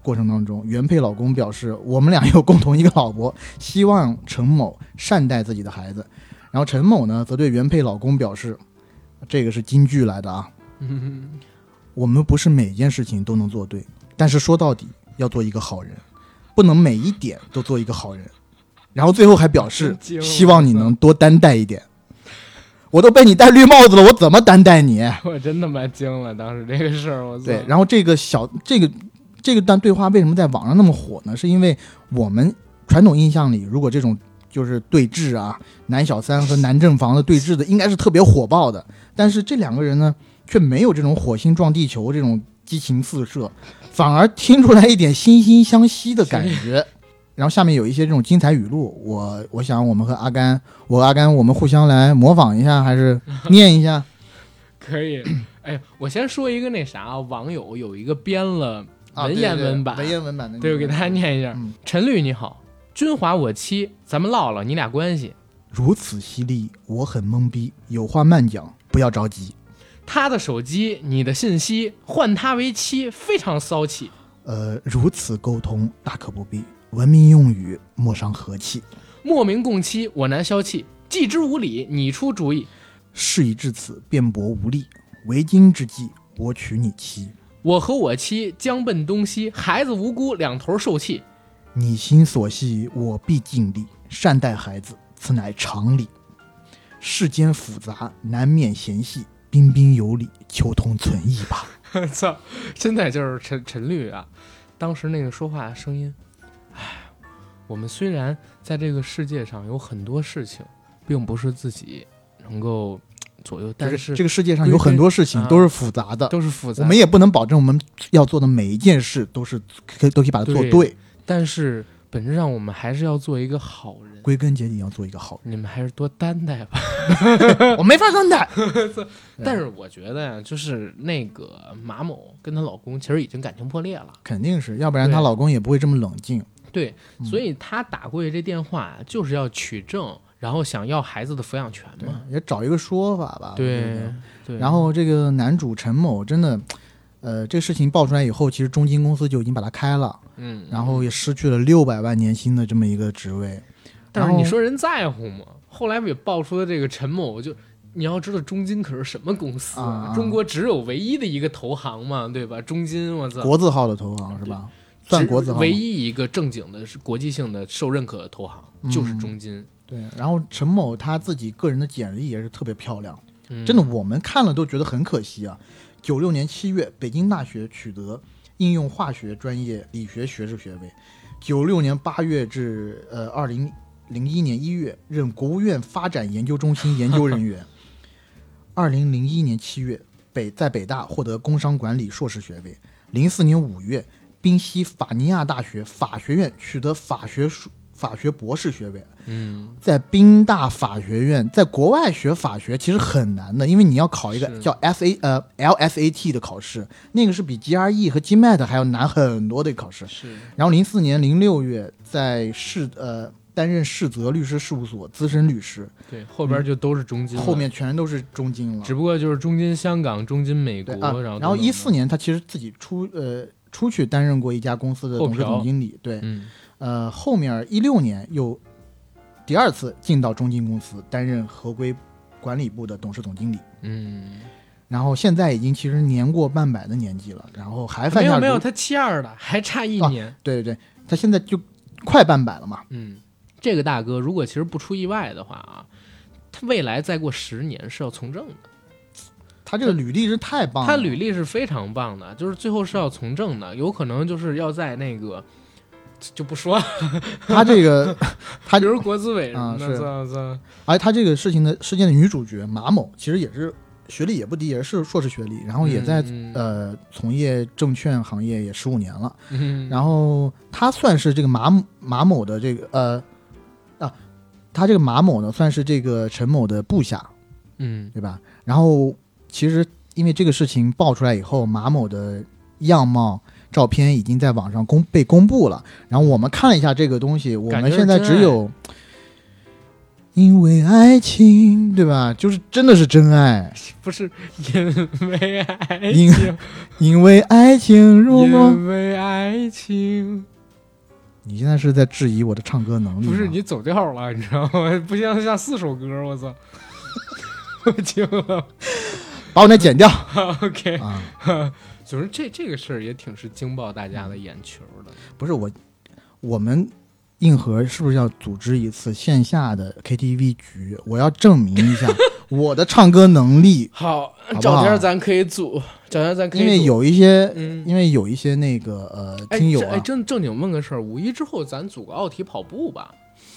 过程当中，原配老公表示我们俩有共同一个老婆，希望陈某善待自己的孩子。然后陈某呢则对原配老公表示，这个是金句来的啊， 嗯， 我们不是每件事情都能做对，但是说到底要做一个好人，不能每一点都做一个好人。然后最后还表示希望你能多担待一点。我都被你戴绿帽子了，我怎么担待你？ 我真他妈惊了，当时这个事儿，我操。 对，然后这个小这个这个段对话为什么在网上那么火呢？是因为我们传统印象里，如果这种就是对峙啊，男小三和男正房的对峙的，应该是特别火爆的。但是这两个人呢，却没有这种火星撞地球这种激情四射，反而听出来一点惺惺相惜的感觉。然后下面有一些这种精彩语录，我我想我们和阿甘，我和阿甘我们互相来模仿一下，还是念一下？ 可以。哎，我先说一个那啥，网友有一个编了文言文版， 啊、对对对文言文版的， 对，我给大家念一下。 嗯、 陈律你好，君华我妻，咱们唠唠你俩关系。 如此犀利，我很懵逼，有话慢讲，不要着急。 他的手机，你的信息，换他为妻，非常骚气。 呃，如此沟通大可不必。文明用语，莫伤和气。 莫名共妻，我难消气。既之无理，你出主意。 事已至此，辩驳无力。为今之计，我娶你妻。 我和我妻将奔东西，孩子无辜，两头受气。 你心所系，我必尽力。善待孩子，此乃常理。世间复杂，难免嫌隙。彬彬有礼，求同存异吧。 操！现在就是陈陈律啊，当时那个说话的声音。唉，我们虽然在这个世界上有很多事情，并不是自己能够左右，但是这个世界上有很多事情都是复杂的， 啊、都是复杂的。 我们也不能保证我们要做的每一件事都是可以都可以把它做对。 对，但是本质上我们还是要做一个好人， 归根结底要做一个好人。 你们还是多担待吧。 我没法担待。 但是我觉得呀，就是那个马某跟她老公其实已经感情破裂了， 肯定是，要不然她老公也不会这么冷静。 对，所以她打过去这电话就是要取证，然后想要孩子的抚养权嘛， 也找一个说法吧。 对对。 然后这个男主陈某真的，呃，这个事情爆出来以后，其实中金公司就已经把他开了， 嗯， 然后也失去了六百万年薪的这么一个职位。 但是你说人在乎吗？后来也爆出了这个陈某，就你要知道中金可是什么公司啊？中国只有唯一的一个投行嘛，对吧？中金，我操， 国字号的投行是吧？算国字号， 唯一一个正经的是国际性的受认可的投行、嗯、就是中金。 对，然后陈某他自己个人的简历也是特别漂亮，嗯、真的我们看了都觉得很可惜啊。九六年七月，北京大学取得应用化学专业理学学士学位。九六年八月至呃二零零一年一月，任国务院发展研究中心研究人员。二零零一年七月，北在北大获得工商管理硕士学位。零四年五月，宾夕法尼亚大学法学院取得法学法学博士学位。 嗯， 在宾大法学院，在国外学法学其实很难的，因为你要考一个叫 S A 呃 L S A T 的考试，那个是比 G R E 和 G M A T 还要难很多的考试。 是。 然后零四年零六月，在世呃担任世泽律师事务所资深律师。 对，后边就都是中金、嗯， 后面全都是中金了。 只不过就是中金香港、中金美国， 啊、 然后然后一四年他其实自己出呃出去担任过一家公司的董事总经理。对， 嗯， 呃，后面一六年又第二次进到中金公司担任合规管理部的董事总经理。 嗯， 然后现在已经其实年过半百的年纪了，然后还犯下没有没有他七二的，还差一年。 啊、对对对，他现在就快半百了嘛。 嗯，这个大哥如果其实不出意外的话啊，他未来再过十年是要从政的。 他这个履历是太棒了， 他履历是非常棒的，就是最后是要从政的，有可能就是要在那个就不说了。 他这个他比如国资委啊是， 而他这个事情的事件的女主角马某其实也是学历也不低，也是硕士学历，然后也在、 嗯、 呃从业证券行业也十五年了。 嗯， 然后他算是这个马马某的这个呃啊，他这个马某呢算是这个陈某的部下， 嗯， 对吧？然后其实因为这个事情爆出来以后，马某的样貌照片已经在网上公被公布了，然后我们看了一下这个东西，我们现在只有因为爱情，对吧？就是真的是真爱， 不是因为爱因情， 因为爱情，如果因为爱情， 你现在是在质疑我的唱歌能力吗？ 不是你走调了，你知道吗？不像像四首歌，我操！我惊了， 把我那剪掉 OK 啊！ 就是这这个事儿也挺是惊爆大家的眼球的。 不是我，我们硬核是不是要组织一次线下的 K T V 局？我要证明一下我的唱歌能力。 好， 好不好找天咱可以组，找天咱可以组。 因为有一些， 嗯因为有一些那个呃哎听友啊， 这哎，正正经问个事儿，五一之后咱组个奥体跑步吧？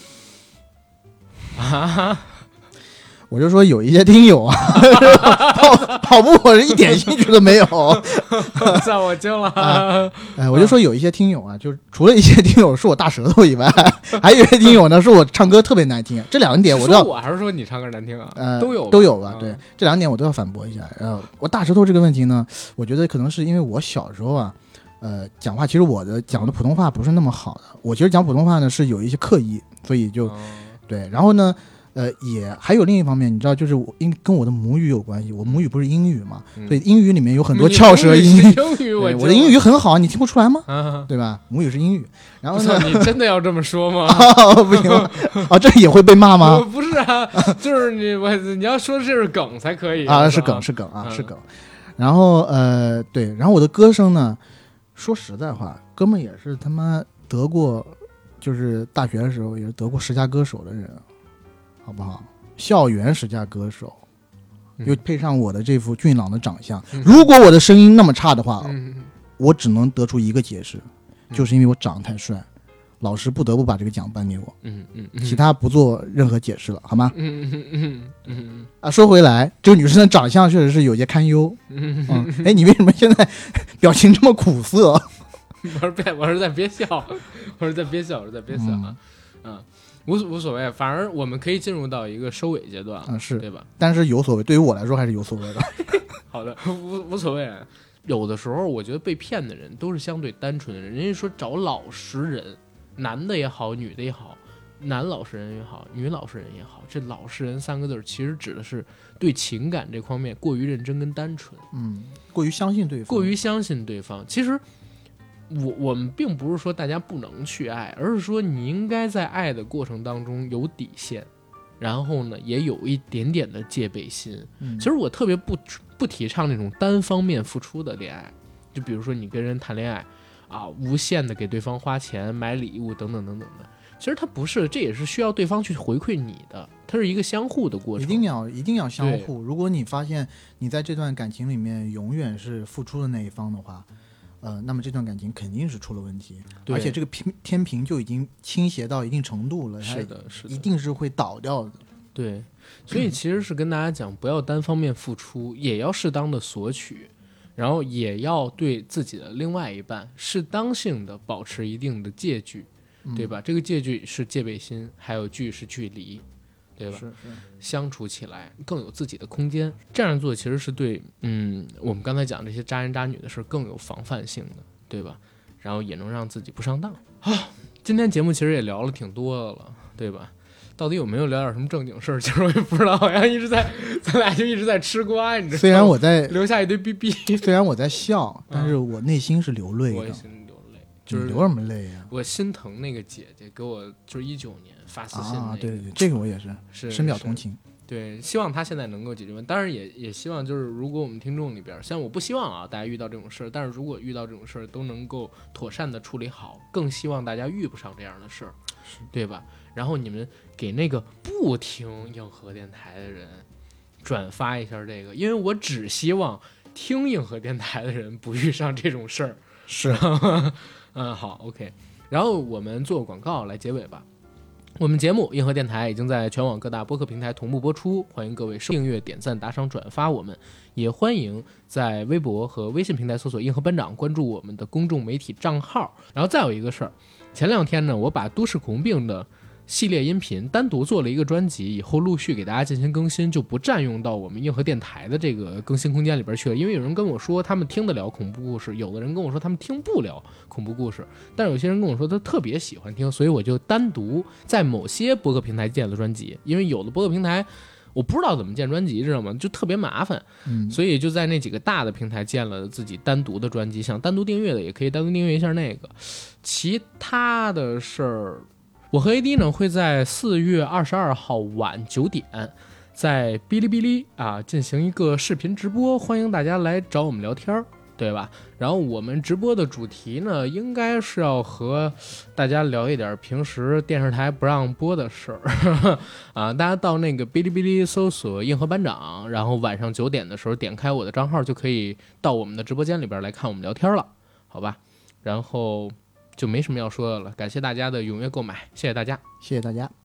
啊， 我就说有一些听友啊，跑跑步我是一点兴趣都没有。 算我惊了。 啊哎，我就说有一些听友啊，就是除了一些听友是我大舌头以外，还有一些听友呢是我唱歌特别难听。这两个点我都要， 是说我还是说你唱歌难听啊？ 呃， 都有都有吧？ 嗯对，这两点我都要反驳一下。然后我大舌头这个问题呢，我觉得可能是因为我小时候啊，呃，讲话其实我的讲的普通话不是那么好的，我其实讲普通话呢是有一些刻意，所以就哦对。然后呢，呃，也还有另一方面，你知道，就是我因跟我的母语有关系，我母语不是英语嘛， 嗯所以英语里面有很多你翘舌音。 英语我惊了对我的英语很好，你听不出来吗？ 啊， 对吧？母语是英语。然后我呢操，？你真的要这么说吗？ 哦，不行吗？啊，这也会被骂吗？ 不是啊，就是你我你要说这是梗才可以啊，是梗，是梗啊， 嗯是梗。然后呃，对，然后我的歌声呢，说实在话，哥们也是他妈得过，就是大学的时候也是得过十佳歌手的人，好不好？校园十佳歌手， 嗯又配上我的这副俊朗的长相， 嗯如果我的声音那么差的话， 嗯我只能得出一个解释， 嗯就是因为我长得太帅，老师不得不把这个奖颁给我， 嗯嗯嗯， 其他不做任何解释了，好吗？ 嗯嗯嗯嗯啊，说回来，这个女生的长相确实是有些堪忧。 嗯嗯， 嗯，哎，你为什么现在表情这么苦涩？ 我是别我是在憋笑，我是在憋笑，我是在憋笑啊，嗯，无无所谓，反而我们可以进入到一个收尾阶段了， 啊，是， 对吧？ 但是有所谓，对于我来说还是有所谓的。 好的，无无所谓。有的时候，我觉得被骗的人都是相对单纯的人。人家说找老实人，男的也好，女的也好，男老实人也好，女老实人也好，这老实人三个字儿其实指的是对情感这方面过于认真跟单纯， 嗯，过于相信对方， 过于相信对方。其实我我们并不是说大家不能去爱，而是说你应该在爱的过程当中有底线，然后呢也有一点点的戒备心。 嗯其实我特别不不提倡那种单方面付出的恋爱，就比如说你跟人谈恋爱啊，无限的给对方花钱、买礼物等等等等的。其实它不是，这也是需要对方去回馈你的，它是一个相互的过程。 一定要一定要相互。如果你发现你在这段感情里面永远是付出的那一方的话，呃，那么这段感情肯定是出了问题， 对而且这个平天平就已经倾斜到一定程度了， 是的，是的， 一定是会倒掉的。 对，所以其实是跟大家讲，不要单方面付出，也要适当的索取，然后也要对自己的另外一半适当性的保持一定的戒距，对吧？这个戒距是戒备心，还有距是距离，对吧？ 是是， 相处起来更有自己的空间。这样做其实是对，嗯，我们刚才讲这些渣男渣女的事更有防范性的，对吧？然后也能让自己不上当啊。今天节目其实也聊了挺多的了，对吧？到底有没有聊点什么正经事儿？其实我也不知道，好像一直在，咱俩就一直在吃瓜，你知道吗？ 虽然我在留下一堆逼逼， 虽然我在笑，但是我内心是流泪我也的。 心流泪，就是你流什么泪呀？ 我心疼那个姐姐给我，就是一九年发私信、那个、 啊，对对对，这个我也是是深表是同情。 对，希望他现在能够解决问题，当然也也希望就是如果我们听众里边，虽然我不希望啊大家遇到这种事儿，但是如果遇到这种事儿都能够妥善的处理好，更希望大家遇不上这样的事儿，对吧？然后你们给那个不听硬核电台的人转发一下这个，因为我只希望听硬核电台的人不遇上这种事儿。 是， 嗯，好 ，OK。然后我们做个广告来结尾吧。我们节目硬核电台已经在全网各大播客平台同步播出，欢迎各位订阅、点赞、打赏、转发我们，也欢迎在微博和微信平台搜索“硬核班长”，关注我们的公众媒体账号。然后再有一个事儿，前两天呢，我把都市红病的系列音频单独做了一个专辑，以后陆续给大家进行更新，就不占用到我们硬核电台的这个更新空间里边去了。因为有人跟我说他们听得了恐怖故事，有的人跟我说他们听不了恐怖故事，但是有些人跟我说他特别喜欢听，所以我就单独在某些播客平台建了专辑。因为有的播客平台我不知道怎么建专辑，知道吗？就特别麻烦， 嗯， 所以就在那几个大的平台建了自己单独的专辑，想单独订阅的也可以单独订阅一下那个。其他的事儿，我和 A D 呢会在四月二十二号晚九点，在哔哩哔哩啊进行一个视频直播，欢迎大家来找我们聊天，对吧？然后我们直播的主题呢，应该是要和大家聊一点平时电视台不让播的事儿啊。大家到那个哔哩哔哩搜索硬核班长，然后晚上九点的时候点开我的账号，就可以到我们的直播间里边来看我们聊天了，好吧？然后就没什么要说的了，感谢大家的踊跃购买，谢谢大家。 谢谢大家。